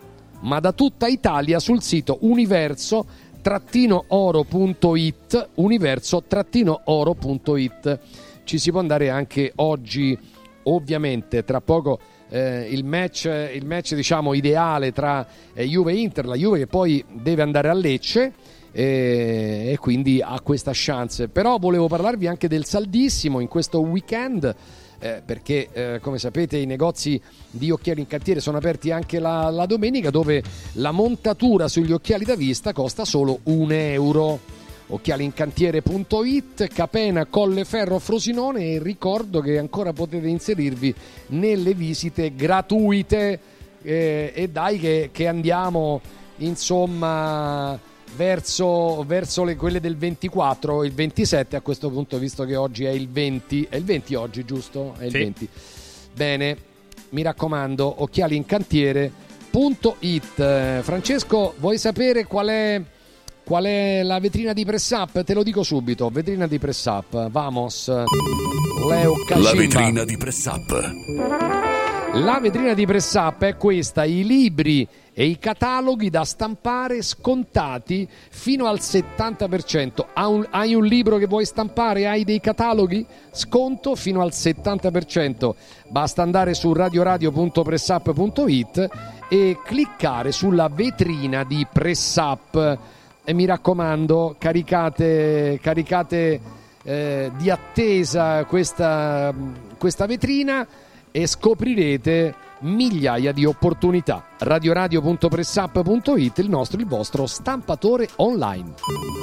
ma da tutta Italia sul sito universo oro punto it, universo oro punto it. Ci si può andare anche oggi, ovviamente tra poco eh, il match, il match diciamo ideale tra eh, Juve e Inter, la Juve che poi deve andare a Lecce e, e quindi ha questa chance. Però volevo parlarvi anche del saldissimo in questo weekend, eh, perché eh, come sapete i negozi di occhiali in cantiere sono aperti anche la, la domenica, dove la montatura sugli occhiali da vista costa solo un euro. occhialincantiere punto it, Capena, Colleferro, Frosinone, e ricordo che ancora potete inserirvi nelle visite gratuite eh, e dai che, che andiamo insomma verso, verso le, quelle del ventiquattro, il ventisette a questo punto, visto che oggi è il venti, è il venti oggi, giusto? È il sì. venti. Bene, mi raccomando, occhialincantiere punto it. eh, Francesco, vuoi sapere qual è Qual è la vetrina di Press Up? Te lo dico subito, vetrina di Press Up, vamos, Leo Cacimba. La vetrina di Press Up. La vetrina di Press Up è questa, i libri e i cataloghi da stampare scontati fino al settanta per cento. Hai un, hai un libro che vuoi stampare, hai dei cataloghi? Sconto fino al settanta per cento. Basta andare su radioradio punto pressup punto it e cliccare sulla vetrina di Press Up. E mi raccomando, caricate, caricate eh, di attesa questa, questa vetrina e scoprirete migliaia di opportunità. radioradio punto pressup punto it, il nostro, il vostro stampatore online.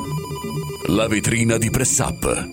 La vetrina di Press Up.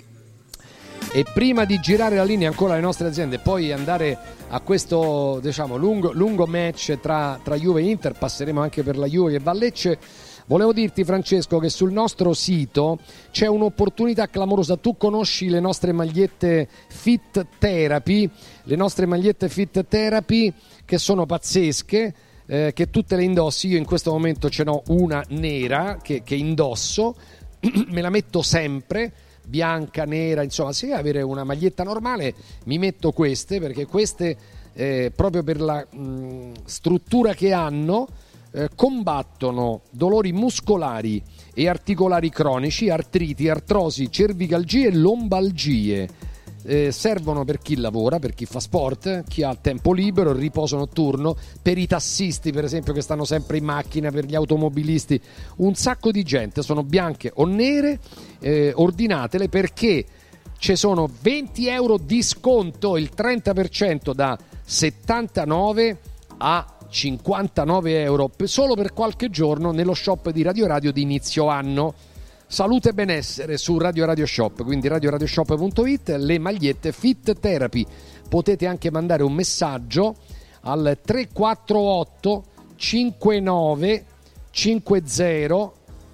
E prima di girare la linea ancora alle nostre aziende e poi andare a questo diciamo lungo, lungo match tra, tra Juve e Inter, passeremo anche per la Juve che va a Lecce. Volevo dirti, Francesco, che sul nostro sito c'è un'opportunità clamorosa. Tu conosci le nostre magliette Fit Therapy, le nostre magliette Fit Therapy che sono pazzesche, eh, che tutte le indossi. Io in questo momento ce n'ho una nera che, che indosso, me la metto sempre, bianca, nera, insomma, se avere una maglietta normale mi metto queste, perché queste eh, proprio per la mh, struttura che hanno Eh, combattono dolori muscolari e articolari cronici, artriti, artrosi, cervicalgie e lombalgie. Eh, servono per chi lavora, per chi fa sport, chi ha tempo libero, il riposo notturno, per i tassisti per esempio che stanno sempre in macchina, per gli automobilisti, un sacco di gente. Sono bianche o nere, eh, ordinatele perché ci sono venti euro di sconto, il trenta per cento da settantanove a cinquantanove euro solo per qualche giorno nello shop di Radio Radio di inizio anno. Salute e benessere su Radio Radio Shop, quindi radioradioshop punto it, le magliette Fit Therapy. Potete anche mandare un messaggio al tre quattro otto cinque nove cinque zero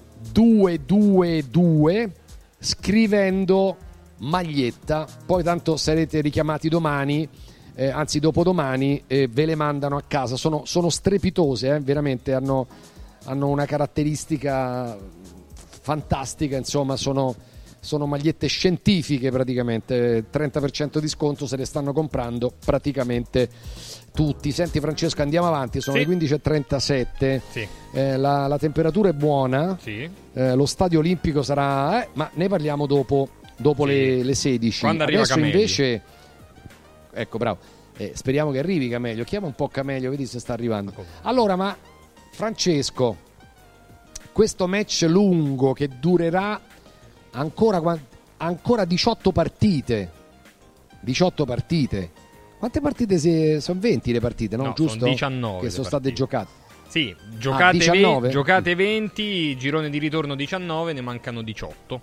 due due due scrivendo maglietta, poi tanto sarete richiamati domani. Eh, anzi dopodomani eh, ve le mandano a casa. Sono, sono strepitose, eh, veramente hanno, hanno una caratteristica fantastica, insomma sono, sono magliette scientifiche praticamente. Trenta per cento di sconto, se le stanno comprando praticamente tutti. Senti Francesco, andiamo avanti, sono sì. le quindici e trentasette, sì. eh, la, la temperatura è buona, sì. eh, lo stadio olimpico sarà eh, ma ne parliamo dopo, dopo sì. le, le sedici. Quando arriva adesso Camelli. Invece ecco, bravo. Eh, speriamo che arrivi Camelio. Chiama un po' Camelio, vedi se sta arrivando. Allora, ma Francesco, questo match lungo che durerà ancora, ancora diciotto partite. diciotto partite. Quante partite si, sono venti le partite, no? No, Giusto? sono diciannove che sono le state partite. giocate. Sì, giocate, ah, diciannove? ve- giocate venti, girone di ritorno diciannove, ne mancano diciotto.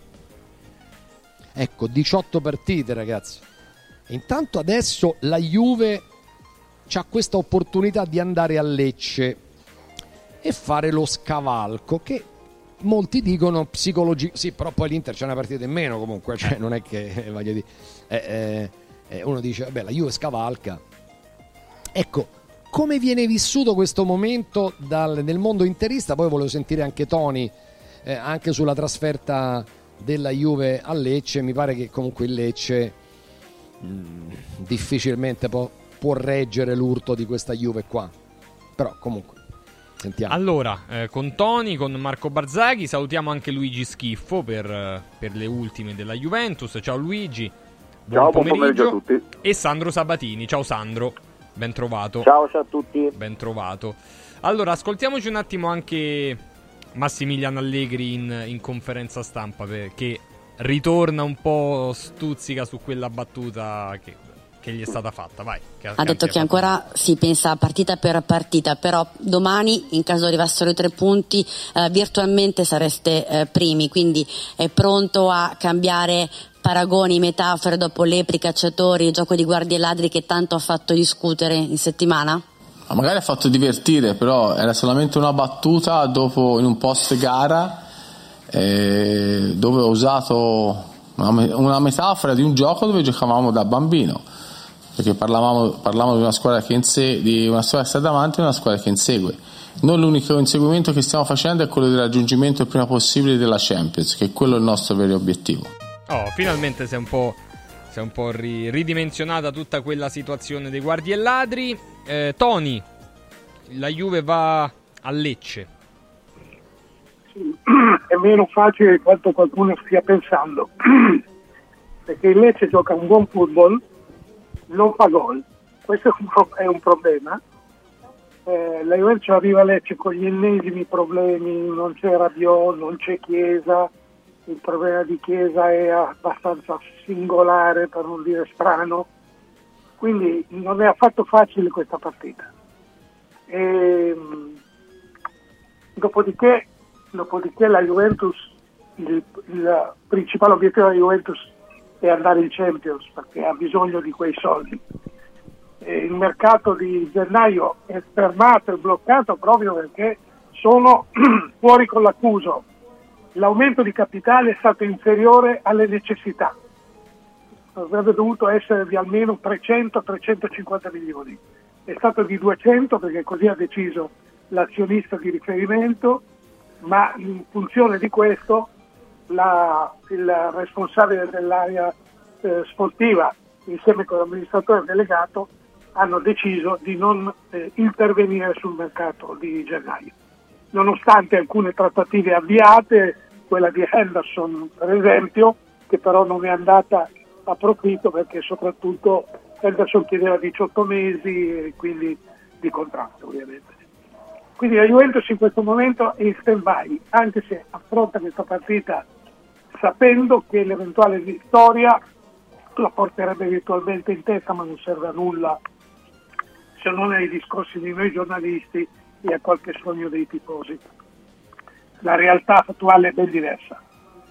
Ecco, diciotto partite, ragazzi. Intanto adesso la Juve c'ha questa opportunità di andare a Lecce e fare lo scavalco, che molti dicono psicologico. Sì, però poi l'Inter c'è una partita in meno comunque, cioè non è che eh, voglio dire eh, eh, uno dice vabbè, la Juve scavalca. Ecco, come viene vissuto questo momento dal, nel mondo interista? Poi volevo sentire anche Tony eh, anche sulla trasferta della Juve a Lecce. Mi pare che comunque il Lecce mh, difficilmente può, può reggere l'urto di questa Juve qua, però comunque Sentiamo. Allora, eh, con Tony, con Marco Barzaghi, salutiamo anche Luigi Schiffo per, per le ultime della Juventus. Ciao Luigi, buon ciao, pomeriggio. buon pomeriggio a tutti. E Sandro Sabatini, ciao Sandro, ben trovato. Ciao, ciao a tutti. Ben trovato. Allora, ascoltiamoci un attimo anche Massimiliano Allegri in, in conferenza stampa, perché ritorna un po', stuzzica su quella battuta che... che gli è stata fatta, vai. Che ha detto che ancora si pensa partita per partita, però domani in caso arrivassero i tre punti eh, virtualmente sareste eh, primi, quindi è pronto a cambiare paragoni, metafore dopo lepri, cacciatori, il gioco di guardie e ladri che tanto ha fatto discutere in settimana? Ma magari ha fatto divertire, però era solamente una battuta dopo in un post gara eh, dove ho usato una, una metafora di un gioco dove giocavamo da bambino, perché parlavamo, parlavamo di una squadra che inse- di una squadra che sta davanti e una squadra che insegue. Noi l'unico inseguimento che stiamo facendo è quello del raggiungimento il prima possibile della Champions, che è quello il nostro vero obiettivo. Oh, finalmente si è un po', si è un po' ri- ridimensionata tutta quella situazione dei guardie e ladri. Eh, Tony, la Juve va a Lecce. Sì, è meno facile di quanto qualcuno stia pensando, perché il Lecce gioca un buon football, non fa gol, questo è un, pro- è un problema. Eh, la Juventus arriva a Lecce con gli ennesimi problemi, non c'è Rabiot, non c'è Chiesa, il problema di Chiesa è abbastanza singolare, per non dire strano, quindi non è affatto facile questa partita. E, dopodiché, dopodiché la Juventus, il, il principale obiettivo della Juventus è andare in Champions, perché ha bisogno di quei soldi. E il mercato di gennaio è fermato, è bloccato proprio perché sono fuori con l'accuso. L'aumento di capitale è stato inferiore alle necessità, avrebbe dovuto essere di almeno trecento trecentocinquanta milioni, è stato di duecento perché così ha deciso l'azionista di riferimento, ma in funzione di questo La, il responsabile dell'area eh, sportiva insieme con l'amministratore delegato hanno deciso di non eh, intervenire sul mercato di gennaio, nonostante alcune trattative avviate, quella di Henderson per esempio, che però non è andata a profitto perché soprattutto Henderson chiedeva diciotto mesi e quindi di contratto ovviamente. Quindi la Juventus in questo momento è in stand-by, anche se affronta questa partita sapendo che l'eventuale vittoria la porterebbe virtualmente in testa, ma non serve a nulla se non ai discorsi di noi giornalisti e a qualche sogno dei tifosi. La realtà attuale è ben diversa.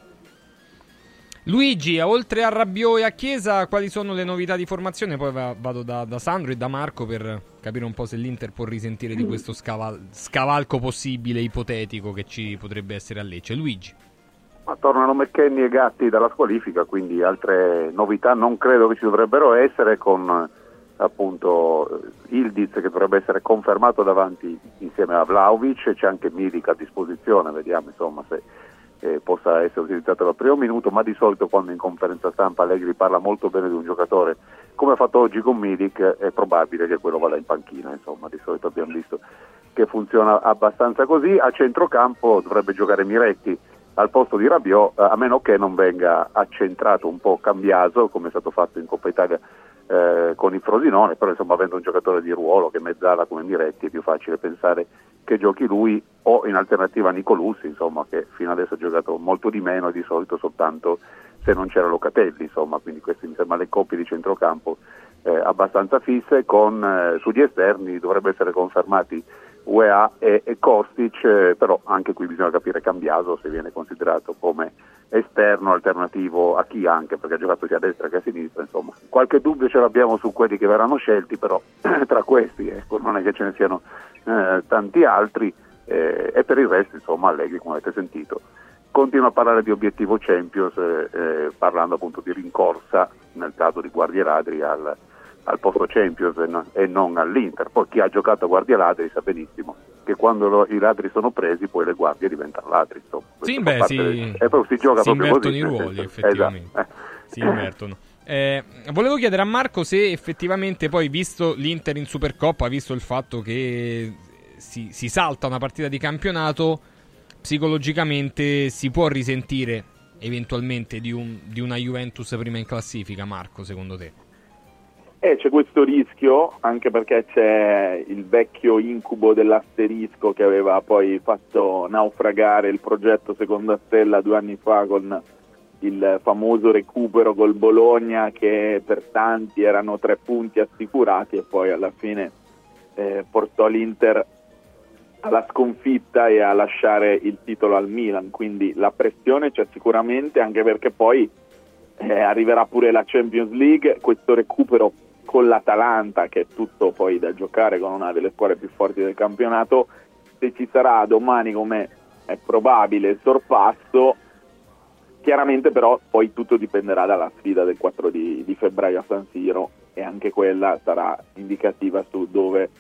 Luigi, oltre a Rabiot e a Chiesa, quali sono le novità di formazione? Poi vado da, da Sandro e da Marco per capire un po' se l'Inter può risentire di questo scaval- scavalco possibile, ipotetico, che ci potrebbe essere a Lecce. Luigi. Ma tornano McKennie e Gatti dalla squalifica, quindi altre novità non credo che ci dovrebbero essere, con appunto Ildiz che dovrebbe essere confermato davanti insieme a Vlahovic, c'è anche Milik a disposizione, vediamo insomma se eh, possa essere utilizzato dal primo minuto, ma di solito quando in conferenza stampa Allegri parla molto bene di un giocatore, come ha fatto oggi con Milik, è probabile che quello vada in panchina, insomma di solito abbiamo visto che funziona abbastanza così. A centrocampo dovrebbe giocare Miretti al posto di Rabiot, a meno che non venga accentrato un po' Cambiaso, come è stato fatto in Coppa Italia eh, con il Frosinone, però insomma avendo un giocatore di ruolo che mezzala come Miretti è più facile pensare che giochi lui, o in alternativa Nicolussi, insomma, che fino adesso ha giocato molto di meno e di solito soltanto se non c'era Locatelli, insomma, quindi queste mi sembra le coppie di centrocampo eh, abbastanza fisse, con eh, sugli esterni dovrebbe essere confermati U E A e, e Kostic, eh, però anche qui bisogna capire Cambiaso se viene considerato come esterno alternativo a chi, anche perché ha giocato sia a destra che a sinistra, insomma qualche dubbio ce l'abbiamo su quelli che verranno scelti, però tra questi ecco, non è che ce ne siano eh, tanti altri, eh, e per il resto insomma Allegri, come avete sentito, continua a parlare di obiettivo Champions, eh, eh, parlando appunto di rincorsa nel caso di guardie ladri al al posto Champions e, no, e non all'Inter. Poi chi ha giocato a guardie ladri sa benissimo che quando lo, i ladri sono presi poi le guardie diventano ladri, insomma. Sì, beh, si, del, eh, si, gioca si invertono così, i ruoli, senso, effettivamente. Esatto. Si invertono. Eh, volevo chiedere a Marco se effettivamente poi, visto l'Inter in Supercoppa, visto il fatto che si, si salta una partita di campionato, psicologicamente si può risentire eventualmente di, un, di una Juventus prima in classifica, Marco, secondo te? Eh, c'è questo rischio, anche perché c'è il vecchio incubo dell'asterisco che aveva poi fatto naufragare il progetto Seconda Stella due anni fa con il famoso recupero col Bologna, che per tanti erano tre punti assicurati e poi alla fine eh, portò l'Inter alla sconfitta e a lasciare il titolo al Milan. Quindi la pressione c'è sicuramente, anche perché poi eh, arriverà pure la Champions League, questo recupero con l'Atalanta, che è tutto poi da giocare con una delle squadre più forti del campionato. Se ci sarà domani, come è probabile, il sorpasso, chiaramente però poi tutto dipenderà dalla sfida del quattro di, di febbraio a San Siro, e anche quella sarà indicativa su dove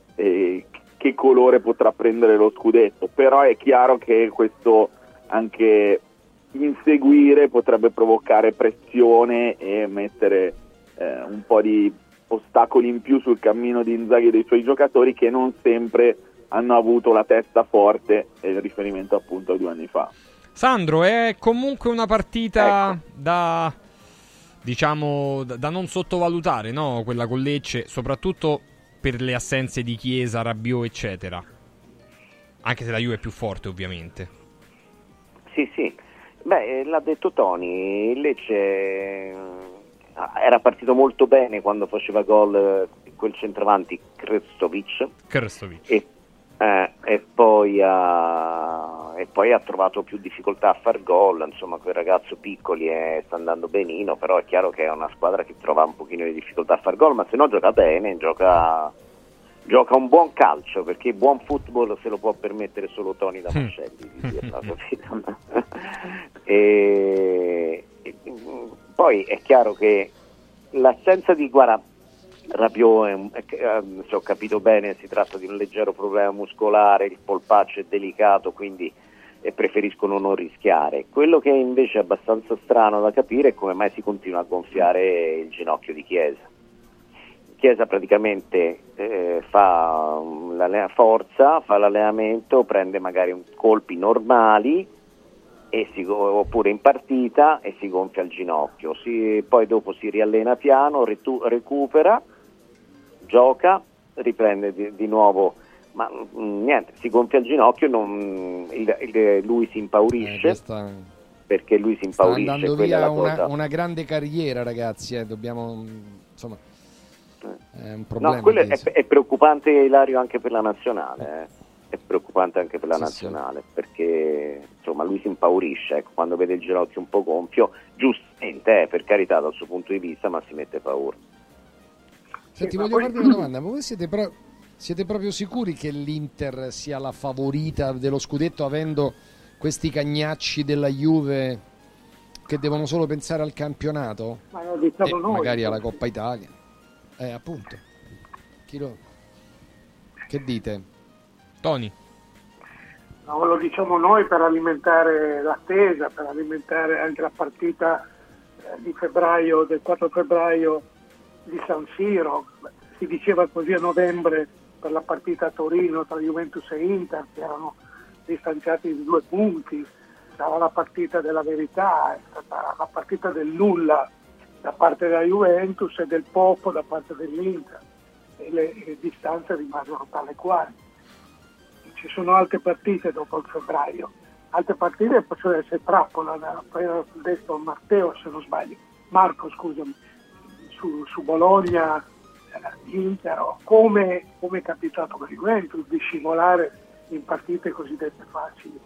e che colore potrà prendere lo scudetto. Però è chiaro che questo anche inseguire potrebbe provocare pressione e mettere eh, un po' di ostacoli in più sul cammino di Inzaghi e dei suoi giocatori, che non sempre hanno avuto la testa forte, e il riferimento appunto a due anni fa. Sandro, è comunque una partita ecco. da diciamo da, da non sottovalutare, no? Quella con Lecce, soprattutto per le assenze di Chiesa, Rabiot, eccetera. Anche se la Juve è più forte, ovviamente. Sì, sì. Beh, l'ha detto Toni, il Lecce era partito molto bene quando faceva gol quel centravanti Krstovic. Krstovic. E, eh, e, poi ha, e poi ha trovato più difficoltà a far gol, insomma quel ragazzo piccoli e sta andando benino, però è chiaro che è una squadra che trova un pochino di difficoltà a far gol, ma se no gioca bene, gioca, gioca un buon calcio, perché buon football se lo può permettere solo Toni Damascelli di dirlo, capito? e, e, poi è chiaro che l'assenza di Guarda Rabiot, è, è, se ho capito bene, si tratta di un leggero problema muscolare, il polpaccio è delicato, quindi e preferiscono non rischiare. Quello che invece è abbastanza strano da capire è come mai si continua a gonfiare il ginocchio di Chiesa. Chiesa praticamente eh, fa la forza, fa l'allenamento, prende magari un, colpi normali e si, oppure in partita, e si gonfia il ginocchio, si, poi dopo si riallena piano, ritu, recupera, gioca, riprende di, di nuovo, ma mh, niente, si gonfia il ginocchio, non, il, il, lui si impaurisce, eh, sta, perché lui si sta impaurisce. andando via una, una grande carriera, ragazzi, eh, dobbiamo, insomma, è un problema. No, quello è, è preoccupante, Ilario, anche per la nazionale, eh. È preoccupante anche per la sì, nazionale, sì. Perché insomma lui si impaurisce, ecco, quando vede il ginocchio un po' gonfio, giustamente, eh, per carità, dal suo punto di vista, ma si mette paura. Senti, sì, voglio poi... farvi una domanda, ma voi siete, pro... siete proprio sicuri che l'Inter sia la favorita dello scudetto, avendo questi cagnacci della Juve che devono solo pensare al campionato? Ma lo diciamo e noi, magari alla Coppa Italia? Eh, appunto. Chi lo... Che dite? Tony. No, lo diciamo noi per alimentare l'attesa, per alimentare anche la partita eh, di febbraio, del quattro febbraio di San Siro. Si diceva così a novembre per la partita a Torino tra Juventus e Inter, che erano distanziati di due punti, stava la partita della verità, è stata la partita del nulla da parte della Juventus e del poco da parte dell'Inter, e le, le distanze rimasero tale quali. Ci sono altre partite dopo il febbraio, altre partite possono essere trappola, appena detto Matteo se non sbaglio, Marco scusami, su, su Bologna, Inter, come, come è capitato per Juventus di scivolare in partite cosiddette facili.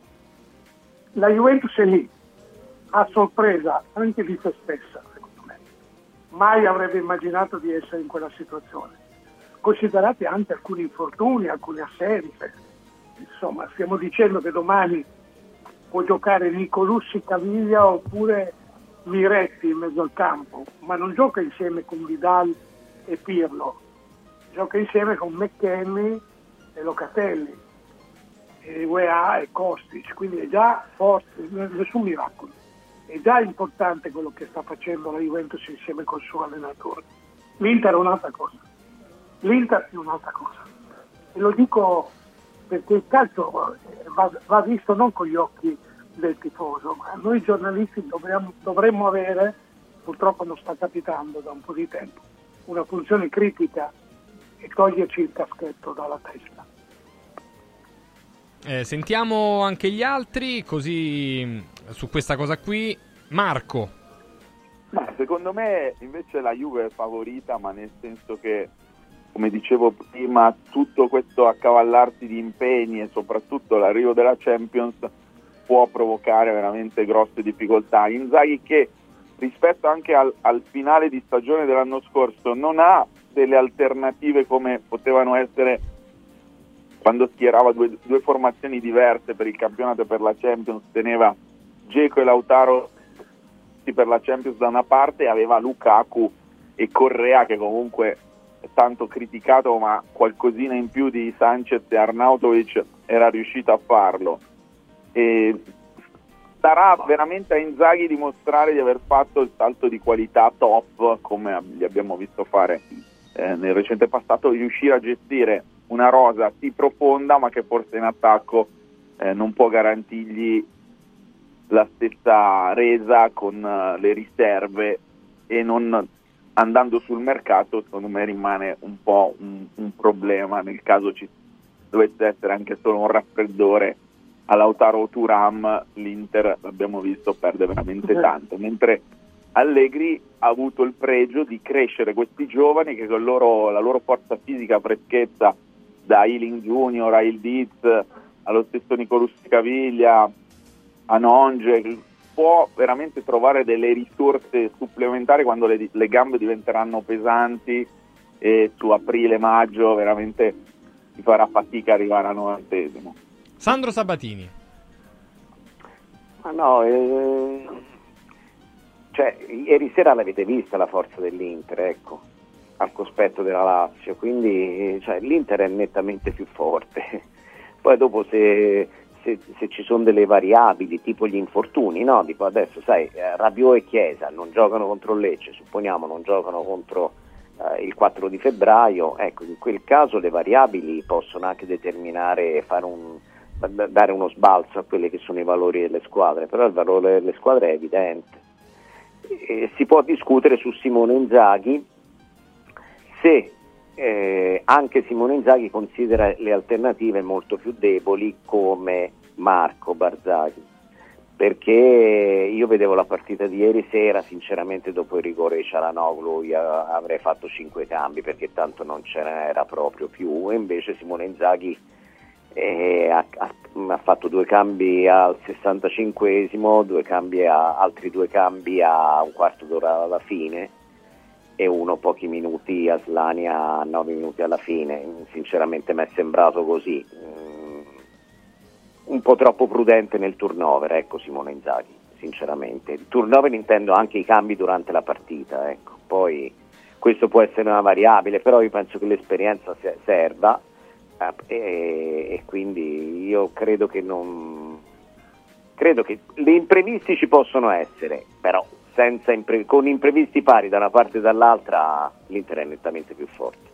La Juventus è lì, a sorpresa anche di se stessa, secondo me. Mai avrebbe immaginato di essere in quella situazione. Considerati anche alcuni infortuni, alcune assenze. Insomma, stiamo dicendo che domani può giocare Nicolussi, Caviglia oppure Miretti in mezzo al campo, ma non gioca insieme con Vidal e Pirlo, gioca insieme con McKennie e Locatelli, e U E A e Kostic, quindi è già forte, nessun miracolo. È già importante quello che sta facendo la Juventus insieme col suo allenatore. L'Inter è un'altra cosa. L'Inter è un'altra cosa. E lo dico perché il calcio va, va visto non con gli occhi del tifoso, ma noi giornalisti dovremmo, dovremmo avere, purtroppo non sta capitando da un po' di tempo, una funzione critica e toglierci il caschetto dalla testa. Eh, sentiamo anche gli altri, così su questa cosa qui. Marco. Ma secondo me invece la Juve è favorita, ma nel senso che, come dicevo prima, tutto questo accavallarsi di impegni e soprattutto l'arrivo della Champions può provocare veramente grosse difficoltà. Inzaghi, che rispetto anche al, al finale di stagione dell'anno scorso non ha delle alternative come potevano essere quando schierava due, due formazioni diverse per il campionato e per la Champions, teneva Dzeko e Lautaro per la Champions da una parte e aveva Lukaku e Correa, che comunque è tanto criticato, ma qualcosina in più di Sanchez e Arnautovic era riuscito a farlo. E sarà veramente a Inzaghi dimostrare di aver fatto il salto di qualità top, come gli abbiamo visto fare eh, nel recente passato, riuscire a gestire una rosa sì profonda, ma che forse in attacco eh, non può garantirgli la stessa resa con uh, le riserve, e non andando sul mercato secondo me rimane un po' un, un problema nel caso ci dovesse essere anche solo un raffreddore a Lautaro Thuram. L'Inter, l'abbiamo visto, perde veramente tanto, mentre Allegri ha avuto il pregio di crescere questi giovani che con loro, la loro forza fisica, freschezza, da Ealing Junior a Ildiz allo stesso Nicolussi Caviglia a Nonge, può veramente trovare delle risorse supplementari quando le, le gambe diventeranno pesanti, e su aprile-maggio veramente si farà fatica a arrivare al novantesimo. Sandro Sabatini. Ma no, eh, cioè ieri sera l'avete vista la forza dell'Inter, ecco, al cospetto della Lazio, quindi cioè, l'Inter è nettamente più forte. Poi dopo se Se, se ci sono delle variabili tipo gli infortuni, no? Tipo adesso sai, eh, Rabiot e Chiesa non giocano contro Lecce, supponiamo non giocano contro eh, il quattro di febbraio, ecco, in quel caso le variabili possono anche determinare, fare un, dare uno sbalzo a quelli che sono i valori delle squadre, però il valore delle squadre è evidente. E si può discutere su Simone Inzaghi se Eh, anche Simone Inzaghi considera le alternative molto più deboli come Marco Barzaghi, perché io vedevo la partita di ieri sera, sinceramente dopo il rigore di Çalhanoğlu io avrei fatto cinque cambi perché tanto non ce n'era proprio più, e invece Simone Inzaghi eh, ha, ha, ha fatto due cambi al sessantacinquesimo, due cambi a, altri due cambi a un quarto d'ora alla fine e uno pochi minuti a Slania, nove minuti alla fine. Sinceramente mi è sembrato così, mm, un po' troppo prudente nel turnover, ecco, Simone Inzaghi, sinceramente. Il turnover intendo anche i cambi durante la partita, ecco. Poi questo può essere una variabile, però io penso che l'esperienza serva eh, e, e quindi io credo che non credo che gli imprevisti ci possono essere, però senza impre- con imprevisti pari da una parte e dall'altra l'Inter è nettamente più forte.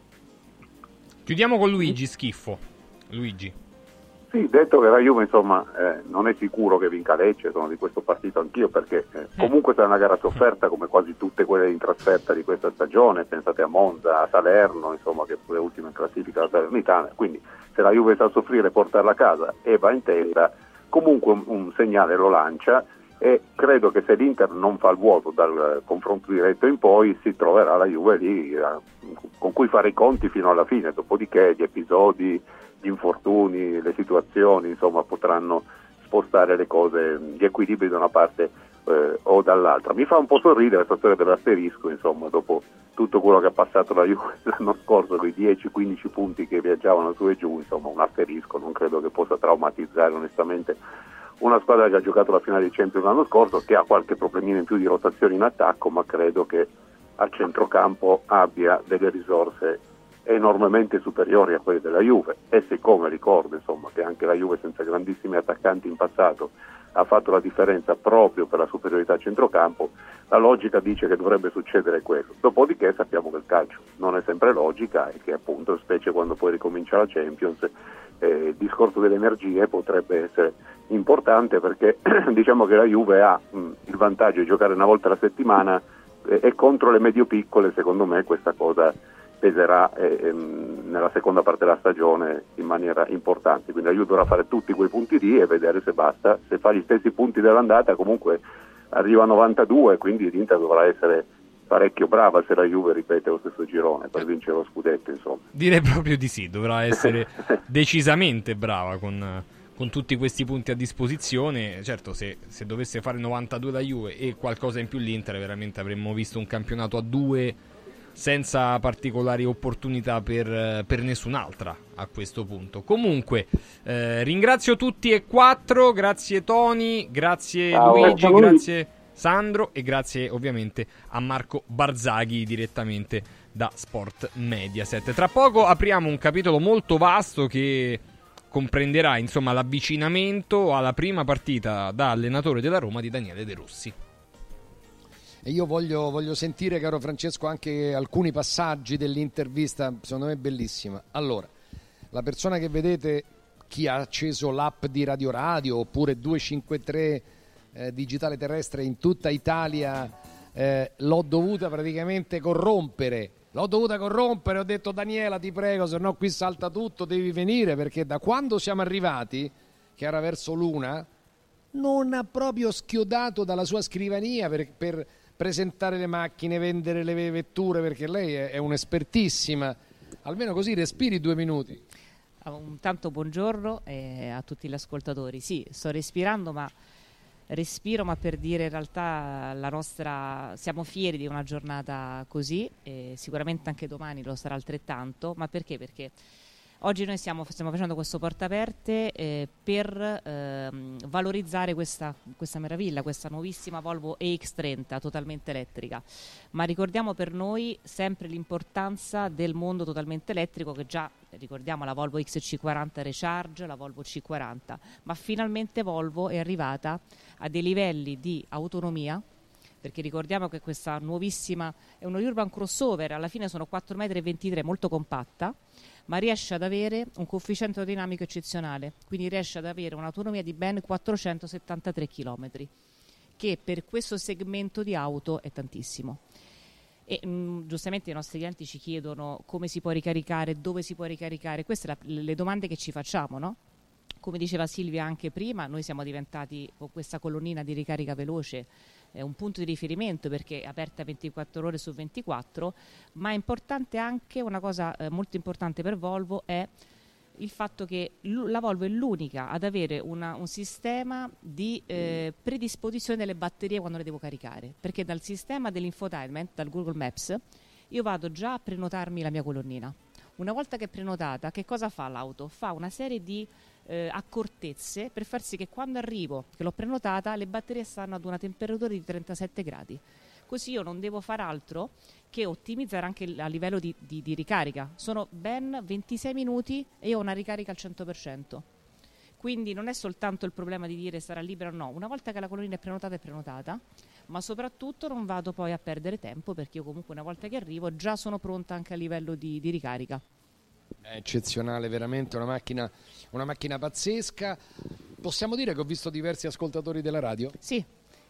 Chiudiamo con Luigi Schiffo. Luigi. Sì, detto che la Juve insomma eh, non è sicuro che vinca Lecce, sono di questo partito anch'io, perché eh, comunque sarà una gara sofferta come quasi tutte quelle in trasferta di questa stagione, pensate a Monza, a Salerno, insomma, che pure ultima in classifica la Salernitana, quindi se la Juve sa soffrire e portarla a casa e va in testa, comunque un, un segnale lo lancia. E credo che se l'Inter non fa il vuoto dal confronto diretto in poi si troverà la Juve lì eh, con cui fare i conti fino alla fine, dopodiché gli episodi, gli infortuni, le situazioni insomma potranno spostare le cose, gli equilibri da una parte eh, o dall'altra. Mi fa un po' sorridere questa storia dell'asterisco, insomma, dopo tutto quello che ha passato la Juve l'anno scorso, quei dieci quindici punti che viaggiavano su e giù, insomma un asterisco non credo che possa traumatizzare onestamente una squadra che ha giocato la finale di Champions l'anno scorso, che ha qualche problemino in più di rotazione in attacco, ma credo che al centrocampo abbia delle risorse enormemente superiori a quelle della Juve. E siccome ricordo insomma che anche la Juve senza grandissimi attaccanti in passato ha fatto la differenza proprio per la superiorità a centrocampo, la logica dice che dovrebbe succedere quello. Dopodiché sappiamo che il calcio non è sempre logica e che appunto, specie quando poi ricomincia la Champions, eh, il discorso delle energie potrebbe essere importante, perché diciamo che la Juve ha mh, il vantaggio di giocare una volta alla settimana eh, e contro le medio-piccole secondo me questa cosa peserà eh, ehm, nella seconda parte della stagione in maniera importante, quindi la Juve dovrà fare tutti quei punti lì e vedere se basta. Se fa gli stessi punti dell'andata comunque arriva a novantadue, quindi l'Inter dovrà essere parecchio brava se la Juve ripete lo stesso girone per vincere lo scudetto, insomma. Direi proprio di sì, dovrà essere decisamente brava con, con tutti questi punti a disposizione. Certo, se, se dovesse fare novantadue la Juve e qualcosa in più l'Inter, veramente avremmo visto un campionato a due senza particolari opportunità per, per nessun'altra a questo punto. Comunque eh, ringrazio tutti e quattro, grazie Tony, grazie Ciao, Luigi, ciao. grazie Sandro e grazie ovviamente a Marco Barzaghi direttamente da Sport Mediaset. Tra poco apriamo un capitolo molto vasto che comprenderà insomma l'avvicinamento alla prima partita da allenatore della Roma di Daniele De Rossi. E io voglio, voglio sentire, caro Francesco, anche alcuni passaggi dell'intervista, secondo me bellissima. Allora, la persona che vedete, chi ha acceso l'app di Radio Radio oppure duecentocinquantatré eh, digitale terrestre in tutta Italia, eh, l'ho dovuta praticamente corrompere. L'ho dovuta corrompere, ho detto Daniela ti prego, se no qui salta tutto, devi venire, perché da quando siamo arrivati, che era verso l'una, non ha proprio schiodato dalla sua scrivania per... per presentare le macchine, vendere le vetture, perché lei è, è un'espertissima. Almeno così respiri due minuti. Intanto buongiorno eh, a tutti gli ascoltatori. Sì, sto respirando, ma respiro ma per dire in realtà la nostra, siamo fieri di una giornata così, e sicuramente anche domani lo sarà altrettanto. Ma perché? Perché oggi noi stiamo, stiamo facendo questo portaaperte eh, per ehm, valorizzare questa, questa meraviglia, questa nuovissima Volvo E X trenta totalmente elettrica. Ma ricordiamo per noi sempre l'importanza del mondo totalmente elettrico, che già ricordiamo la Volvo X C quaranta Recharge, la Volvo C quaranta, ma finalmente Volvo è arrivata a dei livelli di autonomia, perché ricordiamo che questa nuovissima è un urban crossover, alla fine sono quattro virgola ventitré metri, molto compatta, ma riesce ad avere un coefficiente aerodinamico eccezionale, quindi riesce ad avere un'autonomia di ben quattrocentosettantatré chilometri, che per questo segmento di auto è tantissimo. E mh, giustamente i nostri clienti ci chiedono come si può ricaricare, dove si può ricaricare, queste sono le domande che ci facciamo, no? Come diceva Silvia anche prima, noi siamo diventati con questa colonnina di ricarica veloce eh, un punto di riferimento, perché è aperta ventiquattro ore su ventiquattro, ma è importante anche una cosa eh, molto importante per Volvo, è il fatto che l- la Volvo è l'unica ad avere una, un sistema di eh, predisposizione delle batterie quando le devo caricare, perché dal sistema dell'infotainment, dal Google Maps, io vado già a prenotarmi la mia colonnina. Una volta che è prenotata, che cosa fa l'auto? Fa una serie di eh, accortezze per far sì che quando arrivo, che l'ho prenotata, le batterie stanno ad una temperatura di trentasette gradi. Così io non devo far altro che ottimizzare anche a livello di, di, di ricarica. Sono ben ventisei minuti e io ho una ricarica al cento per cento. Quindi non è soltanto il problema di dire sarà libera o no. Una volta che la colonnina è prenotata è prenotata, ma soprattutto non vado poi a perdere tempo, perché io comunque una volta che arrivo già sono pronta anche a livello di, di ricarica. È eccezionale, veramente una macchina, una macchina pazzesca. Possiamo dire che ho visto diversi ascoltatori della radio? Sì,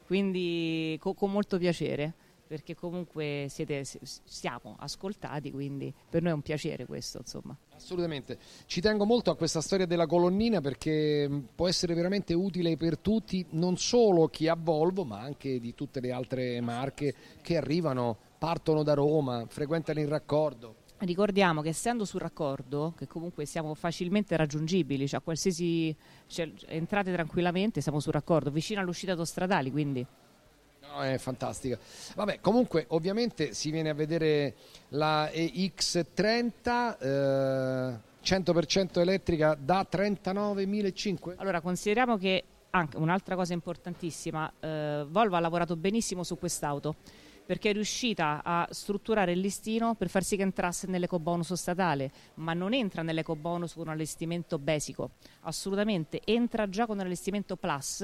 quindi co- con molto piacere, perché comunque siete, siamo ascoltati, quindi per noi è un piacere questo, insomma. Assolutamente, ci tengo molto a questa storia della colonnina, perché può essere veramente utile per tutti, non solo chi ha Volvo, ma anche di tutte le altre marche che arrivano, partono da Roma, frequentano il raccordo. Ricordiamo che essendo sul raccordo, che comunque siamo facilmente raggiungibili, cioè qualsiasi, cioè, entrate tranquillamente, siamo sul raccordo, vicino all'uscita autostradali, quindi... No, è fantastica. Vabbè, comunque ovviamente si viene a vedere la E X trenta eh, cento per cento elettrica da trentanovemilacinquecento. Allora, consideriamo che anche un'altra cosa importantissima, eh, Volvo ha lavorato benissimo su quest'auto, perché è riuscita a strutturare il listino per far sì che entrasse nell'ecobonus statale, ma non entra nell'ecobonus con un allestimento basico, assolutamente entra già con un allestimento plus,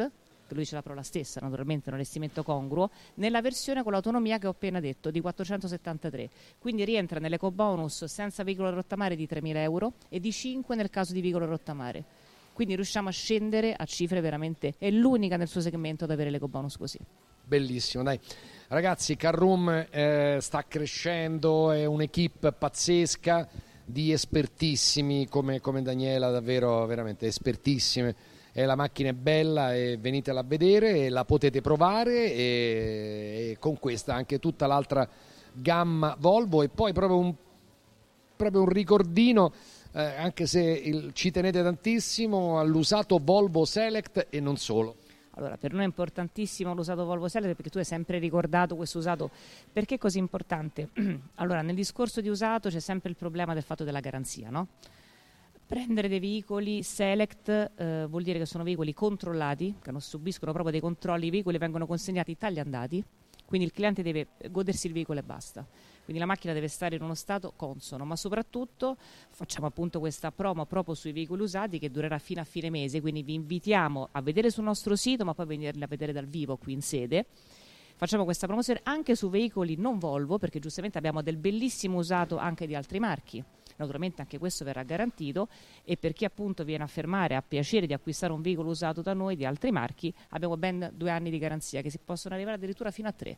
che lui dice la parola stessa, naturalmente un allestimento congruo, nella versione con l'autonomia che ho appena detto, di quattrocentosettantatré. Quindi rientra nell'ecobonus senza veicolo a rottamare di tremila euro e di cinque nel caso di veicolo a rottamare. Quindi riusciamo a scendere a cifre veramente, è l'unica nel suo segmento ad avere l'ecobonus così. Bellissimo, dai. Ragazzi, Carroom eh, sta crescendo, è un'equipe pazzesca di espertissimi come, come Daniela, davvero veramente espertissime. E la macchina è bella e venitela a vedere e la potete provare, e, e con questa anche tutta l'altra gamma Volvo. E poi proprio un, proprio un ricordino, eh, anche se il, ci tenete tantissimo, all'usato Volvo Select e non solo. Allora, per noi è importantissimo l'usato Volvo Select, perché tu hai sempre ricordato questo usato. Perché è così importante? Allora, nel discorso di usato c'è sempre il problema del fatto della garanzia, no? Prendere dei veicoli Select eh, vuol dire che sono veicoli controllati, che non subiscono proprio dei controlli, i veicoli vengono consegnati tagliandati, quindi il cliente deve godersi il veicolo e basta. Quindi la macchina deve stare in uno stato consono, ma soprattutto facciamo appunto questa promo proprio sui veicoli usati che durerà fino a fine mese, quindi vi invitiamo a vedere sul nostro sito, ma poi venirli a vedere dal vivo qui in sede. Facciamo questa promozione anche su veicoli non Volvo, perché giustamente abbiamo del bellissimo usato anche di altri marchi. Naturalmente anche questo verrà garantito, e per chi appunto viene a fermare, a piacere di acquistare un veicolo usato da noi di altri marchi, abbiamo ben due anni di garanzia, che si possono arrivare addirittura fino a tre.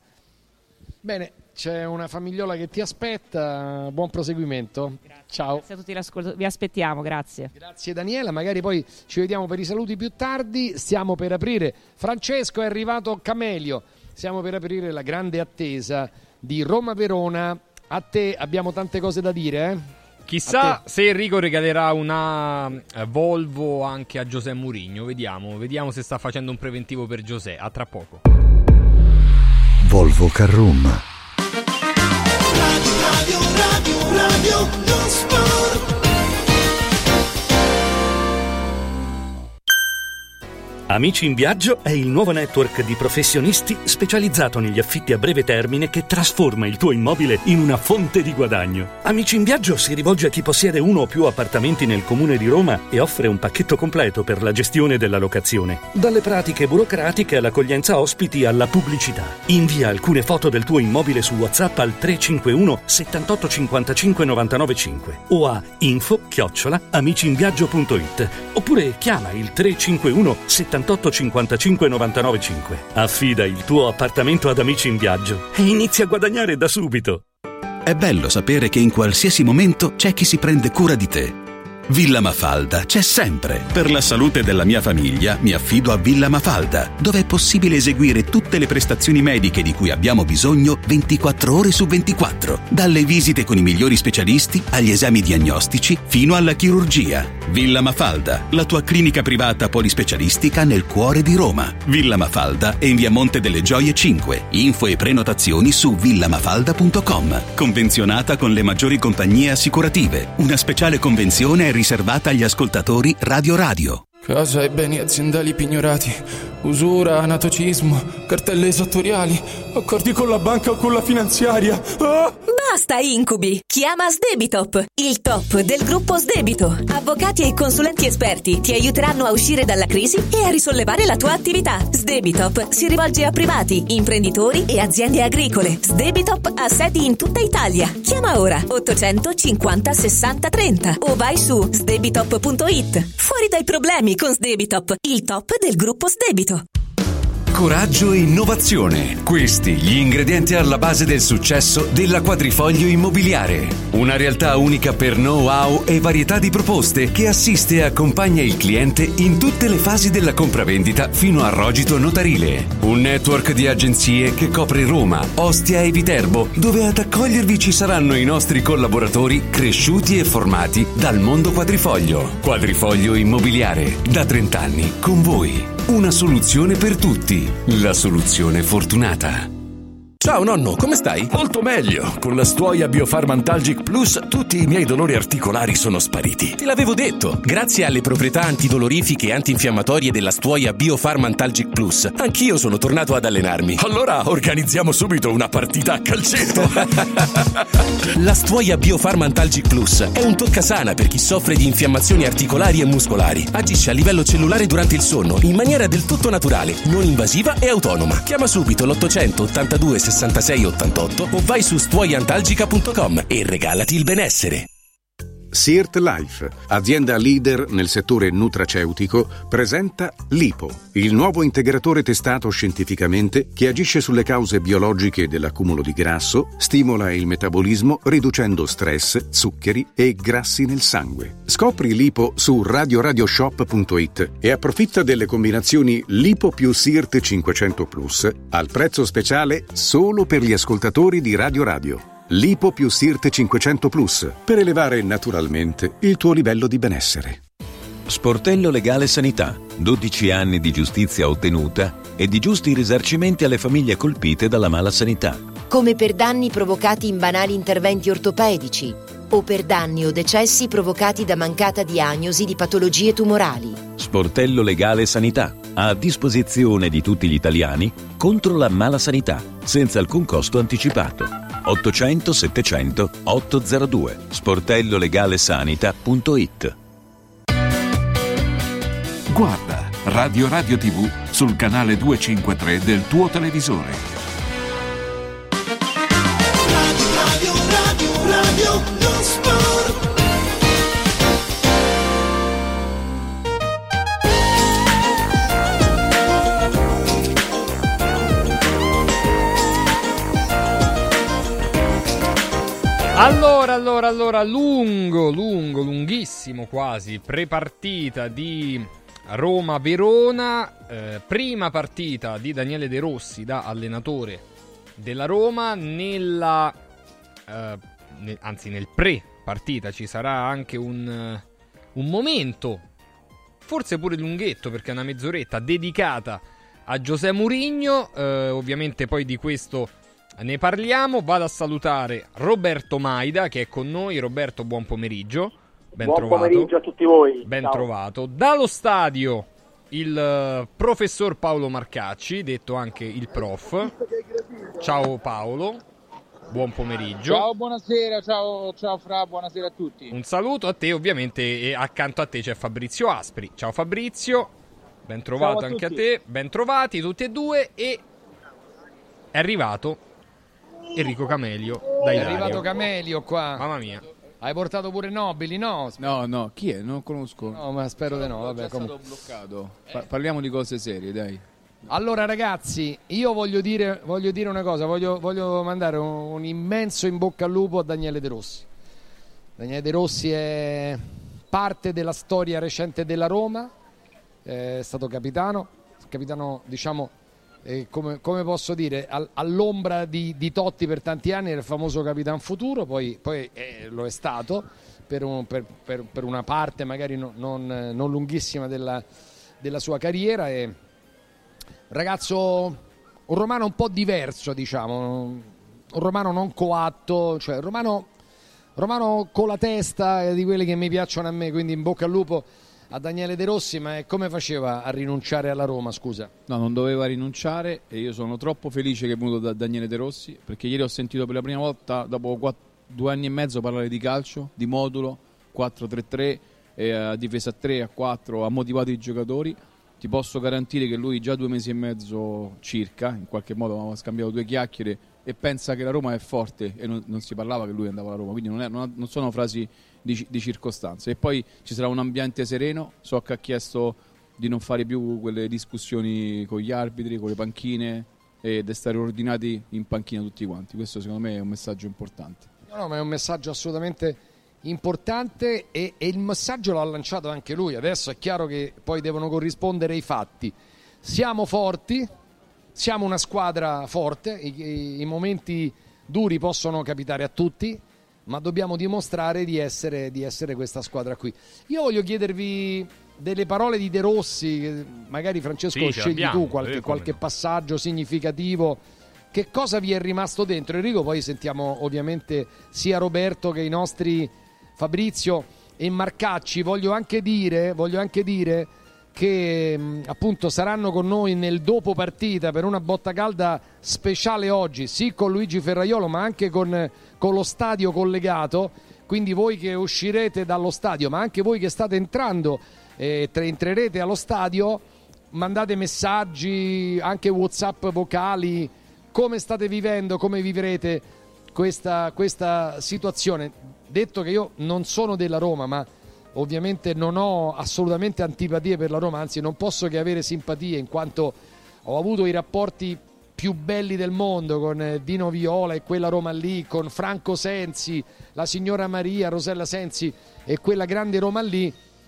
Bene, c'è una famigliola che ti aspetta, buon proseguimento. Grazie. Ciao. Grazie a tutti l'ascolto, vi aspettiamo, grazie. Grazie Daniela, magari poi ci vediamo per i saluti più tardi. Stiamo per aprire, Francesco, è arrivato Camelio, stiamo per aprire la grande attesa di Roma-Verona. A te abbiamo tante cose da dire, eh? Chissà se Enrico regalerà una eh, Volvo anche a José Mourinho. Vediamo, vediamo se sta facendo un preventivo per José. A tra poco. Volvo Carroom. Radio, radio, radio, radio, non sport. Amici in Viaggio è il nuovo network di professionisti specializzato negli affitti a breve termine che trasforma il tuo immobile in una fonte di guadagno. Amici in Viaggio si rivolge a chi possiede uno o più appartamenti nel comune di Roma e offre un pacchetto completo per la gestione della locazione. Dalle pratiche burocratiche all'accoglienza ospiti alla pubblicità. Invia alcune foto del tuo immobile su WhatsApp al tre cinque uno settantotto cinquantacinque novantanove cinque o a info chiocciola amiciinviaggio punto it, oppure chiama il tre cinque uno settantotto cinquantacinque novantanove cinque. Affida il tuo appartamento ad Amici in Viaggio e inizia a guadagnare da subito. È bello sapere che in qualsiasi momento c'è chi si prende cura di te. Villa Mafalda c'è sempre. Per la salute della mia famiglia mi affido a Villa Mafalda, dove è possibile eseguire tutte le prestazioni mediche di cui abbiamo bisogno ventiquattro ore su ventiquattro, dalle visite con i migliori specialisti agli esami diagnostici fino alla chirurgia. Villa Mafalda, la tua clinica privata polispecialistica nel cuore di Roma. Villa Mafalda è in via Monte delle Gioie cinque. Info e prenotazioni su villamafalda punto com. Convenzionata con le maggiori compagnie assicurative. Una speciale convenzione è riservata agli ascoltatori Radio Radio. Casa e beni aziendali pignorati, usura, anatocismo, cartelle esattoriali, accordi con la banca o con la finanziaria. Ah! Basta incubi! Chiama Sdebitop, il top del gruppo Sdebito. Avvocati e consulenti esperti ti aiuteranno a uscire dalla crisi e a risollevare la tua attività. Sdebitop si rivolge a privati, imprenditori e aziende agricole. Sdebitop ha sedi in tutta Italia. Chiama ora ottocentocinquanta sessanta trenta o vai su sdebitop punto it. Fuori dai problemi con Sdebitop, il top del gruppo Sdebito. Coraggio e innovazione. Questi gli ingredienti alla base del successo della Quadrifoglio Immobiliare. Una realtà unica per know-how e varietà di proposte che assiste e accompagna il cliente in tutte le fasi della compravendita fino al rogito notarile. Un network di agenzie che copre Roma, Ostia e Viterbo, dove ad accogliervi ci saranno i nostri collaboratori cresciuti e formati dal mondo Quadrifoglio. Quadrifoglio Immobiliare, da trenta anni con voi. Una soluzione per tutti. La soluzione fortunata. Ciao nonno, come stai? Molto meglio. Con la Stuoia Biofarmantalgic Plus tutti i miei dolori articolari sono spariti. Te l'avevo detto. Grazie alle proprietà antidolorifiche e antinfiammatorie della Stuoia Biofarmantalgic Plus, anch'io sono tornato ad allenarmi. Allora organizziamo subito una partita a calcetto. La Stuoia Biofarmantalgic Plus è un toccasana per chi soffre di infiammazioni articolari e muscolari. Agisce a livello cellulare durante il sonno in maniera del tutto naturale, non invasiva e autonoma. Chiama subito l'ottocento ottantadue sessantasei ottantotto o vai su stuoiantalgica punto com e regalati il benessere. Sirt Life, azienda leader nel settore nutraceutico, presenta Lipo, il nuovo integratore testato scientificamente che agisce sulle cause biologiche dell'accumulo di grasso, stimola il metabolismo riducendo stress, zuccheri e grassi nel sangue. Scopri Lipo su radio radio shop punto it e approfitta delle combinazioni Lipo più Sirt cinquecento Plus al prezzo speciale solo per gli ascoltatori di Radio Radio. Lipo più Sirt cinquecento Plus per elevare naturalmente il tuo livello di benessere. Sportello Legale Sanità. dodici anni di giustizia ottenuta e di giusti risarcimenti alle famiglie colpite dalla mala sanità. Come per danni provocati in banali interventi ortopedici o per danni o decessi provocati da mancata diagnosi di patologie tumorali. Sportello Legale Sanità. A disposizione di tutti gli italiani contro la mala sanità, senza alcun costo anticipato. ottocento settecento ottocentodue sportello legale sanita punto it. Guarda Radio Radio tivù sul canale duecentocinquantatré del tuo televisore. Radio, radio, radio, radio, lo sport. Allora, allora, allora, lungo, lungo, lunghissimo quasi, prepartita di Roma-Verona, eh, prima partita di Daniele De Rossi da allenatore della Roma, nella, eh, ne, anzi nel pre-partita ci sarà anche un, un momento, forse pure lunghetto perché è una mezz'oretta, dedicata a José Mourinho, eh, ovviamente poi di questo ne parliamo. Vado a salutare Roberto Maida che è con noi. Roberto, buon pomeriggio. Ben buon trovato. pomeriggio a tutti voi. Ben Ciao. trovato. Dallo stadio il uh, professor Paolo Marcacci, detto anche il prof. Ciao Paolo, buon pomeriggio. Ciao, buonasera, ciao, ciao Fra, buonasera a tutti. Un saluto a te ovviamente, e accanto a te c'è Fabrizio Aspri. Ciao Fabrizio, ben trovato Ciao a anche tutti. a te. Ben trovati tutti e due. E è arrivato Enrico Camelio da È Ilaria. arrivato Camelio qua. Mamma mia. Hai portato pure Nobili, no? No, no, chi è? Non conosco. No, ma spero di no, vabbè, È comunque. stato bloccato. Pa- parliamo di cose serie, dai. Allora ragazzi, io voglio dire, voglio dire una cosa, voglio, voglio mandare un, un immenso in bocca al lupo a Daniele De Rossi. Daniele De Rossi è parte della storia recente della Roma, è stato capitano, capitano diciamo, eh, come, come posso dire, al, all'ombra di, di Totti per tanti anni, era il famoso Capitan Futuro, poi, poi eh, lo è stato per, un, per, per, per una parte magari no, non, non lunghissima della, della sua carriera. E ragazzo, un romano un po' diverso, diciamo, un romano non coatto, cioè un romano, romano con la testa, di quelli che mi piacciono a me, quindi in bocca al lupo a Daniele De Rossi. Ma come faceva a rinunciare alla Roma, scusa? No, non doveva rinunciare e io sono troppo felice che è venuto da Daniele De Rossi, perché ieri ho sentito per la prima volta, dopo quattro, due anni e mezzo, parlare di calcio, di modulo, quattro tre tre, e a difesa a tre, a quattro, ha motivato i giocatori. Ti posso garantire che lui già due mesi e mezzo circa, in qualche modo aveva scambiato due chiacchiere e pensa che la Roma è forte, e non, non si parlava che lui andava alla Roma, quindi non, è, non, non sono frasi di, di circostanze. E poi ci sarà un ambiente sereno, so che ha chiesto di non fare più quelle discussioni con gli arbitri, con le panchine, ed è stare ordinati in panchina tutti quanti. Questo secondo me è un messaggio importante. No, no, ma è un messaggio assolutamente importante, e, e il messaggio l'ha lanciato anche lui. Adesso è chiaro che poi devono corrispondere i fatti. Siamo forti, siamo una squadra forte, i, i, i momenti duri possono capitare a tutti, ma dobbiamo dimostrare di essere, di essere questa squadra qui. Io voglio chiedervi delle parole di De Rossi, magari Francesco Sì, scegli abbiamo, tu qualche, eh, qualche no. passaggio significativo che cosa vi è rimasto dentro? Enrico, poi sentiamo ovviamente sia Roberto che i nostri Fabrizio e Marcacci. Voglio anche dire, voglio anche dire che mh, appunto saranno con noi nel dopo partita per una botta calda speciale oggi, sì con Luigi Ferraiolo ma anche con, con lo stadio collegato, quindi voi che uscirete dallo stadio ma anche voi che state entrando e eh, entrerete allo stadio, mandate messaggi, anche WhatsApp vocali, come state vivendo, come vivrete questa, questa situazione. Detto che io non sono della Roma, ma ovviamente non ho assolutamente antipatie per la Roma, anzi non posso che avere simpatie, in quanto ho avuto i rapporti più belli del mondo con Dino Viola e quella Roma lì, con Franco Sensi, la signora Maria, Rosella Sensi e quella grande Roma lì,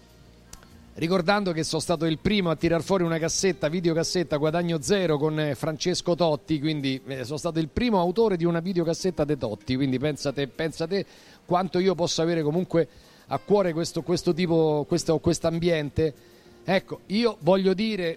ricordando che sono stato il primo a tirar fuori una cassetta, videocassetta Guadagno Zero con Francesco Totti, quindi sono stato il primo autore di una videocassetta de Totti, quindi pensate, pensate quanto io posso avere comunque a cuore questo, questo tipo, questo ambiente. Ecco, io voglio dire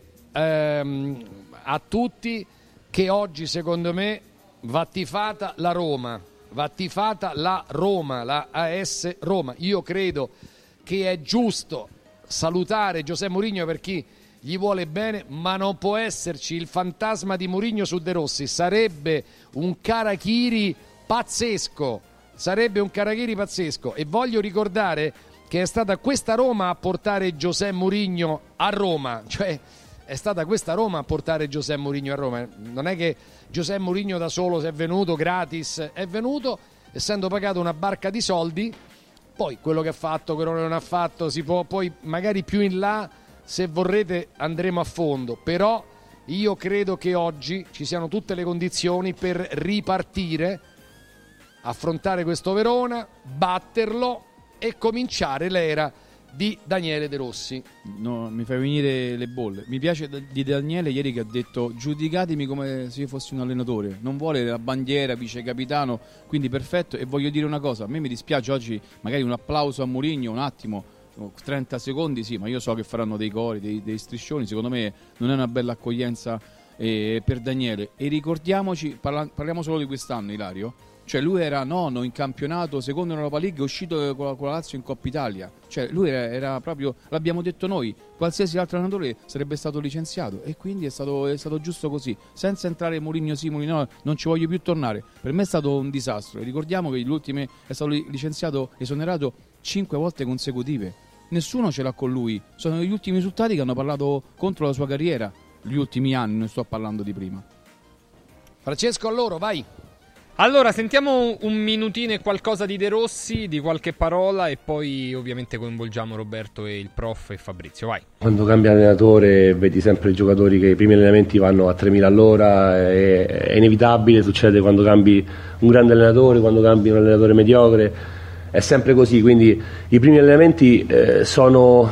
ehm, a tutti che oggi secondo me va tifata la Roma, va tifata la Roma, la A S Roma. Io credo che è giusto salutare José Mourinho per chi gli vuole bene, ma non può esserci il fantasma di Mourinho su De Rossi. Sarebbe un Karachiri pazzesco, sarebbe un Karachiri pazzesco. E voglio ricordare che è stata questa Roma a portare José Mourinho a Roma, cioè è stata questa Roma a portare José Mourinho a Roma. Non è che José Mourinho da solo si è venuto gratis, è venuto essendo pagato una barca di soldi. Poi quello che ha fatto, quello che non ha fatto, si può poi magari più in là, se vorrete, andremo a fondo. Però io credo che oggi ci siano tutte le condizioni per ripartire, affrontare questo Verona, batterlo e cominciare l'era di Daniele De Rossi. No, mi fai venire le bolle. Mi piace di Daniele ieri che ha detto giudicatemi come se io fossi un allenatore, non vuole la bandiera, vice capitano, quindi perfetto. E voglio dire una cosa, a me mi dispiace oggi magari un applauso a Mourinho, un attimo, trenta secondi sì, ma io so che faranno dei cori, dei, dei striscioni, secondo me non è una bella accoglienza eh, per Daniele. E ricordiamoci, parla, parliamo solo di quest'anno, Ilario, cioè lui era nono in campionato, secondo in Europa League, è uscito con la, con la Lazio in Coppa Italia, cioè lui era, era proprio, l'abbiamo detto noi, qualsiasi altro allenatore sarebbe stato licenziato, e quindi è stato, è stato giusto così, senza entrare Mourinho sì, Mourinho no, non ci voglio più tornare. Per me è stato un disastro, e ricordiamo che l'ultimo è stato licenziato, esonerato cinque volte consecutive, nessuno ce l'ha con lui, sono gli ultimi risultati che hanno parlato contro la sua carriera, gli ultimi anni, non sto parlando di prima. Francesco, allora vai. Allora, sentiamo un minutino e qualcosa di De Rossi, di qualche parola, e poi ovviamente coinvolgiamo Roberto e il prof e Fabrizio, vai. Quando cambi allenatore vedi sempre i giocatori che i primi allenamenti vanno a tremila all'ora, è, è inevitabile, succede quando cambi un grande allenatore, quando cambi un allenatore mediocre, è sempre così, quindi i primi allenamenti eh, sono...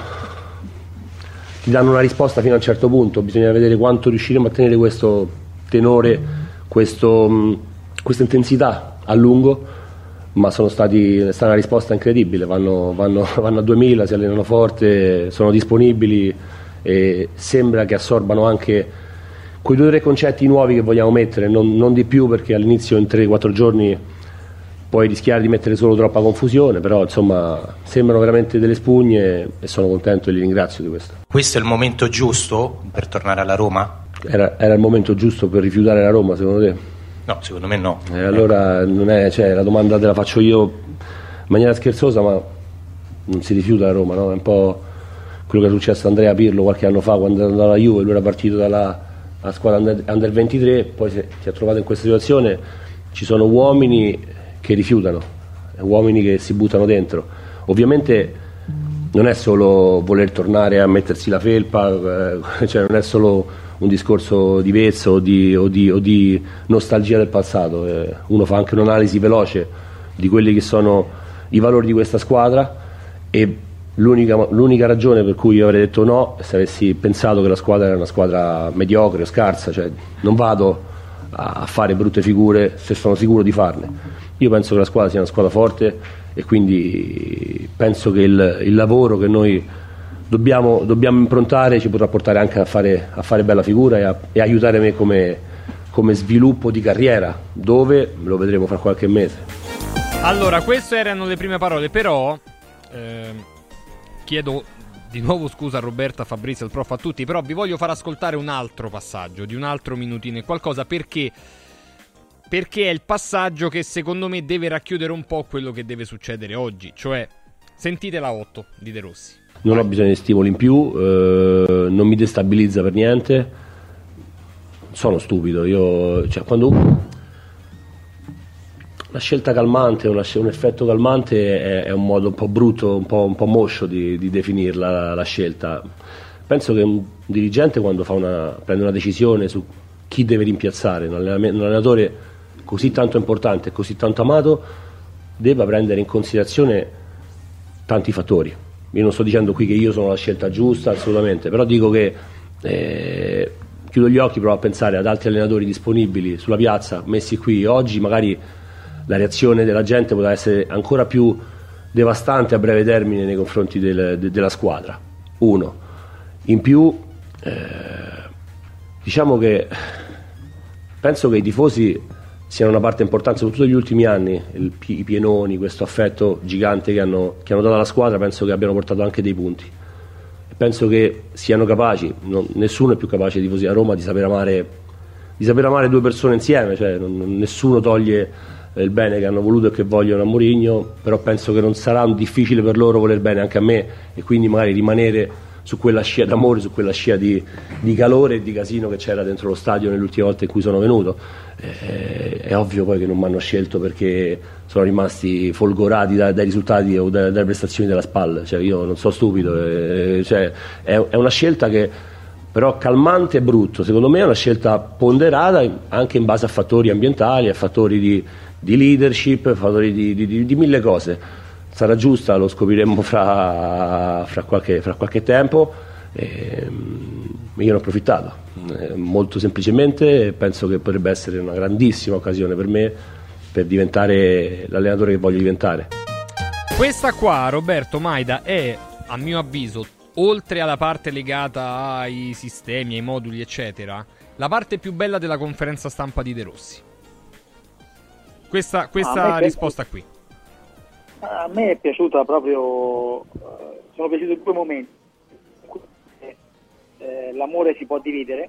ti danno una risposta fino a un certo punto, bisogna vedere quanto riusciremo a tenere questo tenore, questo... questa intensità a lungo, ma sono stati, è stata una risposta incredibile, vanno, vanno, vanno a duemila, si allenano forte, sono disponibili e sembra che assorbano anche quei due o tre concetti nuovi che vogliamo mettere, non, non di più, perché all'inizio in tre quattro giorni puoi rischiare di mettere solo troppa confusione, però insomma sembrano veramente delle spugne e sono contento e li ringrazio di questo. Questo è il momento giusto per tornare alla Roma? Era, era il momento giusto per rifiutare la Roma, secondo te? No, secondo me no. Eh, allora non è, cioè, la domanda te la faccio io in maniera scherzosa, ma non si rifiuta la Roma, no? È un po' quello che è successo a Andrea Pirlo qualche anno fa quando è andato alla Juve, lui era partito dalla, dalla squadra under, under ventitré, poi si, si è trovato in questa situazione. Ci sono uomini che rifiutano, uomini che si buttano dentro. Ovviamente non è solo voler tornare a mettersi la felpa, eh, cioè non è solo un discorso di vezzo o di, o di, o di nostalgia del passato, eh, uno fa anche un'analisi veloce di quelli che sono i valori di questa squadra, e l'unica, l'unica ragione per cui io avrei detto no è se avessi pensato che la squadra era una squadra mediocre o scarsa, cioè non vado a fare brutte figure se sono sicuro di farne. Io penso che la squadra sia una squadra forte e quindi penso che il, il lavoro che noi Dobbiamo, dobbiamo improntare ci potrà portare anche a fare, a fare bella figura e, a, e aiutare me come, come sviluppo di carriera, dove lo vedremo fra qualche mese. Allora, queste erano le prime parole, però ehm, chiedo di nuovo scusa a Roberta, a Fabrizio, al prof, a tutti, però vi voglio far ascoltare un altro passaggio, di un altro minutino e qualcosa, perché perché è il passaggio che secondo me deve racchiudere un po' quello che deve succedere oggi, cioè sentite la otto di De Rossi. Non ho bisogno di stimoli in più, eh, non mi destabilizza per niente, sono stupido, io, cioè, quando una scelta calmante, una, un effetto calmante è, è un modo un po' brutto, un po', un po' moscio di, di definirla la, la scelta. Penso che un dirigente, quando fa una, prende una decisione su chi deve rimpiazzare, un allenatore così tanto importante e così tanto amato, debba prendere in considerazione tanti fattori. Io non sto dicendo qui che io sono la scelta giusta, assolutamente, però dico che eh, chiudo gli occhi, provo a pensare ad altri allenatori disponibili sulla piazza, messi qui oggi, magari la reazione della gente potrà essere ancora più devastante a breve termine nei confronti del, de, della squadra. Uno. In più, eh, diciamo che penso che i tifosi siano una parte importante, soprattutto negli ultimi anni, il, i pienoni, questo affetto gigante che hanno, che hanno dato alla squadra, penso che abbiano portato anche dei punti. Penso che siano capaci, non, nessuno è più capace dei tifosi a Roma di saper amare, di saper amare due persone insieme, cioè non, nessuno toglie il bene che hanno voluto e che vogliono a Mourinho, però penso che non sarà difficile per loro voler bene anche a me e quindi magari rimanere su quella scia d'amore, su quella scia di, di calore e di casino che c'era dentro lo stadio nelle ultime volte in cui sono venuto. Eh, è ovvio poi che non mi hanno scelto perché sono rimasti folgorati da, dai risultati o da, dalle prestazioni della SPAL, cioè io non sono stupido, eh, cioè, è, è una scelta che però calmante e brutto, secondo me è una scelta ponderata anche in base a fattori ambientali, a fattori di di leadership, fattori di, di, di, di mille cose. Sarà giusta, lo scopriremo fra, fra, qualche, fra qualche tempo. E, io ne ho approfittato, eh, molto semplicemente penso che potrebbe essere una grandissima occasione per me per diventare l'allenatore che voglio diventare. Questa qua, Roberto Maida, è a mio avviso, oltre alla parte legata ai sistemi, ai moduli eccetera, la parte più bella della conferenza stampa di De Rossi. Questa, questa risposta qui. A me è piaciuta proprio, sono piaciuti due momenti. Eh, l'amore si può dividere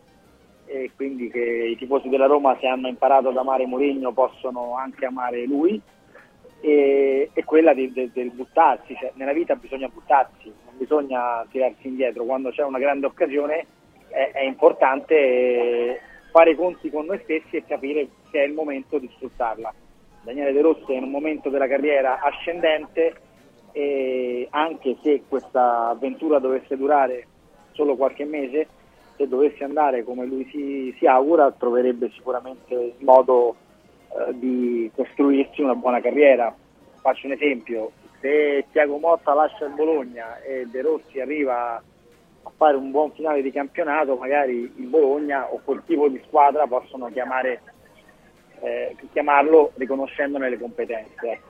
e quindi che i tifosi della Roma, se hanno imparato ad amare Mourinho, possono anche amare lui, e, e quella del, del, del buttarsi, cioè, nella vita bisogna buttarsi, non bisogna tirarsi indietro. Quando c'è una grande occasione è, è importante fare i conti con noi stessi e capire che è il momento di sfruttarla. Daniele De Rossi è in un momento della carriera ascendente e anche se questa avventura dovesse durare solo qualche mese, se dovesse andare come lui si, si augura, troverebbe sicuramente il modo eh, di costruirsi una buona carriera. Faccio un esempio: se Thiago Motta lascia il Bologna e De Rossi arriva a fare un buon finale di campionato, magari il Bologna o quel tipo di squadra possono chiamare, eh, chiamarlo riconoscendone le competenze.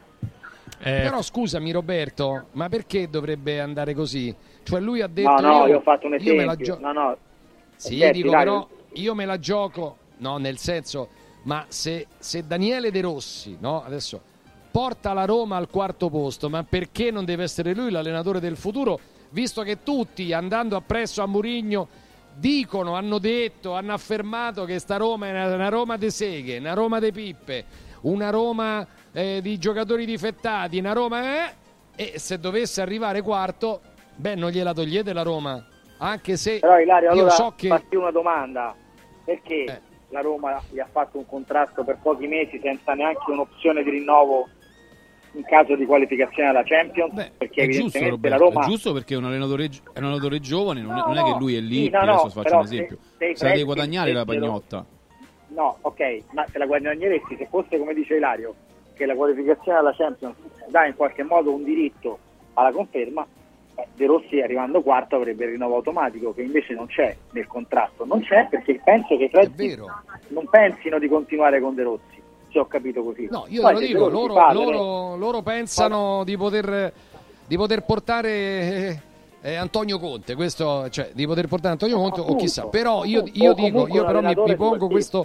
Eh, Però scusami Roberto, ma perché dovrebbe andare così? Cioè lui ha detto... No, no, io, io ho fatto un esempio. Io me la gio- no, no. Sì, Senti, dico dai, però io me la gioco, no, nel senso, ma se, se Daniele De Rossi, no, adesso porta la Roma al quarto posto, ma perché non deve essere lui l'allenatore del futuro? Visto che tutti, andando appresso a Mourinho, dicono, hanno detto, hanno affermato che sta Roma è una, una Roma de seghe, una Roma de pippe, una Roma eh, di giocatori difettati, una Roma eh, e se dovesse arrivare quarto, beh, non gliela togliete la Roma, anche se però Ilario, io allora so che... fatti una domanda: perché eh. la Roma gli ha fatto un contratto per pochi mesi senza neanche un'opzione di rinnovo in caso di qualificazione alla Champions? Beh, perché è evidentemente giusto, Roberto, la Roma è giusto perché è un allenatore, è un allenatore giovane, non, no, è, non è che lui è lì, sì, no, adesso no, faccio un esempio, se, se, se la deve guadagnare la Pagnotta. No, ok, ma se la guadagneresti, se fosse come dice Ilario, che la qualificazione alla Champions dà in qualche modo un diritto alla conferma, eh, De Rossi arrivando quarto avrebbe il rinnovo automatico, che invece non c'è nel contratto, non c'è perché penso che i prezzi non pensino di continuare con De Rossi. Se ho capito così. No, io Poi te lo dico, loro, loro, loro pensano di poter, di poter portare eh, Antonio Conte, questo, cioè di poter portare Antonio Conte o chissà, però io, io dico, io però mi, mi pongo questo,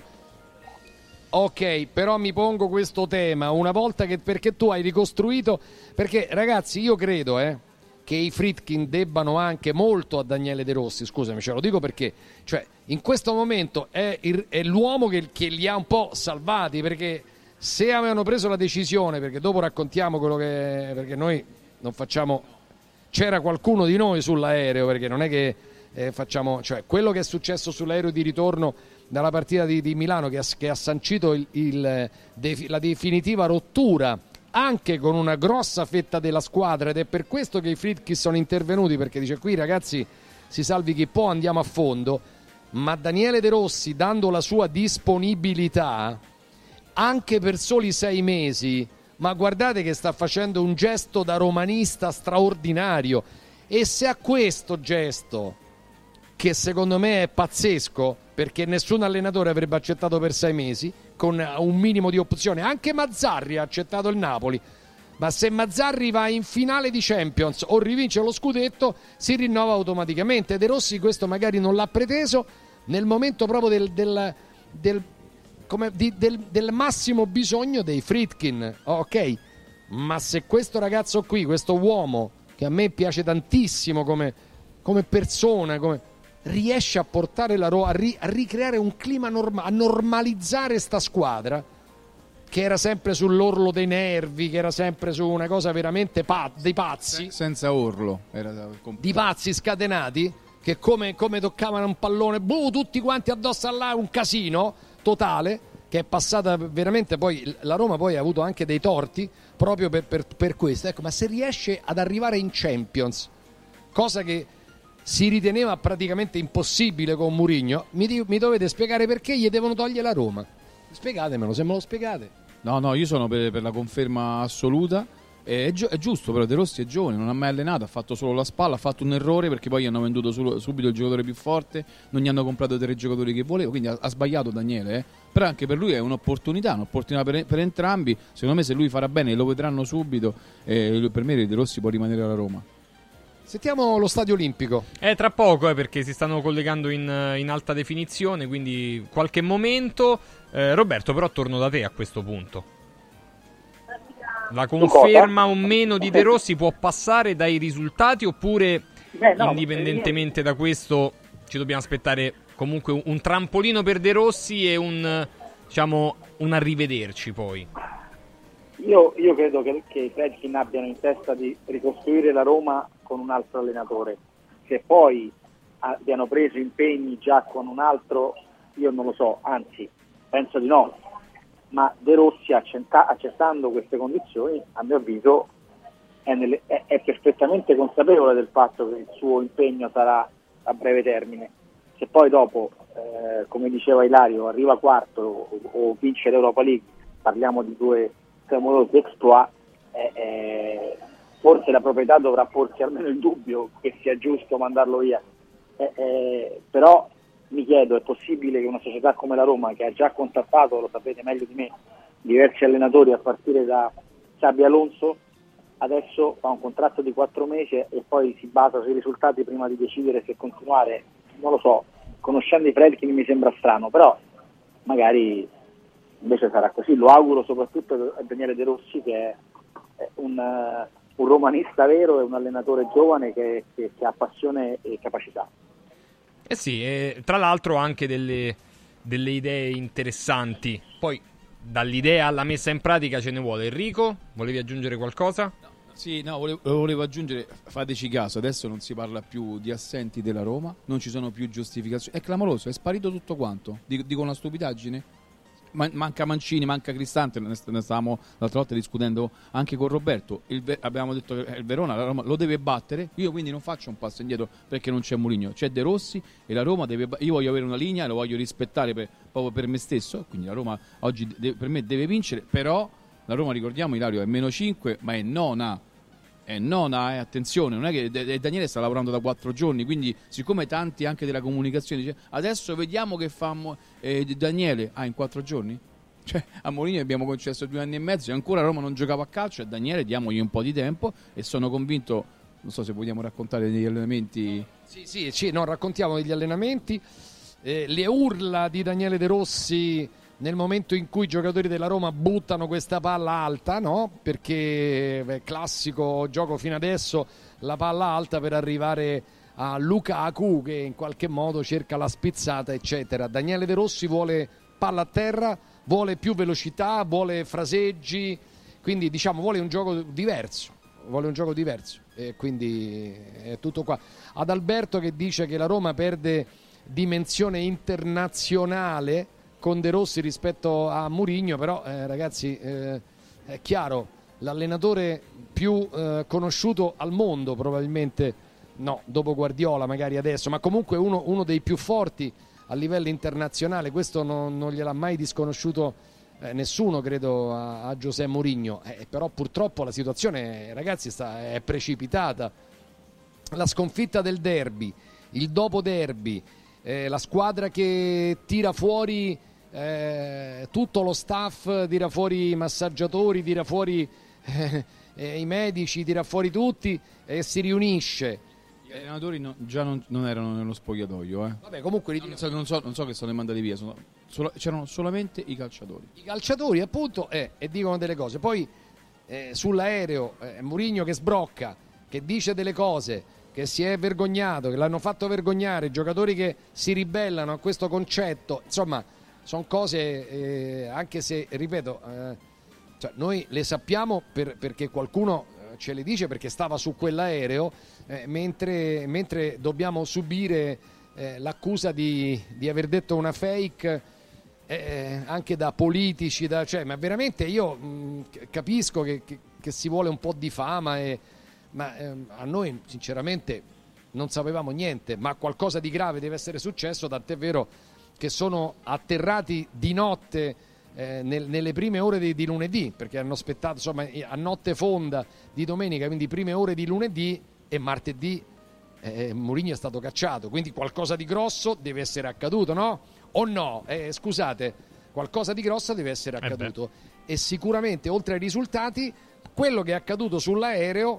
ok, però mi pongo questo tema una volta che, perché tu hai ricostruito, perché ragazzi io credo eh, che i Friedkin debbano anche molto a Daniele De Rossi, scusami, ce lo dico perché, cioè in questo momento è, il, è l'uomo che, che li ha un po' salvati, perché se avevano preso la decisione, perché dopo raccontiamo quello che, perché noi non facciamo, c'era qualcuno di noi sull'aereo, perché non è che eh, facciamo, cioè quello che è successo sull'aereo di ritorno dalla partita di, di Milano che ha, che ha sancito il, il, de, la definitiva rottura anche con una grossa fetta della squadra, ed è per questo che i Friedkin sono intervenuti, perché dice qui ragazzi si salvi chi può, andiamo a fondo, ma Daniele De Rossi dando la sua disponibilità anche per soli sei mesi, ma guardate che sta facendo un gesto da romanista straordinario, e se a questo gesto, che secondo me è pazzesco perché nessun allenatore avrebbe accettato per sei mesi con un minimo di opzione, anche Mazzarri ha accettato il Napoli, ma se Mazzarri va in finale di Champions o rivince lo scudetto si rinnova automaticamente. De Rossi questo magari non l'ha preteso nel momento proprio del, del, del, come, di, del, del massimo bisogno dei Friedkin, ok, ma se questo ragazzo qui, questo uomo che a me piace tantissimo come, come persona, come riesce a portare la Roma, a, ri, a ricreare un clima normale, a normalizzare sta squadra che era sempre sull'orlo dei nervi, che era sempre su una cosa veramente pa- dei pazzi, senza orlo, era di pazzi scatenati che come, come toccavano un pallone, buh, tutti quanti addosso là, un casino totale, che è passata veramente, poi la Roma poi ha avuto anche dei torti proprio per, per, per questo, ecco, ma se riesce ad arrivare in Champions, cosa che si riteneva praticamente impossibile con Mourinho, mi, mi dovete spiegare perché gli devono togliere la Roma. Spiegatemelo, se me lo spiegate. No, no, io sono per, per la conferma assoluta. È, gi- è giusto, però De Rossi è giovane, non ha mai allenato, ha fatto solo la spalla, ha fatto un errore perché poi gli hanno venduto solo, subito il giocatore più forte, non gli hanno comprato tre giocatori che voleva, quindi ha, ha sbagliato Daniele, eh. Però anche per lui è un'opportunità, un'opportunità per, per entrambi. Secondo me se lui farà bene lo vedranno subito, eh, per me De Rossi può rimanere alla Roma. Sentiamo lo Stadio Olimpico. È tra poco, eh, perché si stanno collegando in, in alta definizione, quindi qualche momento. Eh, Roberto, però torno da te a questo punto. La conferma o meno di De Rossi può passare dai risultati, oppure Beh, no, indipendentemente da questo ci dobbiamo aspettare comunque un, un trampolino per De Rossi e un, diciamo, un arrivederci poi? Io, io credo che, che i Friedkin abbiano in testa di ricostruire la Roma con un altro allenatore. Se poi abbiano preso impegni già con un altro, io non lo so, anzi penso di no, ma De Rossi accetta, accettando queste condizioni, a mio avviso è, nelle, è, è perfettamente consapevole del fatto che il suo impegno sarà a breve termine. Se poi dopo, eh, come diceva Ilario, arriva quarto o, o vince l'Europa League, parliamo di due clamorosi exploit, eh, eh, forse la proprietà dovrà porsi almeno il dubbio che sia giusto mandarlo via, eh, eh, però mi chiedo, è possibile che una società come la Roma, che ha già contattato, lo sapete meglio di me, diversi allenatori a partire da Xabi Alonso, adesso fa un contratto di quattro mesi e poi si basa sui risultati prima di decidere se continuare? Non lo so, conoscendo i Friedkin mi sembra strano, però magari invece sarà così. Lo auguro soprattutto a Daniele De Rossi, che è un, uh, un romanista vero e un allenatore giovane che, che, che ha passione e capacità. Eh sì, e tra l'altro anche delle, delle idee interessanti. Poi dall'idea alla messa in pratica ce ne vuole. Enrico, volevi aggiungere qualcosa? Sì, no, volevo, volevo aggiungere, fateci caso, adesso non si parla più di assenti della Roma, non ci sono più giustificazioni, è clamoroso, è sparito tutto quanto, dico una stupidaggine? Man- manca Mancini, manca Cristante, ne stavamo l'altra volta discutendo anche con Roberto, il Ve- abbiamo detto che il Verona la Roma lo deve battere, io quindi non faccio un passo indietro perché non c'è Mourinho, c'è De Rossi e la Roma deve, io voglio avere una linea, lo voglio rispettare per, proprio per me stesso, quindi la Roma oggi de- per me deve vincere, però la Roma, ricordiamo, Ilario, è meno cinque ma è nona, è nona, eh, attenzione, non è che D- Daniele sta lavorando da quattro giorni, quindi siccome tanti anche della comunicazione dice adesso vediamo che fa eh, Daniele, ah in quattro giorni? Cioè a Mourinho abbiamo concesso due anni e mezzo e ancora Roma non giocava a calcio, e a Daniele diamogli un po' di tempo e sono convinto non so se vogliamo raccontare degli allenamenti. Sì, sì, sì, no, raccontiamo degli allenamenti, eh, le urla di Daniele De Rossi nel momento in cui i giocatori della Roma buttano questa palla alta, no? Perché beh, classico gioco fino adesso, la palla alta per arrivare a Lukaku che in qualche modo cerca la spizzata, eccetera. Daniele De Rossi vuole palla a terra, vuole più velocità, vuole fraseggi, quindi diciamo vuole un gioco diverso, vuole un gioco diverso e quindi è tutto qua. Ad Alberto che dice che la Roma perde dimensione internazionale con De Rossi rispetto a Mourinho, però eh, ragazzi eh, è chiaro, l'allenatore più eh, conosciuto al mondo probabilmente, no, dopo Guardiola magari adesso, ma comunque uno, uno dei più forti a livello internazionale, questo non, non gliel'ha mai disconosciuto eh, nessuno, credo, a, a José Mourinho, eh, però purtroppo la situazione, ragazzi, sta, è precipitata. La sconfitta del derby, il dopo derby, eh, la squadra che tira fuori eh, tutto lo staff, tira fuori i massaggiatori, tira fuori eh, eh, i medici, tira fuori tutti e si riunisce. Gli allenatori no, già non, non erano nello spogliatoio, eh. Vabbè, comunque non so, non so, non so che sono mandati via, sono, solo, c'erano solamente i calciatori. I calciatori appunto eh, e dicono delle cose. Poi eh, sull'aereo eh, Mourinho che sbrocca, che dice delle cose, che si è vergognato, che l'hanno fatto vergognare, giocatori che si ribellano a questo concetto, insomma sono cose eh, anche se, ripeto, eh, cioè, noi le sappiamo per, perché qualcuno ce le dice perché stava su quell'aereo, eh, mentre, mentre dobbiamo subire eh, l'accusa di, di aver detto una fake eh, anche da politici, da, cioè, ma veramente io mh, capisco che, che, che si vuole un po' di fama, e, ma eh, a noi sinceramente non sapevamo niente, ma qualcosa di grave deve essere successo, tant'è vero che sono atterrati di notte Eh, nel, nelle prime ore di, di lunedì, perché hanno aspettato insomma a notte fonda di domenica, quindi prime ore di lunedì, e martedì eh, Mourinho è stato cacciato, quindi qualcosa di grosso deve essere accaduto, no? O no? Eh, scusate, qualcosa di grosso deve essere accaduto eh e sicuramente oltre ai risultati quello che è accaduto sull'aereo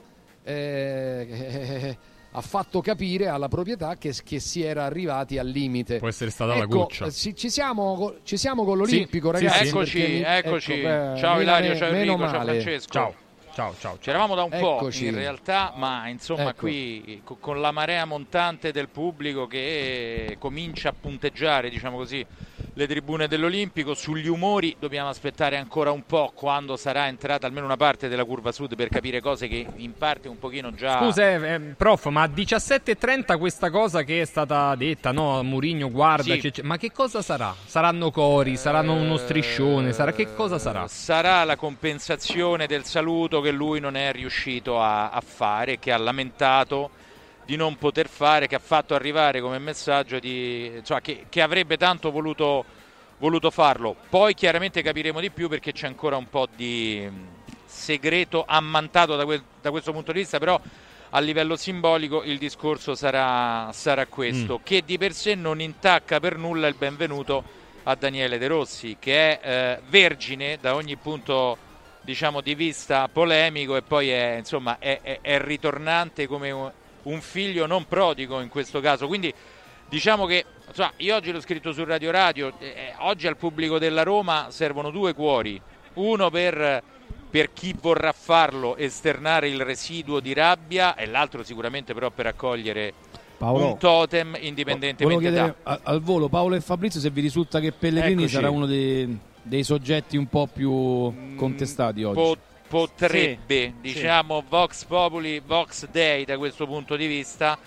eh, eh, ha fatto capire alla proprietà che, che si era arrivati al limite. Può essere stata ecco, la goccia. Ci, ci, siamo, ci siamo con l'Olimpico, sì, ragazzi. sì, Eccoci, perché, eccoci. Ecco, beh, ciao meno, Ilario, ciao meno Enrico, ciao male. Francesco. Ciao. Ciao, ciao. C'eravamo da un Eccoci. po' in realtà, ma insomma Ecco. qui co- con la marea montante del pubblico che comincia a punteggiare, diciamo così, le tribune dell'Olimpico, sugli umori dobbiamo aspettare ancora un po' quando sarà entrata almeno una parte della curva sud per capire cose che in parte un pochino già... Scusa, eh, prof, ma a diciassette e trenta questa cosa che è stata detta, no? Mourinho guarda, Sì. c'è- c'è- ma che cosa sarà? Saranno cori, saranno uno striscione, sarà, che cosa sarà? Sarà la compensazione del saluto che lui non è riuscito a, a fare, che ha lamentato di non poter fare, che ha fatto arrivare come messaggio di, insomma, che, che avrebbe tanto voluto, voluto farlo. Poi chiaramente capiremo di più perché c'è ancora un po' di segreto ammantato da, quel, da questo punto di vista, però a livello simbolico il discorso sarà, sarà questo, mm. che di per sé non intacca per nulla il benvenuto a Daniele De Rossi, che è eh, vergine da ogni punto, diciamo, di vista polemico, e poi è, insomma, è, è, è ritornante come un, un figlio non prodigo in questo caso. Quindi diciamo che, insomma, io oggi l'ho scritto su Radio Radio, eh, oggi al pubblico della Roma servono due cuori, uno per, per chi vorrà farlo, esternare il residuo di rabbia, e l'altro sicuramente però per accogliere Paolo, un totem indipendentemente volevo da... chiedere al, al volo, Paolo e Fabrizio, se vi risulta che Pellegrini Eccoci. sarà uno dei, dei soggetti un po' più contestati oggi. Po- potrebbe, Sì, diciamo, Vox Populi, Vox Dei da questo punto di vista.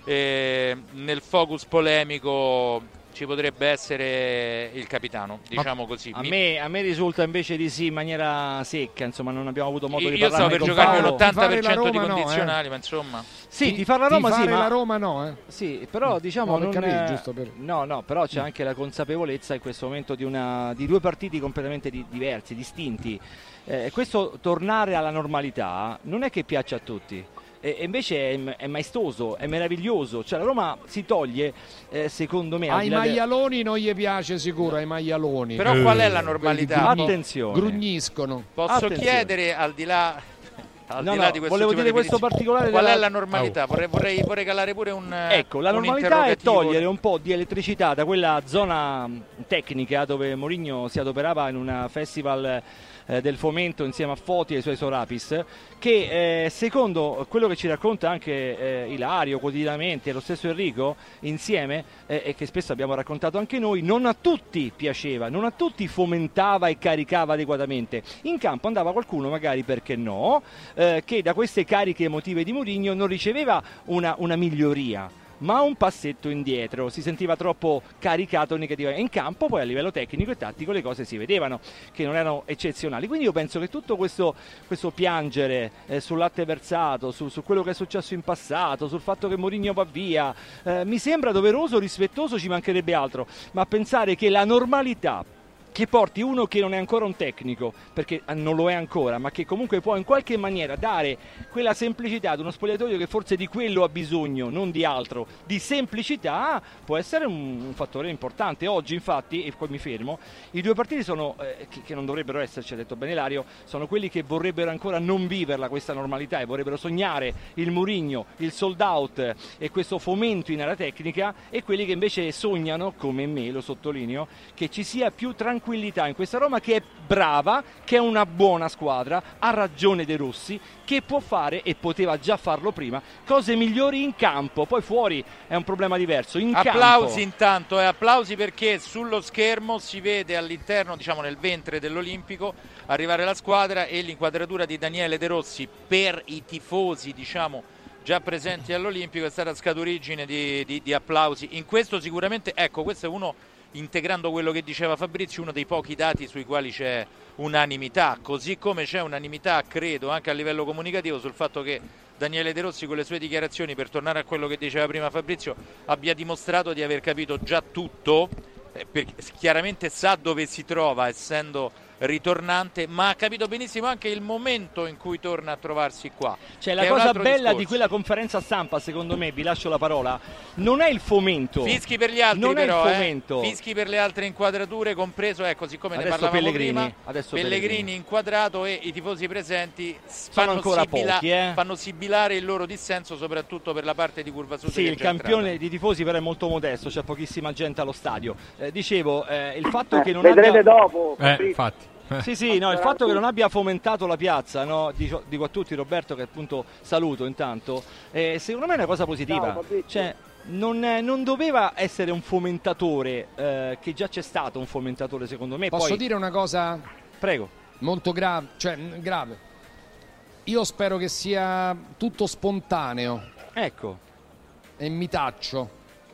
Eh, nel focus polemico ci potrebbe essere il capitano, diciamo così. A Mi- me, a me risulta invece di sì in maniera secca, insomma non abbiamo avuto modo di io stavo parlarne per con giocarmi Paolo. l'ottanta per cento di Roma no, condizionali, eh. ma insomma... Sì, Ti- ti fa la Roma tifare sì, ma... la Roma no, eh. Sì, però diciamo No, per non capire, è- giusto per- No, no, però c'è anche la consapevolezza in questo momento di, una... di due partiti completamente di- diversi, distinti. Eh, questo tornare alla normalità non è che piaccia a tutti. E e invece è, è maestoso, è meraviglioso. Cioè la Roma si toglie, eh, secondo me, al Ai di là de- maialoni non gli piace sicuro, ai maialoni. Però qual è la normalità? Quelli grugni- Attenzione. Grugniscono. Posso Attenzione. chiedere, al di là Al No, di no, là di questo volevo tipo dire di questo definizione, particolare qual della- è la normalità? Vorrei, vorrei, vorrei calare pure un Ecco, la un normalità è interrogativo. togliere un po' di elettricità da quella zona mh, tecnica dove Mourinho si adoperava in un festival eh, del fomento insieme a Foti e ai suoi Sorapis, che eh, secondo quello che ci racconta anche eh, Ilario quotidianamente e lo stesso Enrico insieme, eh, e che spesso abbiamo raccontato anche noi, non a tutti piaceva, non a tutti fomentava e caricava adeguatamente. In campo andava qualcuno, magari perché no, eh, che da queste cariche emotive di Mourinho non riceveva una, una miglioria, ma un passetto indietro, si sentiva troppo caricato negativamente. In campo poi a livello tecnico e tattico le cose si vedevano che non erano eccezionali, quindi io penso che tutto questo, questo piangere eh, sul latte versato, su, su quello che è successo in passato, sul fatto che Mourinho va via, eh, mi sembra doveroso, rispettoso, ci mancherebbe altro, ma pensare che la normalità che porti uno che non è ancora un tecnico, perché non lo è ancora, ma che comunque può in qualche maniera dare quella semplicità ad uno spogliatoio che forse di quello ha bisogno, non di altro, di semplicità, può essere un, un fattore importante. Oggi infatti, e poi mi fermo, i due partiti sono, eh, che, che non dovrebbero esserci, ha detto bene Ilario, sono quelli che vorrebbero ancora non viverla questa normalità e vorrebbero sognare il Mourinho, il sold out e questo fomento in area tecnica, e quelli che invece sognano, come me, lo sottolineo, che ci sia più tranquillità in questa Roma, che è brava, che è una buona squadra, ha ragione De Rossi, che può fare, e poteva già farlo prima, cose migliori in campo. Poi fuori è un problema diverso. In Applausi campo, intanto, eh, applausi perché sullo schermo si vede all'interno, diciamo nel ventre dell'Olimpico, arrivare la squadra, e l'inquadratura di Daniele De Rossi per i tifosi, diciamo già presenti all'Olimpico, è stata scaturigine di, di, di applausi. In questo sicuramente, ecco, questo è uno, integrando quello che diceva Fabrizio, uno dei pochi dati sui quali c'è unanimità, così come c'è unanimità, credo, anche a livello comunicativo sul fatto che Daniele De Rossi con le sue dichiarazioni, per tornare a quello che diceva prima Fabrizio, abbia dimostrato di aver capito già tutto, eh, perché chiaramente sa dove si trova essendo ritornante, ma ha capito benissimo anche il momento in cui torna a trovarsi qua. cioè la che è un cosa altro bella discorso. di quella conferenza stampa, secondo me, vi lascio la parola, non è il fomento, Fischi per gli altri, non però, è il eh. fomento. Fischi per le altre inquadrature, compreso, ecco, siccome Adesso ne parlavamo Pellegrini, prima, adesso Pellegrini, Pellegrini. inquadrato, e i tifosi presenti Sono fanno, ancora sibila- pochi, eh. fanno sibilare il loro dissenso, soprattutto per la parte di Curva Sud. Sì, che è il già campione entrata. di tifosi però è molto modesto, c'è pochissima gente allo stadio. Eh, dicevo, eh, il fatto Eh, che non vedrete abbia... dopo. Eh, infatti. Sì, sì, no, il fatto che non abbia fomentato la piazza, no, dico, dico a tutti, Roberto, che appunto saluto intanto, eh, secondo me è una cosa positiva. Ciao, Fabrizio. Cioè, non, eh, non doveva essere un fomentatore, eh, che già c'è stato un fomentatore secondo me. Posso Poi... dire una cosa? Prego. Molto grave, cioè n- grave. Io spero che sia tutto spontaneo. Ecco. E mi taccio.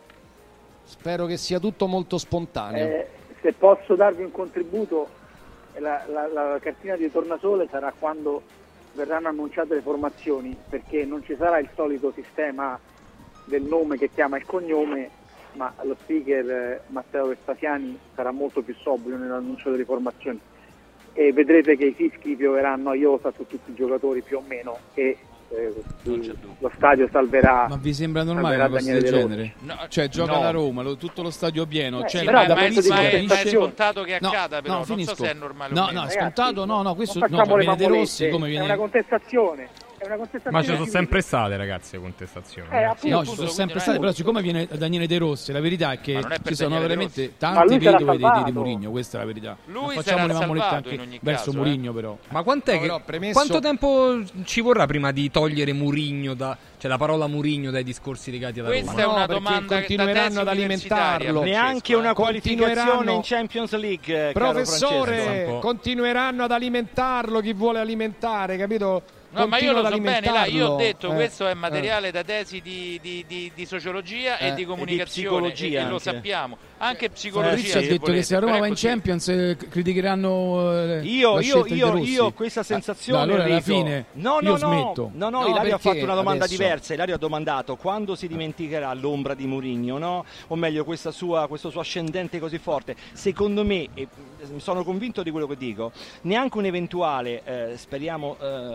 Spero che sia tutto molto spontaneo. Eh, se posso darvi un contributo, la, la, la cartina di tornasole sarà quando verranno annunciate le formazioni, perché non ci sarà il solito sistema del nome che chiama il cognome, ma lo speaker eh, Matteo Vespasiani sarà molto più sobrio nell'annuncio delle formazioni, e vedrete che i fischi pioveranno a iosa su tutti i giocatori più o meno, e eh, lo stadio salverà. Ma vi sembra normale salverà una cosa Daniele del De Rossi. genere? Cioè gioca no. la Roma, lo- tutto lo stadio pieno, Eh, cioè, però da ma è- polizia ma è- capisce- ma è scontato che No, accada, però no, non so finisco. se è normale o No, meno. no, è Ragazzi, scontato, no, no, questo non no, facciamo le viene De bambolette, Rossi come è viene una contestazione, è una contestazione. Ma ci sono civile. sempre state, ragazzi, le contestazioni. Eh, eh. appunto. No, ci sono sempre state, però siccome viene Daniele De Rossi, la verità è che Ma non è per ci sono Daniele De veramente Rossi. Ma tanti lui sarà vedovi di, di, di salvato. Mourinho, questa è la verità. Lui Non sarà facciamo le mammolette salvato anche in ogni verso caso, Mourinho, però. Ma quant'è No, che, però, premesso- quanto tempo ci vorrà prima di togliere Mourinho da, cioè la parola Mourinho dai discorsi legati alla Questa Roma? è No, una perché domanda che continueranno da ad tesi alimentarlo. universitaria, Neanche una qualificazione Continueranno- in Champions League, eh, caro Professore, Francesco. continueranno ad alimentarlo chi vuole alimentare, capito? No, ma io Continua lo ad so bene, là, io ho alimentarlo. detto Eh, questo è eh. materiale da tesi di, di, di, di sociologia Eh, e di e di comunicazione, psicologia e, e lo anche. sappiamo, anche psicologia. Fabrizio ha se detto volete, che se la Roma però va è in così. Champions eh, criticheranno eh, Io, la io, scelta di io, De Rossi. io ho questa sensazione. No, allora alla Enrico. fine no, no, io no, smetto. No, no, No, Ilario ha perché fatto una domanda adesso? diversa. Ilario ha domandato quando si dimenticherà l'ombra di Mourinho, no? O meglio, questa sua, questo suo ascendente così forte. Secondo me, e sono convinto di quello che dico, neanche un eventuale, eh, speriamo, eh,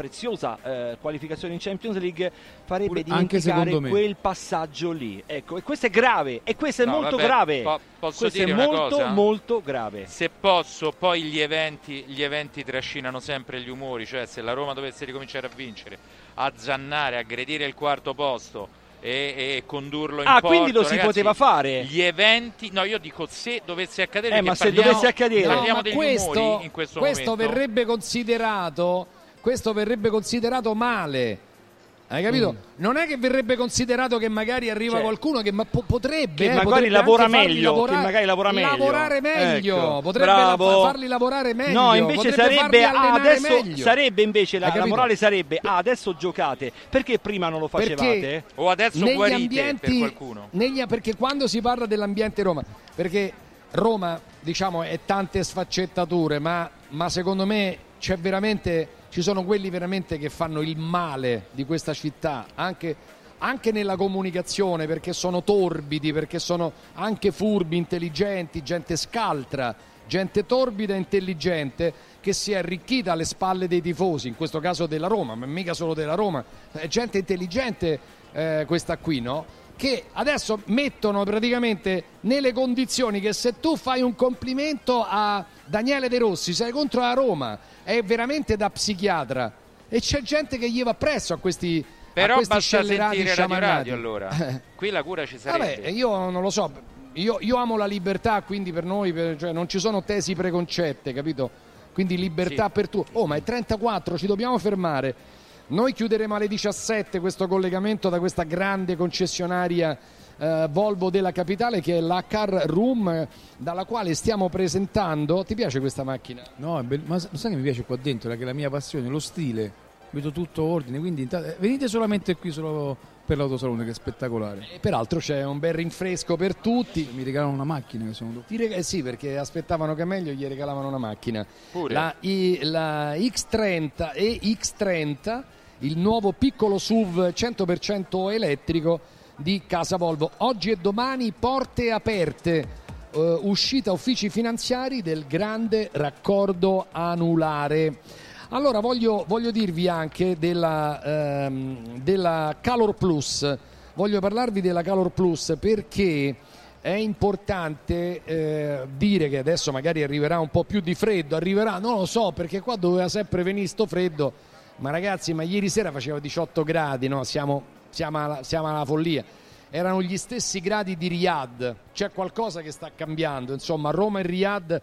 preziosa eh, qualificazione in Champions League farebbe Anche dimenticare secondo me. quel passaggio lì. Ecco, e questo è grave, e questo è No, molto vabbè, grave. po- posso questo dire è una molto cosa? molto grave. Se posso, poi gli eventi, gli eventi trascinano sempre gli umori, cioè se la Roma dovesse ricominciare a vincere, a zannare, aggredire il quarto posto e, e condurlo in Ah, porto, quindi lo si ragazzi, poteva fare. Gli eventi, no, io dico se dovesse accadere, Eh, perché ma se parliamo- dovesse accadere- parliamo No, ma degli questo, umori in questo, questo momento. verrebbe considerato questo verrebbe considerato male. Hai capito? Mm. Non è che verrebbe considerato che magari arriva Cioè, qualcuno che ma po- potrebbe che eh, magari potrebbe lavora anche farli meglio, lavorare, che magari lavora meglio. lavorare meglio, Ecco, potrebbe bravo. la- farli lavorare meglio. No, invece potrebbe sarebbe farli ah, allenare adesso meglio. sarebbe invece la, Hai la capito? morale sarebbe ah, adesso giocate, perché prima non lo facevate? Perché O adesso negli guarite ambienti, per qualcuno. negli- perché quando si parla dell'ambiente Roma, perché Roma, diciamo, è tante sfaccettature, ma, ma secondo me c'è veramente, ci sono quelli veramente che fanno il male di questa città, anche, anche nella comunicazione, perché sono torbidi, perché sono anche furbi, intelligenti, gente scaltra, gente torbida e intelligente che si è arricchita alle spalle dei tifosi, in questo caso della Roma, ma mica solo della Roma, è gente intelligente eh, questa qui, no? Che adesso mettono praticamente nelle condizioni che se tu fai un complimento a Daniele De Rossi, sei contro la Roma, è veramente da psichiatra, e c'è gente che gli va presso a questi Però a questi basta scellerati sentire Radio sciamannati. Radio allora. Qui la cura ci sarebbe. Vabbè, io non lo so, io, io amo la libertà, quindi per noi per- cioè, non ci sono tesi preconcette, capito? Quindi libertà Sì. per tutti. Oh, ma è trentaquattro, ci dobbiamo fermare. Noi chiuderemo alle diciassette questo collegamento da questa grande concessionaria eh, Volvo della capitale, che è la Car Room, eh, dalla quale stiamo presentando. Ti piace questa macchina? No, è bell- ma sa- sai che mi piace qua dentro, che è la mia passione, lo stile, vedo tutto ordine, quindi intanto- eh, venite solamente qui solo per l'autosalone, che è spettacolare. E peraltro c'è un bel rinfresco per tutti. Mi regalano una macchina, che sono dopo. Ti rega- eh sì, perché aspettavano che meglio gli regalavano una macchina. Pure. La, i- la X trenta e X trenta, il nuovo piccolo S U V cento per cento elettrico di Casa Volvo. Oggi e domani porte aperte, eh, uscita uffici finanziari del grande raccordo anulare. Allora voglio, voglio dirvi anche della, ehm, della Calor Plus, voglio parlarvi della Calor Plus perché è importante eh, dire che adesso magari arriverà un po' più di freddo, arriverà, non lo so, perché qua doveva sempre venire sto freddo, ma ragazzi, ma ieri sera faceva diciotto gradi, no? Siamo, siamo, alla, siamo alla follia. Erano gli stessi gradi di Riyadh, c'è qualcosa che sta cambiando, insomma Roma e Riyadh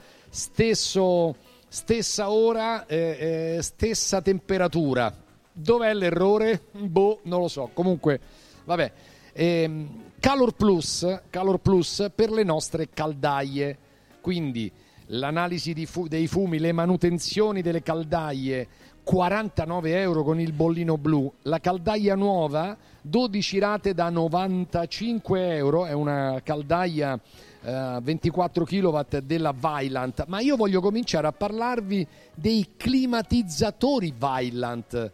stesso, stessa ora, eh, eh, stessa temperatura. Dov'è l'errore? Boh, non lo so, comunque vabbè. Ehm, Calor Plus, Calor Plus per le nostre caldaie, quindi l'analisi di fu- dei fumi, le manutenzioni delle caldaie, quarantanove euro con il bollino blu. La caldaia nuova, dodici rate da novantacinque euro, è una caldaia eh, ventiquattro chilowatt della Vaillant. Ma io voglio cominciare a parlarvi dei climatizzatori Vaillant,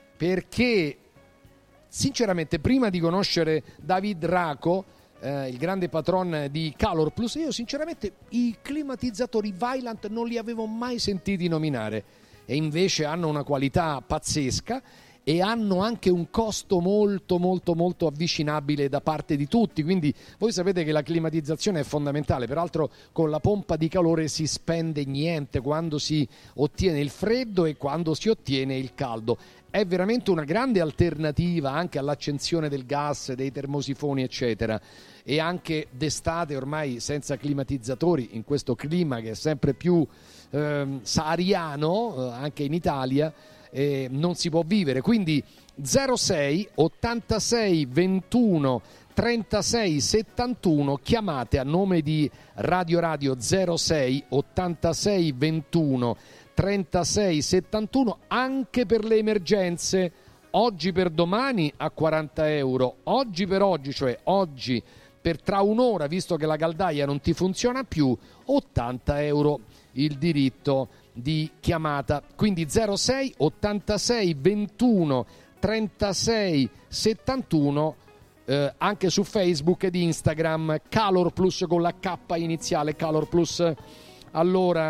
perché sinceramente prima di conoscere David Raco, eh, il grande patron di Calor Plus, io sinceramente i climatizzatori Vaillant non li avevo mai sentiti nominare, e invece hanno una qualità pazzesca e hanno anche un costo molto molto molto avvicinabile da parte di tutti. Quindi voi sapete che la climatizzazione è fondamentale, peraltro con la pompa di calore si spende niente quando si ottiene il freddo e quando si ottiene il caldo. È veramente una grande alternativa anche all'accensione del gas, dei termosifoni eccetera, e anche d'estate ormai senza climatizzatori, in questo clima che è sempre più ehm, sahariano eh, anche in Italia, eh, non si può vivere. Quindi zero sei ottantasei ventuno trentasei settantuno, chiamate a nome di Radio Radio zero sei ottantasei ventuno trentasei settantuno anche per le emergenze. Oggi per domani a quaranta euro, oggi per oggi, cioè oggi per tra un'ora, visto che la caldaia non ti funziona più, ottanta euro il diritto di chiamata. Quindi zero sei ottantasei ventuno trentasei settantuno, eh, anche su Facebook ed Instagram, Calor Plus con la K iniziale, Calor Plus. Allora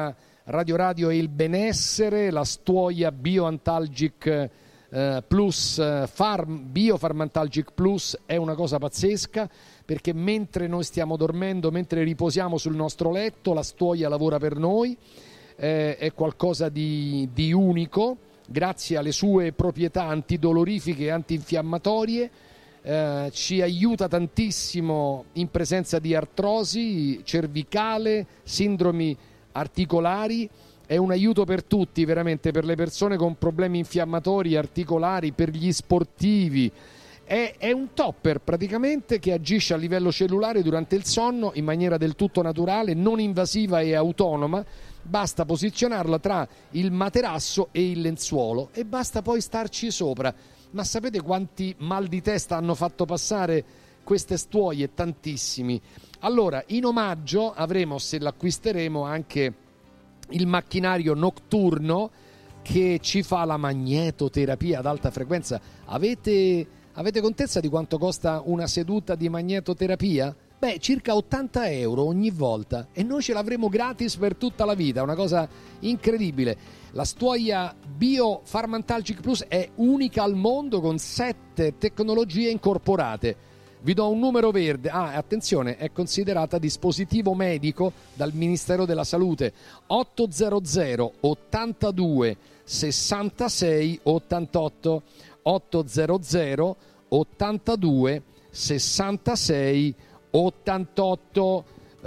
Radio Radio e il benessere, la Stuoia Bioantalgic eh, Plus, eh, Farm, Biofarmantalgic Plus è una cosa pazzesca, perché mentre noi stiamo dormendo, mentre riposiamo sul nostro letto, la Stuoia lavora per noi, eh, è qualcosa di, di unico, grazie alle sue proprietà antidolorifiche e antinfiammatorie. Eh, ci aiuta tantissimo in presenza di artrosi cervicale, sindromi articolari. È un aiuto per tutti, veramente, per le persone con problemi infiammatori articolari, per gli sportivi. È, è un topper praticamente che agisce a livello cellulare durante il sonno in maniera del tutto naturale, non invasiva e autonoma. Basta posizionarla tra il materasso e il lenzuolo e basta poi starci sopra. Ma sapete quanti mal di testa hanno fatto passare queste Stuoie? Tantissimi. Allora, in omaggio avremo, se l'acquisteremo, anche il macchinario notturno che ci fa la magnetoterapia ad alta frequenza. Avete, avete contezza di quanto costa una seduta di magnetoterapia? Beh, circa ottanta euro ogni volta, e noi ce l'avremo gratis per tutta la vita, una cosa incredibile. La Stuoia Biofarmantalgic Plus è unica al mondo, con sette tecnologie incorporate. Vi do un numero verde. Ah, attenzione, è considerata dispositivo medico dal Ministero della Salute. ottocento ottantadue sessantasei ottantotto ottocento ottantadue sessantasei ottantotto.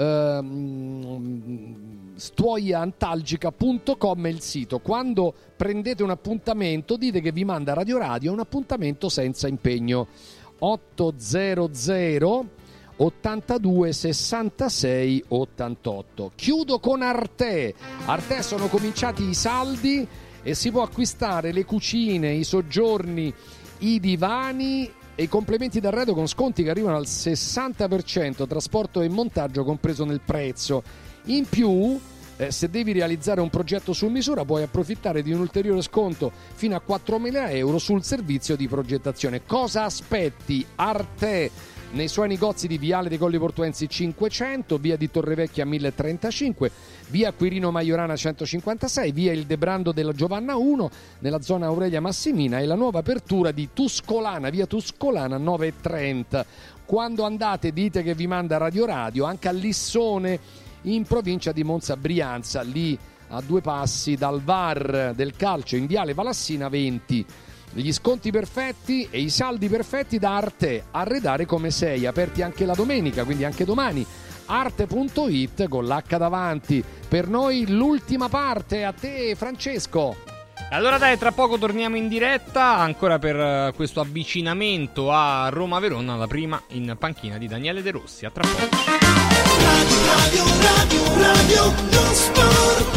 Uh, stuoiaantalgica punto com è il sito. Quando prendete un appuntamento dite che vi manda Radio Radio, un appuntamento senza impegno. ottocento ottantadue sessantasei ottantotto. Chiudo con Arte. Arte sono cominciati i saldi e si può acquistare le cucine, i soggiorni, i divani e i complementi d'arredo con sconti che arrivano al sessanta per cento, trasporto e montaggio compreso nel prezzo. In più, eh, se devi realizzare un progetto su misura, puoi approfittare di un ulteriore sconto fino a quattromila euro sul servizio di progettazione. Cosa aspetti? Arte nei suoi negozi di Viale dei Colli Portuensi cinquecento, via di Torrevecchia mille e trentacinque, via Quirino Maiorana centocinquantasei, via Il Debrando della Giovanna uno, nella zona Aurelia Massimina, e la nuova apertura di Tuscolana, via Tuscolana nove e trenta. Quando andate dite che vi manda Radio Radio, anche a Lissone, in provincia di Monza Brianza, lì a due passi dal V A R del calcio, in Viale Valassina venti. Gli sconti perfetti e i saldi perfetti da Arte. Arredare come sei, aperti anche la domenica, quindi anche domani. Arte punto it con l'H davanti. Per noi l'ultima parte, a te Francesco. Allora dai, tra poco torniamo in diretta ancora per questo avvicinamento a Roma-Verona, la prima in panchina di Daniele De Rossi. A tra poco. Radio, radio, radio, radio, lo sport.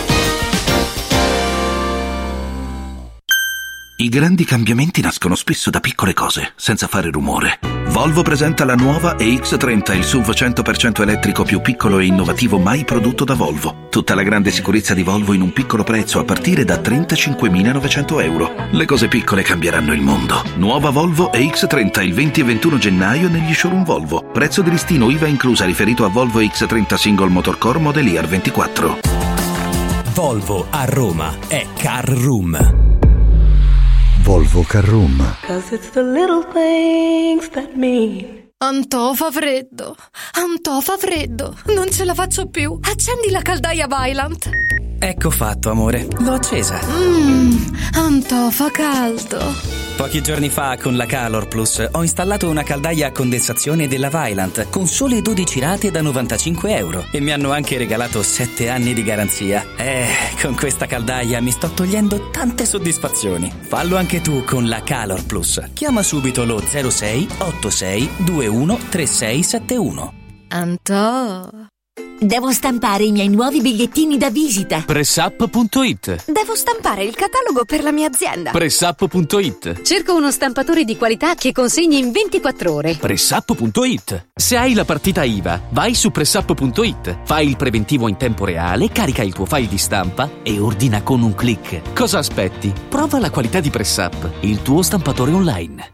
I grandi cambiamenti nascono spesso da piccole cose, senza fare rumore. Volvo presenta la nuova E X trenta, il S U V cento per cento elettrico più piccolo e innovativo mai prodotto da Volvo. Tutta la grande sicurezza di Volvo in un piccolo prezzo a partire da trentacinquemilanovecento euro. Le cose piccole cambieranno il mondo. Nuova Volvo E X trenta il venti e ventuno gennaio negli showroom Volvo. Prezzo di listino I V A inclusa riferito a Volvo E X trenta Single Motorcore Model Year ventiquattro. Volvo a Roma è Car Room. Volvo Car Room. 'Cause it's the little things that mean. Antò fa freddo, Antò fa freddo, non ce la faccio più. Accendi la caldaia Vaillant. Ecco fatto, amore, l'ho accesa. Mmm, Antò fa caldo. Pochi giorni fa con la Calor Plus ho installato una caldaia a condensazione della Vaillant con sole dodici rate da novantacinque euro e mi hanno anche regalato sette anni di garanzia. Eh, con questa caldaia mi sto togliendo tante soddisfazioni. Fallo anche tu con la Calor Plus. Chiama subito lo zero sei ottantasei ventuno trentasei settantuno. Antò. Devo stampare i miei nuovi bigliettini da visita. Pressup punto it. Devo stampare il catalogo per la mia azienda. Pressup punto it. Cerco uno stampatore di qualità che consegni in ventiquattro ore. Pressup punto it. Se hai la partita I V A, vai su Pressup punto it. Fai il preventivo in tempo reale, carica il tuo file di stampa e ordina con un click. Cosa aspetti? Prova la qualità di Pressup, il tuo stampatore online.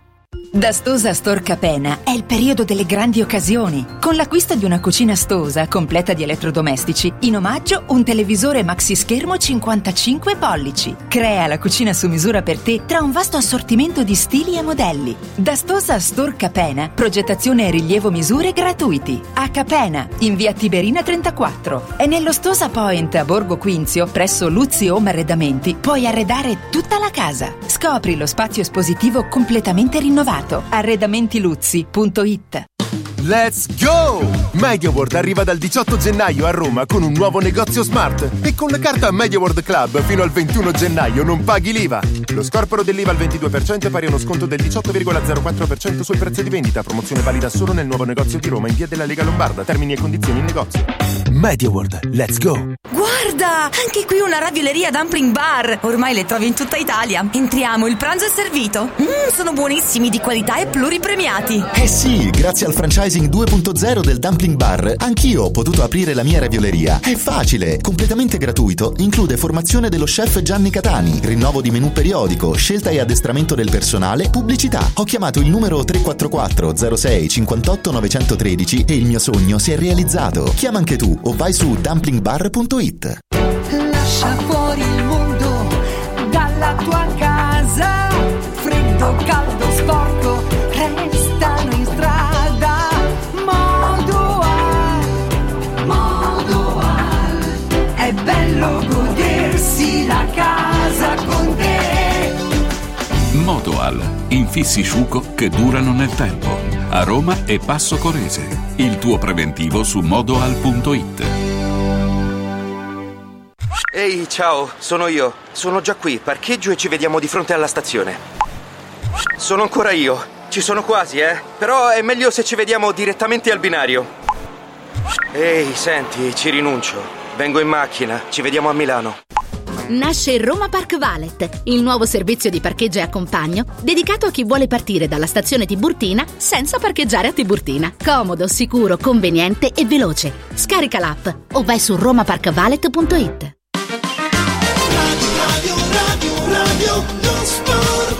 Da Stosa Store Capena è il periodo delle grandi occasioni. Con l'acquisto di una cucina Stosa completa di elettrodomestici, in omaggio un televisore maxi schermo cinquantacinque pollici. Crea la cucina su misura per te tra un vasto assortimento di stili e modelli. Da Stosa Store Capena, progettazione e rilievo misure gratuiti. A Capena, in via Tiberina trentaquattro. E nello Stosa Point a Borgo Quinzio, presso Luzzi Home Arredamenti, puoi arredare tutta la casa. Scopri lo spazio espositivo completamente rinnovato. arredamentiluzzi punto it. Let's go! MediaWorld arriva dal diciotto gennaio a Roma con un nuovo negozio smart e con la carta MediaWorld Club fino al ventuno gennaio non paghi l'I V A. Lo scorporo dell'I V A al ventidue per cento è pari a uno sconto del diciotto virgola zero quattro per cento sul prezzo di vendita. Promozione valida solo nel nuovo negozio di Roma in via della Lega Lombarda. Termini e condizioni in negozio. MediaWorld, let's go! Guarda, anche qui una ravioleria dumpling bar. Ormai le trovi in tutta Italia. Entriamo, il pranzo è servito. Mmm, sono buonissimi, di qualità e pluripremiati. Eh sì, grazie al franchising due punto zero del Dumpling Bar, anch'io ho potuto aprire la mia ravioleria. È facile, completamente gratuito, include formazione dello chef Gianni Catani, rinnovo di menù periodico, scelta e addestramento del personale, pubblicità. Ho chiamato il numero tre quattro quattro zero sei cinquantotto novecentotredici e il mio sogno si è realizzato. Chiama anche tu o vai su dumpling bar punto it. Lascia fuori il mondo dalla tua casa, freddo, caldo, sporco, restano in strada. Modoal, Modoal, è bello godersi la casa con te. Modoal, infissi Sciuco che durano nel tempo. A Roma e Passo Corese. Il tuo preventivo su modoal punto it. Ehi, ciao, sono io. Sono già qui, parcheggio e ci vediamo di fronte alla stazione. Sono ancora io. Ci sono quasi, eh? Però è meglio se ci vediamo direttamente al binario. Ehi, senti, ci rinuncio. Vengo in macchina, ci vediamo a Milano. Nasce il Roma Park Valet, il nuovo servizio di parcheggio e accompagno dedicato a chi vuole partire dalla stazione Tiburtina senza parcheggiare a Tiburtina. Comodo, sicuro, conveniente e veloce. Scarica l'app o vai su roma park valet punto it. Radio, radio, radio, lo sport.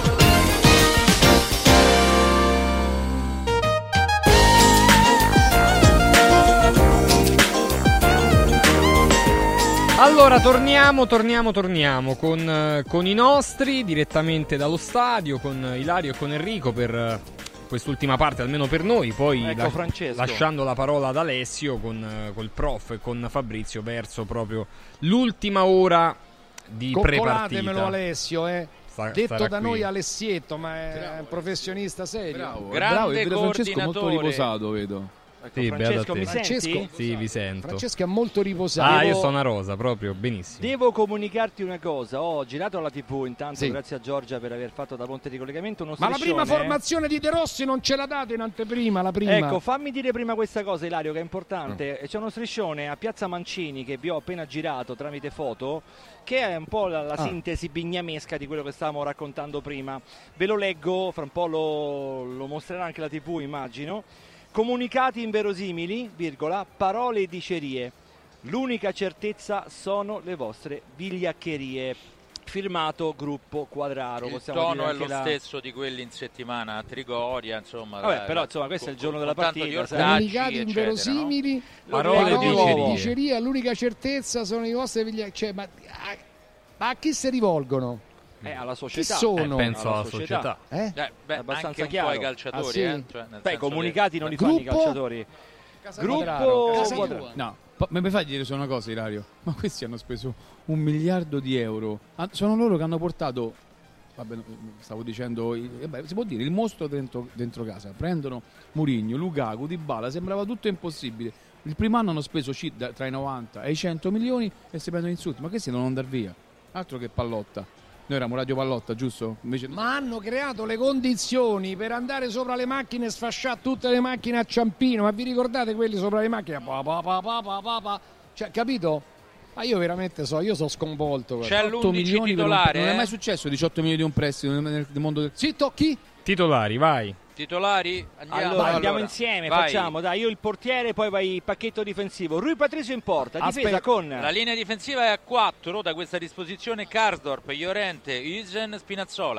Allora torniamo, torniamo, torniamo con, con i nostri direttamente dallo stadio, con Ilario e con Enrico per quest'ultima parte, almeno per noi. Poi ecco, la, Francesco. lasciando la parola ad Alessio con col prof e con Fabrizio verso proprio l'ultima ora di prepartita. Coccolatemelo Alessio, eh. Sta, detto da qui. noi Alessietto, ma è bravo, un professionista serio. Bravo, grande bravo, e vedo Francesco coordinatore. molto riposato, vedo. Ecco, Sì, Francesco, mi Francesco? senti? Sì, vi sento. Francesco è molto riposato. Ah, io Devo- sono una rosa, proprio, benissimo. Devo comunicarti una cosa, ho girato alla tivù intanto, Sì. grazie a Giorgia per aver fatto da ponte di collegamento uno Ma la striscione. prima formazione di De Rossi non ce l'ha data in anteprima, la prima. Ecco, fammi dire prima questa cosa, Ilario, che è importante. C'è uno striscione a Piazza Mancini che vi ho appena girato tramite foto, che è un po' la, la Ah. sintesi bignamesca di quello che stavamo raccontando prima. Ve lo leggo, fra un po' lo, lo mostrerà anche la tivù, immagino. Comunicati inverosimili, virgola, parole e dicerie. L'unica certezza sono le vostre vigliaccherie. Firmato Gruppo Quadraro. Il possiamo tono dire è anche lo la... stesso di quelli in settimana a Trigoria, insomma. Vabbè, dai, però, la- insomma, questo è il giorno con- della con tanto partita, di sai. ortaggi, Comunicati eccetera, inverosimili, no? Parole e dicerie. dicerie, l'unica certezza sono i vostri viglia- cioè, ma, a, ma a chi si rivolgono? Eh, alla società. Chi sono? Eh, penso alla società. Eh? Eh, beh, Abbastanza anche un chiaro. po' ai calciatori, Ah, sì? eh? Cioè, nel Beh, senso comunicati non li Gruppo? fanno i calciatori. Gruppo Quadraro. Quadraro. Quadraro. No, po- mi fai dire solo una cosa, Ilario? Ma questi hanno speso un miliardo di euro. Ah, sono loro che hanno portato, vabbè, no, stavo dicendo, il- eh beh, si può dire, il mostro dentro, dentro casa. Prendono Mourinho, Lukaku, Dybala, sembrava tutto impossibile. Il primo anno hanno speso ci- da- tra i novanta e i cento milioni e si prendono insulti. Ma questi devono andare via. Altro che Pallotta. Noi eravamo Radio Pallotta, giusto? Invece... Ma hanno creato le condizioni per andare sopra le macchine e sfasciare tutte le macchine a Ciampino. Ma vi ricordate quelli sopra le macchine? Pa, pa, pa, pa, pa, pa, pa. Cioè, capito? Ma io veramente so, io sono sconvolto. C'è otto l'undici milioni per un- titolare, non è eh? mai successo diciotto milioni di un prestito nel, nel- nel mondo del... Zitto, chi? Titolari, vai. Titolari? Andiamo. Allora, Vai, andiamo allora. insieme, Vai. facciamo, dai, io il portiere, poi vai il pacchetto difensivo. Rui Patricio in porta, difesa Aspetta. con La linea difensiva è a quattro da questa disposizione: Karsdorp, Llorente, Huijsen, Spinazzola.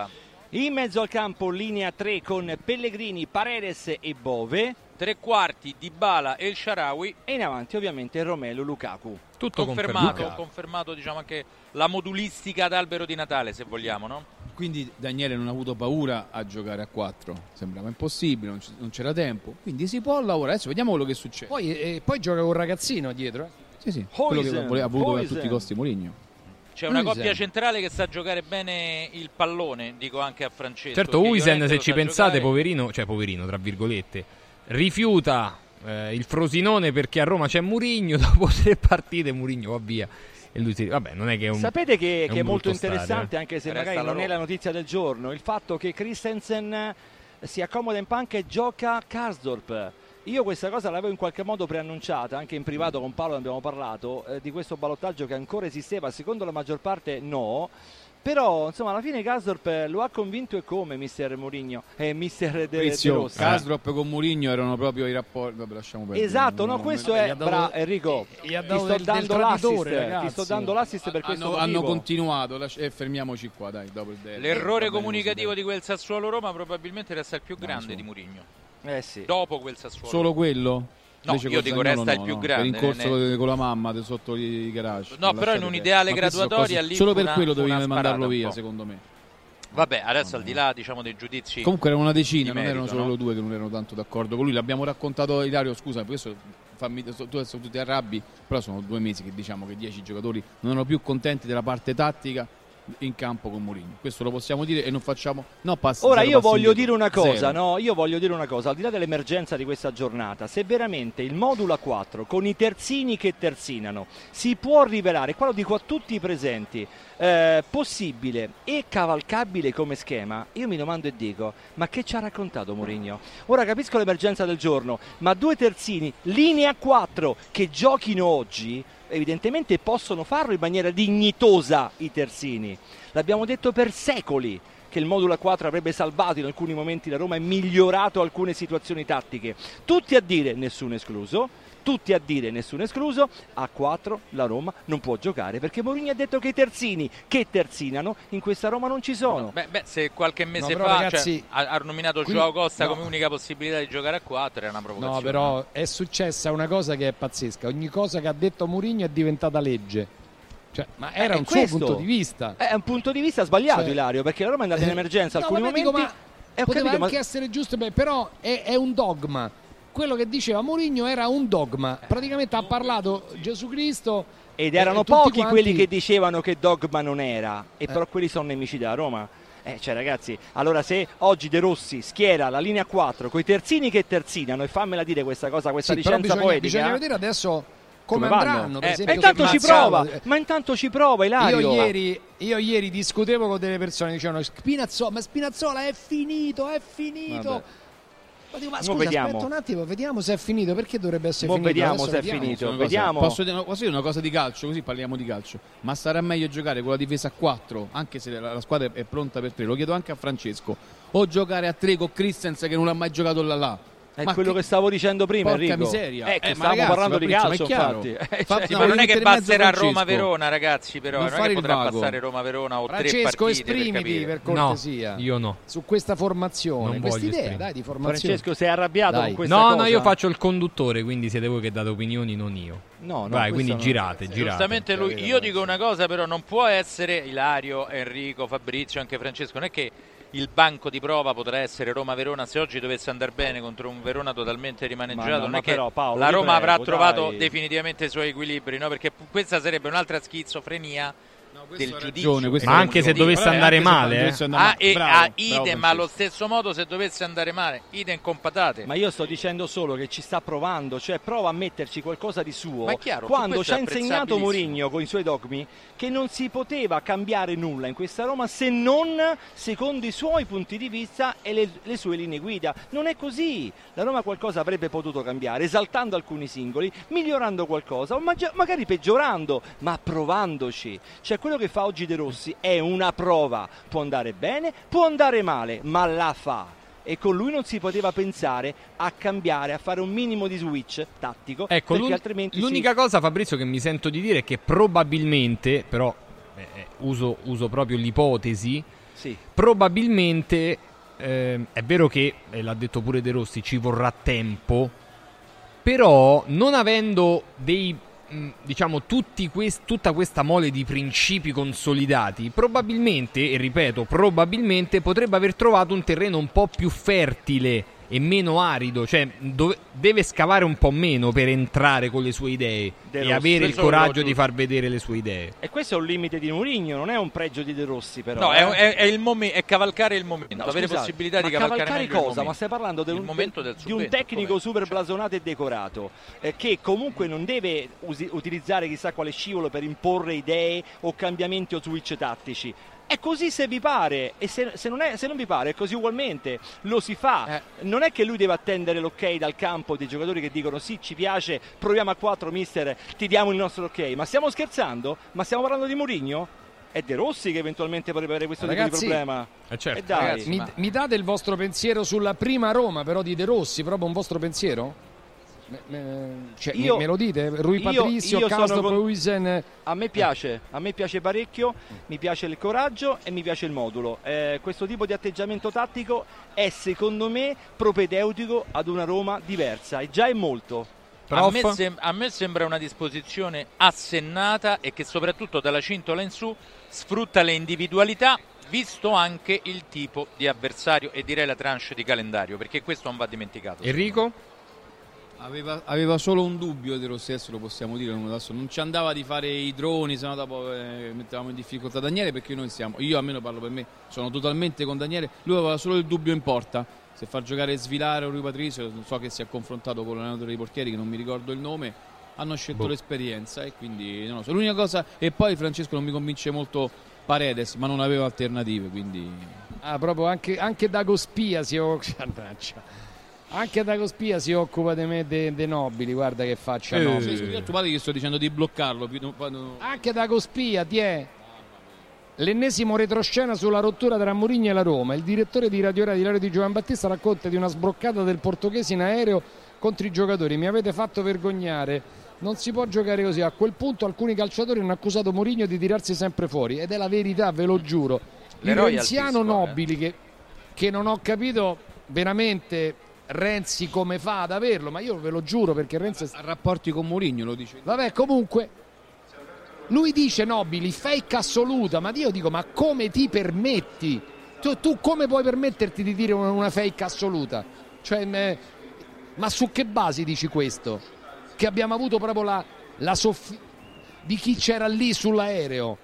In mezzo al campo linea tre con Pellegrini, Paredes e Bove. Tre quarti Dybala e il Shaarawy. E in avanti ovviamente Romelu Lukaku. Tutto confermato, confermato. confermato diciamo anche la modulistica ad albero di Natale, se vogliamo, no? Quindi Daniele non ha avuto paura a giocare a quattro, sembrava impossibile, non, c- non c'era tempo, quindi si può lavorare. Adesso vediamo quello che succede. Poi, eh, poi gioca un ragazzino dietro, eh? Sì, sì, quello che vole- ha voluto a tutti i costi Mourinho. C'è una Huijsen. coppia centrale che sa giocare bene il pallone, dico anche a Francesco. Certo, che Huijsen, Llorente se lo ci sa pensate, giocare. poverino, cioè poverino, tra virgolette, rifiuta eh, il Frosinone perché a Roma c'è Mourinho, dopo tre partite Mourinho va via. E lui si... Vabbè, non è che è un... Sapete che, è che è un molto brutto interessante, stadio, eh. anche se Resta magari la non è Roma. la notizia del giorno, il fatto che Christensen si accomoda in panca e gioca Karsdorp. Io questa cosa l'avevo in qualche modo preannunciata, anche in privato con Paolo ne abbiamo parlato, eh, di questo ballottaggio che ancora esisteva, secondo la maggior parte no. Però insomma alla fine Karsdorp lo ha convinto, e come mister Mourinho e eh, mister De, De Rossi. Karsdorp con Mourinho erano proprio i rapporti. Vabbè, lasciamo perdere. Esatto, no, Non- questo non- è gli ha dato- bra- Enrico. gli ha Ti dato sto del- del dando l'assist, traditore, ti ragazzi. sto dando l'assist per questo hanno, motivo. hanno continuato lasci- e fermiamoci qua, dai, dopo il derby. L'errore Va bene, comunicativo così, di quel Sassuolo-Roma probabilmente resta il più grande so. di Mourinho. Eh sì. Dopo quel Sassuolo. Solo quello? No, Invece io col dico Zaniolo resta no, il più no. grande, Per incorso ne- con la mamma de- sotto i garage. No, però in un'ideale Ma queste sono graduatoria cose- lì solo fu per una- quello fu una dovevi mandarlo sparata un via, po'. secondo me. Vabbè, adesso al di là diciamo dei giudizi. Comunque erano una decina, di non merito, erano solo no? loro due che non erano tanto d'accordo con lui. L'abbiamo raccontato, Ilario, scusa, questo fammi, tu adesso tu ti arrabbi, però sono due mesi che diciamo che dieci giocatori non erano più contenti della parte tattica in campo con Mourinho. Questo lo possiamo dire e non facciamo no passi. Ora zero io passi voglio indietro. dire una cosa, Zero. no? Io voglio dire una cosa, al di là dell'emergenza di questa giornata, se veramente il modulo a quattro con i terzini che terzinano si può rivelare, qua lo dico a tutti i presenti, eh, possibile e cavalcabile come schema, io mi domando e dico, ma che ci ha raccontato Mourinho? Ora capisco l'emergenza del giorno, ma due terzini, linea quattro, che giochino oggi, evidentemente possono farlo in maniera dignitosa i terzini. L'abbiamo detto per secoli che il modulo a quattro avrebbe salvato in alcuni momenti la Roma e migliorato alcune situazioni tattiche. Tutti a dire, nessuno escluso, tutti a dire, nessuno escluso, a quattro la Roma non può giocare perché Mourinho ha detto che i terzini che terzinano in questa Roma non ci sono. Beh, beh, se qualche mese No, però, fa ragazzi, cioè, ha, ha nominato qui- Joao Costa no. come unica possibilità di giocare a quattro, è una provocazione. No, però è successa una cosa che è pazzesca. Ogni cosa che ha detto Mourinho è diventata legge. Cioè, ma era Eh, un questo suo punto di vista. È un punto di vista sbagliato, Cioè- Ilario, perché la Roma è andata in emergenza No, alcuni vabbè, momenti. dico, ma e ho poteva capito, anche ma- essere giusto, beh, però è, è un dogma. Quello che diceva Mourinho era un dogma. Praticamente ha parlato Gesù Cristo. Ed e- erano e tutti pochi quanti- quelli che dicevano che dogma non era, e Eh. però quelli sono nemici della Roma. Eh, cioè ragazzi, allora se oggi De Rossi schiera la linea quattro con i terzini che terzinano, e fammela dire questa cosa, questa Sì, però licenza bisogna, poetica, bisogna vedere adesso come, come vanno. andranno. Per Eh, esempio, ma intanto se ci Mazzaro- prova, ma intanto ci prova Ilario. Io ieri, io ieri discutevo con delle persone che dicevano Spinazzola, ma Spinazzola è finito, è finito. Vabbè. Ma dico, ma Mo scusa, vediamo. aspetta un attimo, vediamo se è finito. Perché dovrebbe essere Mo finito? vediamo Adesso se è vediamo. finito. Una cosa- Vediamo. Posso dire, posso dire una cosa di calcio, così parliamo di calcio. Ma sarà meglio giocare con la difesa a quattro, anche se la, la squadra è pronta per tre. Lo chiedo anche a Francesco. O giocare a tre con Christensen che non ha mai giocato là là. È Ma quello che... stavo dicendo prima, Porca Enrico. miseria. Ecco, Eh, ma stavamo ragazzi, parlando di Fabrizio, ma calcio, è chiaro. infatti. Eh, Fa- cioè, Sì, no, ma non è mettere che in mezzo basterà Francesco. Roma-Verona, ragazzi, però Non non, è fare che il potrà vago. passare Roma-Verona o tre Francesco, partite per esprimiti capire. per cortesia. No, io no. Su questa formazione, Non voglio quest'idea, esprimere. dai, di formazione. Francesco, sei arrabbiato Dai. con questa No, cosa? no, io faccio il conduttore, quindi siete voi che date opinioni, non io. No, no, Vai, questo quindi no. girate, girate. Giustamente lui, io dico una cosa, però non può essere Ilario, Enrico, Fabrizio, anche Francesco, non è che il banco di prova potrà essere Roma-Verona se oggi dovesse andare bene contro un Verona totalmente rimaneggiato. Ma no, non ma è che però, Paolo, la ti Roma prego, avrà trovato dai. definitivamente i suoi equilibri, no? Perché questa sarebbe un'altra schizofrenia del giudizio. ragione, questo Ma è anche se ragione. dovesse Vabbè, andare anche se male, eh. dovesse andare Ah, male. e Bravo, ah, bravo, idem, ma Francesco. allo stesso modo se dovesse andare male, idem con patate. Ma io sto dicendo solo che ci sta provando, cioè prova a metterci qualcosa di suo, Ma è chiaro, su quando questo ci è ha insegnato apprezzabilissimo. Mourinho con i suoi dogmi che non si poteva cambiare nulla in questa Roma se non secondo i suoi punti di vista e le, le sue linee guida. Non è così, la Roma qualcosa avrebbe potuto cambiare, esaltando alcuni singoli, migliorando qualcosa o maggi- magari peggiorando, ma provandoci. Cioè quello che fa oggi De Rossi è una prova, può andare bene, può andare male, ma la fa. E con lui non si poteva pensare a cambiare, a fare un minimo di switch tattico, Ecco, perché l'un- altrimenti l'unica si... cosa, Fabrizio, che mi sento di dire è che probabilmente, però eh, uso, uso proprio l'ipotesi, sì. probabilmente eh, è vero che, eh, l'ha detto pure De Rossi, ci vorrà tempo, però non avendo dei diciamo tutti quest- tutta questa mole di principi consolidati, probabilmente, e ripeto probabilmente, potrebbe aver trovato un terreno un po' più fertile e meno arido, cioè dove- deve scavare un po' meno per entrare con le sue idee De e Rossi. avere il Questo coraggio lo di far vedere le sue idee. E questo è un limite di Mourinho, non è un pregio di De Rossi, però. No, eh. è, è, è il momen- è cavalcare il momento, No, avere scusate, possibilità di ma cavalcare, cavalcare meglio il cosa? Ma momento. stai parlando del, Il momento del di un subentro, tecnico com'è? super blasonato e decorato, eh, che comunque non deve usi- utilizzare chissà quale scivolo per imporre idee o cambiamenti o switch tattici. È così se vi pare, e se, se, non, è, se non vi pare è così ugualmente, lo si fa. Eh. Non è che lui deve attendere l'ok dal campo dei giocatori che dicono sì, ci piace, proviamo a quattro, mister, ti diamo il nostro ok. Ma stiamo scherzando? Ma stiamo parlando di Mourinho? È De Rossi che eventualmente potrebbe avere questo Ragazzi, tipo di problema. Eh certo. E dai. Ragazzi, mi, Ma- mi date il vostro pensiero sulla prima Roma però di De Rossi, proprio un vostro pensiero? Me, me- cioè, Io- me, me lo dite? Rui io- Patricio, io sono Karsdorp, con- Huijsen. A me piace, a me piace parecchio, mi piace il coraggio e mi piace il modulo. Eh, questo tipo di atteggiamento tattico è secondo me propedeutico ad una Roma diversa e già è molto. A me, sem- a me sembra una disposizione assennata e che soprattutto dalla cintola in su sfrutta le individualità, visto anche il tipo di avversario e direi la tranche di calendario, perché questo non va dimenticato. Enrico? Aveva, aveva solo un dubbio De Rossi, adesso lo possiamo dire, adesso non ci andava di fare i droni, sennò dopo eh, mettevamo in difficoltà Daniele, perché noi siamo, io almeno parlo per me, sono totalmente con Daniele, lui aveva solo il dubbio in porta, se far giocare Svilare o Rui Patricio, so che si è confrontato con l'allenatore dei portieri che non mi ricordo il nome, hanno scelto Boh. l'esperienza e quindi non lo so, l'unica cosa, e poi Francesco non mi convince molto Paredes, ma non aveva alternative, quindi... Ah, proprio anche, anche Dago Spia si occupa. Anche Dago Spia si occupa di me dei de nobili, guarda che faccia Eh, nobili. sì, scusi, a tuo padre gli sto dicendo di bloccarlo. Più, quando... Anche Dago Spia, ti è l'ennesimo retroscena sulla rottura tra Mourinho e la Roma. Il direttore di Radio Radio, Ilario Di Giovan Battista, racconta di una sbroccata del portoghese in aereo contro i giocatori. Mi avete fatto vergognare, non si può giocare così. A quel punto alcuni calciatori hanno accusato Mourinho di tirarsi sempre fuori ed è la verità, ve lo giuro. Le Il royalties, renziano qua, eh. nobili che, che non ho capito veramente Renzi come fa ad averlo, ma io ve lo giuro perché Renzi è... rapporti con Mourinho lo dice. Vabbè, comunque lui dice nobili, fake assoluta, ma io dico ma come ti permetti? Tu, tu come puoi permetterti di dire una, una fake assoluta? Cioè, me- ma su che basi dici questo? Che abbiamo avuto proprio la, la soffi- di chi c'era lì sull'aereo.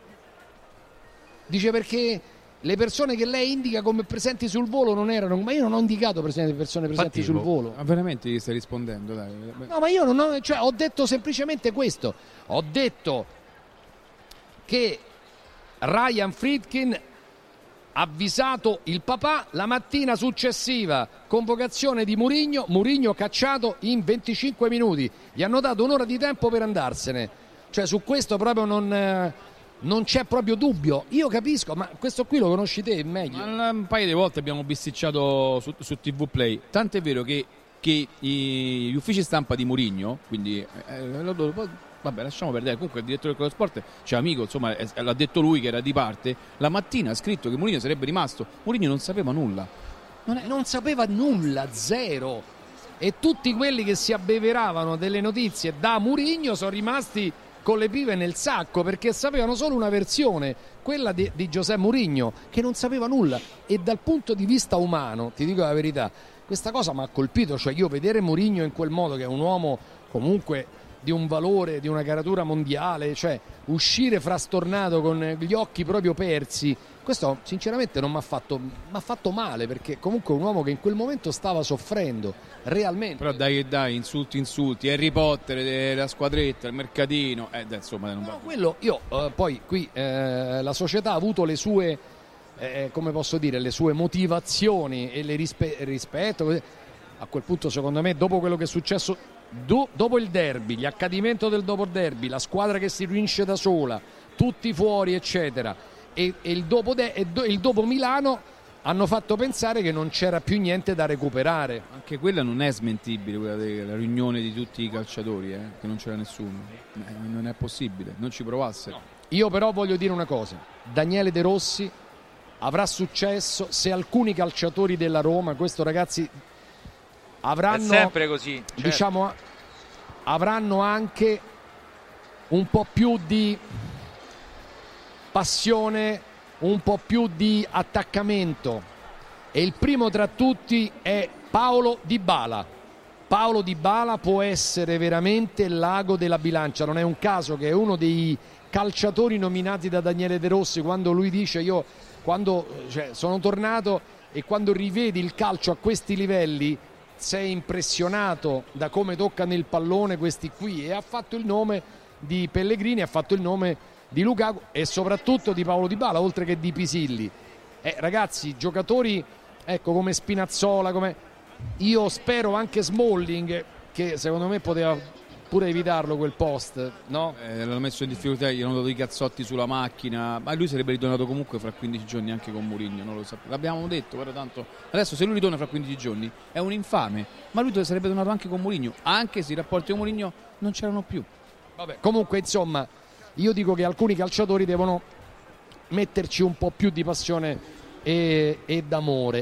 Dice perché le persone che lei indica come presenti sul volo non erano, ma io non ho indicato persone presenti Infatti, sul volo. Ma veramente gli stai rispondendo, dai. No, ma io non ho, cioè, ho detto semplicemente questo. Ho detto che Ryan Friedkin ha avvisato il papà la mattina successiva, convocazione di Mourinho, Mourinho cacciato in venticinque minuti. Gli hanno dato un'ora di tempo per andarsene. Cioè su questo proprio non... eh, non c'è proprio dubbio, io capisco, ma questo qui lo conosci te meglio. Ma un paio di volte abbiamo bisticciato su, su T V Play, tant'è vero che, che i, gli uffici stampa di Mourinho, quindi eh, lo- lo- vabbè lasciamo perdere, comunque il direttore del Corriere dello Sport c'è amico, insomma eh, l'ha detto lui che era di parte, la mattina ha scritto che Mourinho sarebbe rimasto, Mourinho non sapeva nulla. Non, è- non sapeva nulla, zero. E tutti quelli che si abbeveravano delle notizie da Mourinho sono rimasti con le pive nel sacco perché sapevano solo una versione, quella di, di José Mourinho, che non sapeva nulla. E dal punto di vista umano, ti dico la verità, questa cosa mi ha colpito, cioè io vedere Mourinho in quel modo, che è un uomo comunque di un valore, di una caratura mondiale, cioè uscire frastornato con gli occhi proprio persi, questo sinceramente non mi ha fatto, m'ha fatto male, perché comunque è un uomo che in quel momento stava soffrendo realmente. Però dai che dai, insulti insulti, Harry Potter, eh, la squadretta, il mercatino, eh, dai, insomma non va. No, quello io eh, poi qui eh, la società ha avuto le sue eh, come posso dire, le sue motivazioni e le rispe- rispetto così. A quel punto secondo me, dopo quello che è successo do- dopo il derby, gli accadimenti del dopo derby, la squadra che si riunisce da sola, tutti fuori eccetera, e, e il, dopo de- e do- il dopo Milano hanno fatto pensare che non c'era più niente da recuperare. Anche quella non è smentibile, quella della riunione di tutti i calciatori, eh, che non c'era nessuno. Eh, non è possibile, non ci provassero. No. Io però voglio dire una cosa: Daniele De Rossi avrà successo se alcuni calciatori della Roma, questo ragazzi, avranno, è sempre così, certo. diciamo, avranno anche un po' più di passione, un po' più di attaccamento, e il primo tra tutti è Paolo Dybala. Paolo Dybala può essere veramente l'ago della bilancia, non è un caso che è uno dei calciatori nominati da Daniele De Rossi, quando lui dice io quando cioè, sono tornato e quando rivedi il calcio a questi livelli sei impressionato da come toccano il pallone questi qui, e ha fatto il nome di Pellegrini, ha fatto il nome di Lukaku e soprattutto di Paolo Dybala, oltre che di Pisilli. Eh, ragazzi, giocatori ecco come Spinazzola, come io spero anche Smalling, che secondo me poteva pure evitarlo quel post, no? Eh, l'hanno messo in difficoltà, gli hanno dato i cazzotti sulla macchina, ma lui sarebbe ritornato comunque fra quindici giorni anche con Mourinho, non lo sapevo. L'abbiamo detto, però tanto adesso se lui ritorna fra quindici giorni è un infame, ma lui sarebbe tornato anche con Mourinho, anche se i rapporti con Mourinho non c'erano più. Vabbè, comunque insomma, io dico che alcuni calciatori devono metterci un po' più di passione e, e d'amore.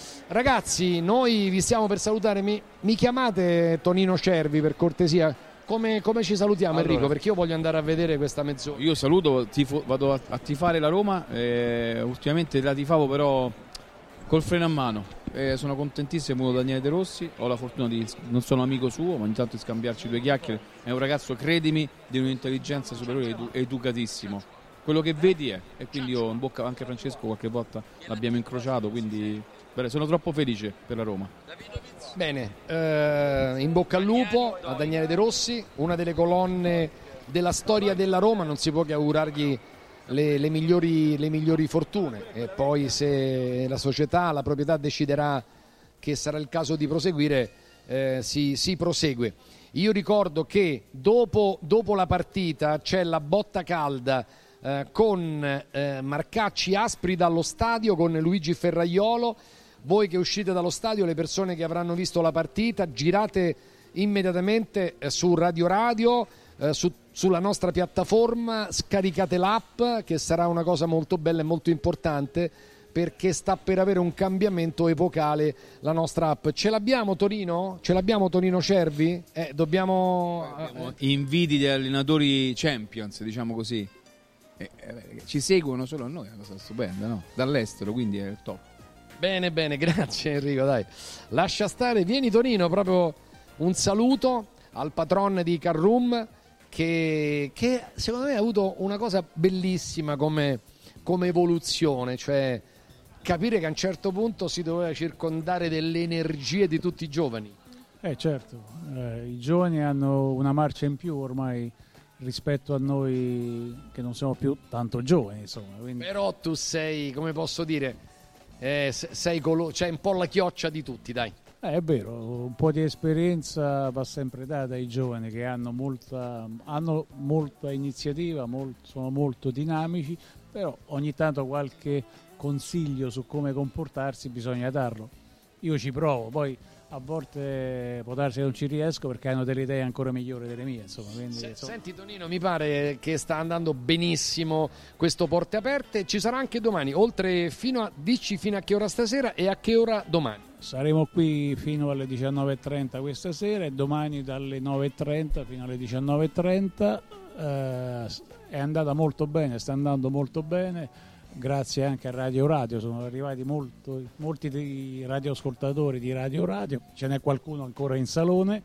Ragazzi, noi vi stiamo per salutare, mi, mi chiamate Tonino Cervi per cortesia? Come, come ci salutiamo, allora, Enrico? Perché io voglio andare a vedere questa mezz'ora. Io saluto, tifo, vado a, a tifare la Roma, eh, ultimamente la tifavo però col freno a mano, eh, sono contentissimo con Daniele De Rossi, ho la fortuna di, non sono amico suo, ma ogni tanto di scambiarci due chiacchiere, è un ragazzo, credimi, di un'intelligenza superiore, edu, educatissimo, quello che vedi è, e quindi io in bocca anche Francesco qualche volta l'abbiamo incrociato, quindi bene, sono troppo felice per la Roma. Bene, eh, in bocca al lupo a Daniele De Rossi, una delle colonne della storia della Roma, non si può che augurargli le, le, migliori, le migliori fortune, e poi se la società, la proprietà deciderà che sarà il caso di proseguire, eh, si, si prosegue. Io ricordo che dopo, dopo la partita c'è la botta calda eh, con eh, Marcacci aspri dallo stadio, con Luigi Ferraiolo. Voi che uscite dallo stadio, le persone che avranno visto la partita, girate immediatamente eh, su Radio Radio, eh, su, sulla nostra piattaforma, scaricate l'app, che sarà una cosa molto bella e molto importante, perché sta per avere un cambiamento epocale la nostra app. Ce l'abbiamo Torino? Ce l'abbiamo Tonino Cervi? Eh, dobbiamo... Abbiamo invidi degli allenatori Champions, diciamo così. Eh, eh, ci seguono solo a noi, è una cosa stupenda, no? Dall'estero, quindi è il top. Bene, bene, grazie Enrico, dai. Lascia stare, vieni Tonino, proprio un saluto al patron di Carroom che, che secondo me ha avuto una cosa bellissima come, come evoluzione, cioè capire che a un certo punto si doveva circondare delle energie di tutti i giovani. Eh certo, eh, i giovani hanno una marcia in più ormai rispetto a noi che non siamo più tanto giovani, insomma. Quindi... Però tu sei, come posso dire... Eh, sei colo- c'è un po' la chioccia di tutti, dai. Eh, è vero, un po' di esperienza va sempre data ai giovani che hanno molta, hanno molta iniziativa, molt- sono molto dinamici, però ogni tanto qualche consiglio su come comportarsi bisogna darlo. Io ci provo, poi a volte può darsi che non ci riesco perché hanno delle idee ancora migliori delle mie, insomma, quindi, Se, insomma. Senti Tonino, mi pare che sta andando benissimo questo Porte Aperte, ci sarà anche domani, oltre fino a dici fino a che ora stasera e a che ora domani? Saremo qui fino alle diciannove e trenta questa sera e domani dalle nove e trenta fino alle diciannove e trenta. Eh, è andata molto bene, sta andando molto bene. Grazie anche a Radio Radio, sono arrivati molto, molti dei radioascoltatori di Radio Radio, ce n'è qualcuno ancora in salone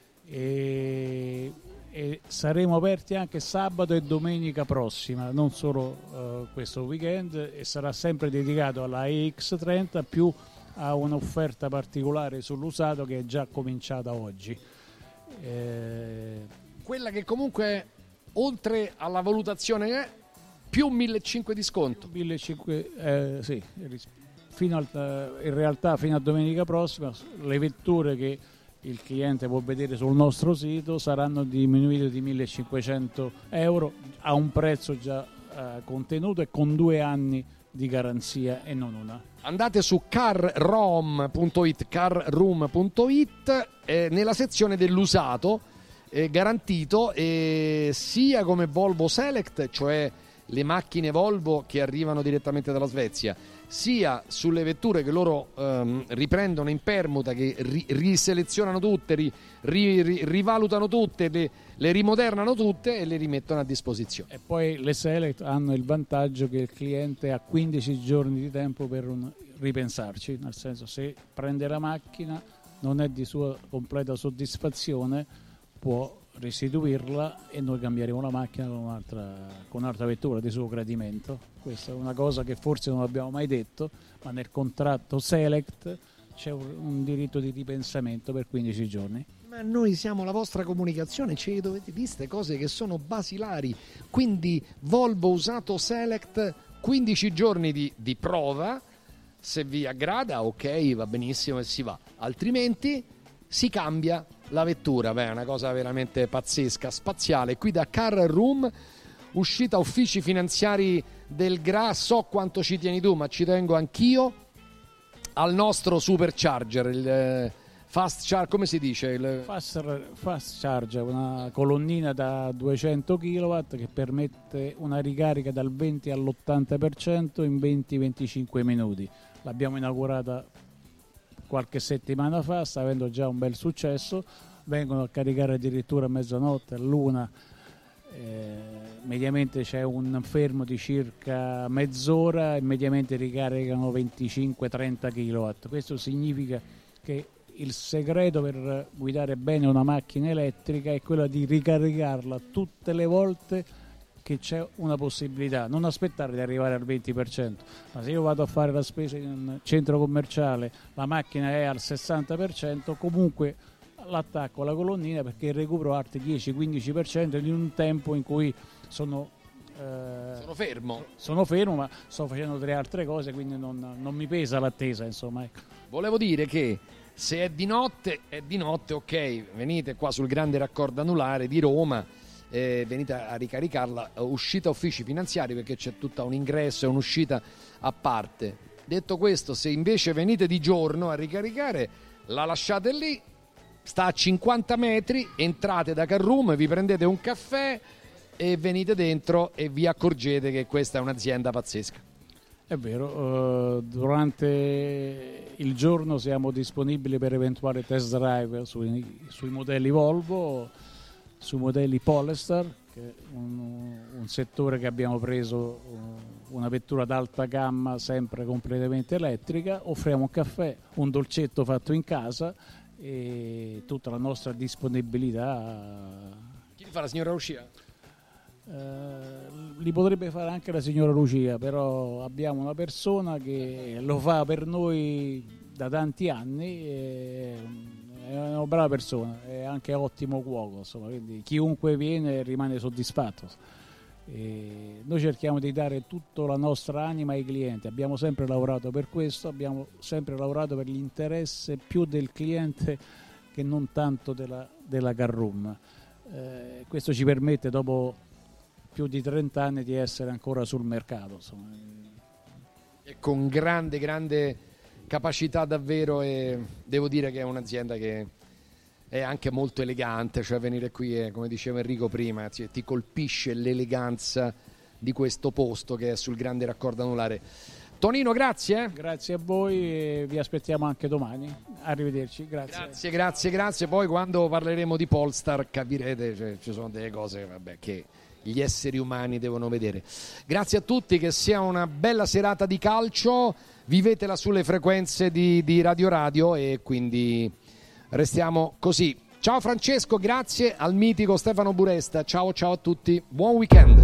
e, e saremo aperti anche sabato e domenica prossima, non solo uh, questo weekend, e sarà sempre dedicato alla E X trenta più a un'offerta particolare sull'usato che è già cominciata oggi. Eh... Quella che comunque oltre alla valutazione è più millecinquecento di sconto. millecinquecento, eh, sì, fino al, in realtà fino a domenica prossima le vetture che il cliente può vedere sul nostro sito saranno diminuite di millecinquecento euro a un prezzo già eh, contenuto e con due anni di garanzia e non una. Andate su carrom punto it, carroom punto it, eh, nella sezione dell'usato eh, garantito, eh, sia come Volvo Select, cioè le macchine Volvo che arrivano direttamente dalla Svezia, sia sulle vetture che loro ehm, riprendono in permuta, che ri- riselezionano tutte, ri- ri- ri- rivalutano tutte, le, le rimodernano tutte e le rimettono a disposizione. E poi le Select hanno il vantaggio che il cliente ha quindici giorni di tempo per un, ripensarci, nel senso, se prende la macchina non è di sua completa soddisfazione, può restituirla e noi cambieremo la macchina con un'altra, con un'altra vettura di suo gradimento. Questa è una cosa che forse non abbiamo mai detto, ma nel contratto Select c'è un, un diritto di ripensamento per quindici giorni. Ma noi siamo la vostra comunicazione, ci dovete viste cose che sono basilari, quindi Volvo usato Select, quindici giorni di, di prova, se vi aggrada ok, va benissimo e si va, altrimenti si cambia la vettura. Beh, è una cosa veramente pazzesca, spaziale. Qui da Car Room, uscita uffici finanziari del G R A, so quanto ci tieni tu, ma ci tengo anch'io al nostro supercharger, il eh, fast charge, come si dice? Il... Fast, fast charger, una colonnina da duecento chilowatt che permette una ricarica dal venti all'ottanta per cento in venti venticinque minuti. L'abbiamo inaugurata qualche settimana fa, sta avendo già un bel successo, vengono a caricare addirittura a mezzanotte, all'una, eh, mediamente c'è un fermo di circa mezz'ora e mediamente ricaricano venticinque trenta chilowatt. Questo significa che il segreto per guidare bene una macchina elettrica è quello di ricaricarla tutte le volte che c'è una possibilità, non aspettare di arrivare al venti per cento, ma se io vado a fare la spesa in un centro commerciale, la macchina è al sessanta per cento, comunque l'attacco alla colonnina perché recupero altri dieci quindici per cento in un tempo in cui sono, eh, sono fermo. Sono fermo, ma sto facendo tre altre cose, quindi non, non mi pesa l'attesa, insomma. Ecco. Volevo dire che se è di notte, è di notte, ok, venite qua sul grande raccordo anulare di Roma, Eh, venite a ricaricarla, uscita uffici finanziari, perché c'è tutta un ingresso e un'uscita a parte. Detto questo, se invece venite di giorno a ricaricare, la lasciate lì, sta a cinquanta metri, entrate da Car Room, vi prendete un caffè e venite dentro e vi accorgete che questa è un'azienda pazzesca. È vero, uh, durante il giorno siamo disponibili per eventuali test drive sui, sui modelli Volvo, sui modelli Polestar, che è un, un settore che abbiamo preso, una vettura d'alta gamma sempre completamente elettrica. Offriamo un caffè, un dolcetto fatto in casa e tutta la nostra disponibilità. Chi li fa, la signora Lucia? Eh, li potrebbe fare anche la signora Lucia, però abbiamo una persona che lo fa per noi da tanti anni e è una brava persona, è anche ottimo cuoco, insomma, quindi chiunque viene rimane soddisfatto. E noi cerchiamo di dare tutta la nostra anima ai clienti, abbiamo sempre lavorato per questo, abbiamo sempre lavorato per l'interesse più del cliente che non tanto della, della Car Room. Eh, questo ci permette dopo più di trenta anni di essere ancora sul mercato, insomma. E con grande grande capacità davvero, e devo dire che è un'azienda che è anche molto elegante, cioè venire qui è, come diceva Enrico prima, ti colpisce l'eleganza di questo posto che è sul grande raccordo anulare. Tonino, grazie. Grazie a voi e vi aspettiamo anche domani. Arrivederci, grazie. Grazie, grazie, grazie. Poi quando parleremo di Polestar capirete, cioè, ci sono delle cose vabbè, che gli esseri umani devono vedere. Grazie a tutti, che sia una bella serata di calcio, vivetela sulle frequenze di, di Radio Radio e quindi restiamo così. Ciao Francesco, grazie al mitico Stefano Buresta, ciao ciao a tutti, buon weekend.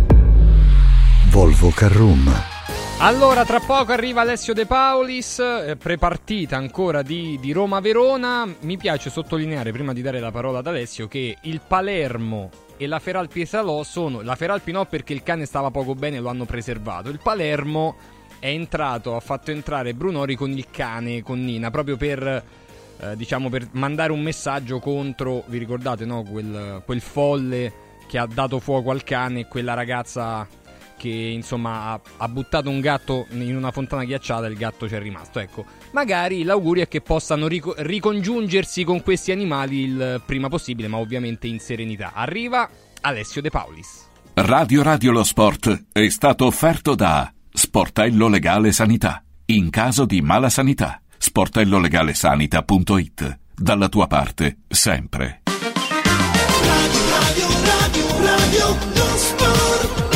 Volvo Car Room. Allora, tra poco arriva Alessio De Paulis, eh, prepartita ancora di, di Roma-Verona. Mi piace sottolineare, prima di dare la parola ad Alessio, che il Palermo e la Feralpi Salò sono... La Feralpi no, perché il cane stava poco bene, lo hanno preservato. Il Palermo è entrato, ha fatto entrare Brunori con il cane, con Nina, proprio per, eh, diciamo, per mandare un messaggio contro, vi ricordate, no? Quel, quel folle che ha dato fuoco al cane e quella ragazza che insomma ha, ha buttato un gatto in una fontana ghiacciata e il gatto ci è rimasto. Ecco, magari l'augurio è che possano rico- ricongiungersi con questi animali il prima possibile, ma ovviamente in serenità. Arriva Alessio De Paulis. Radio Radio lo Sport è stato offerto da Sportello Legale Sanità. In caso di mala sanità, sportello legale sanità punto it. Dalla tua parte, sempre. Radio, radio, radio, radio, lo sport.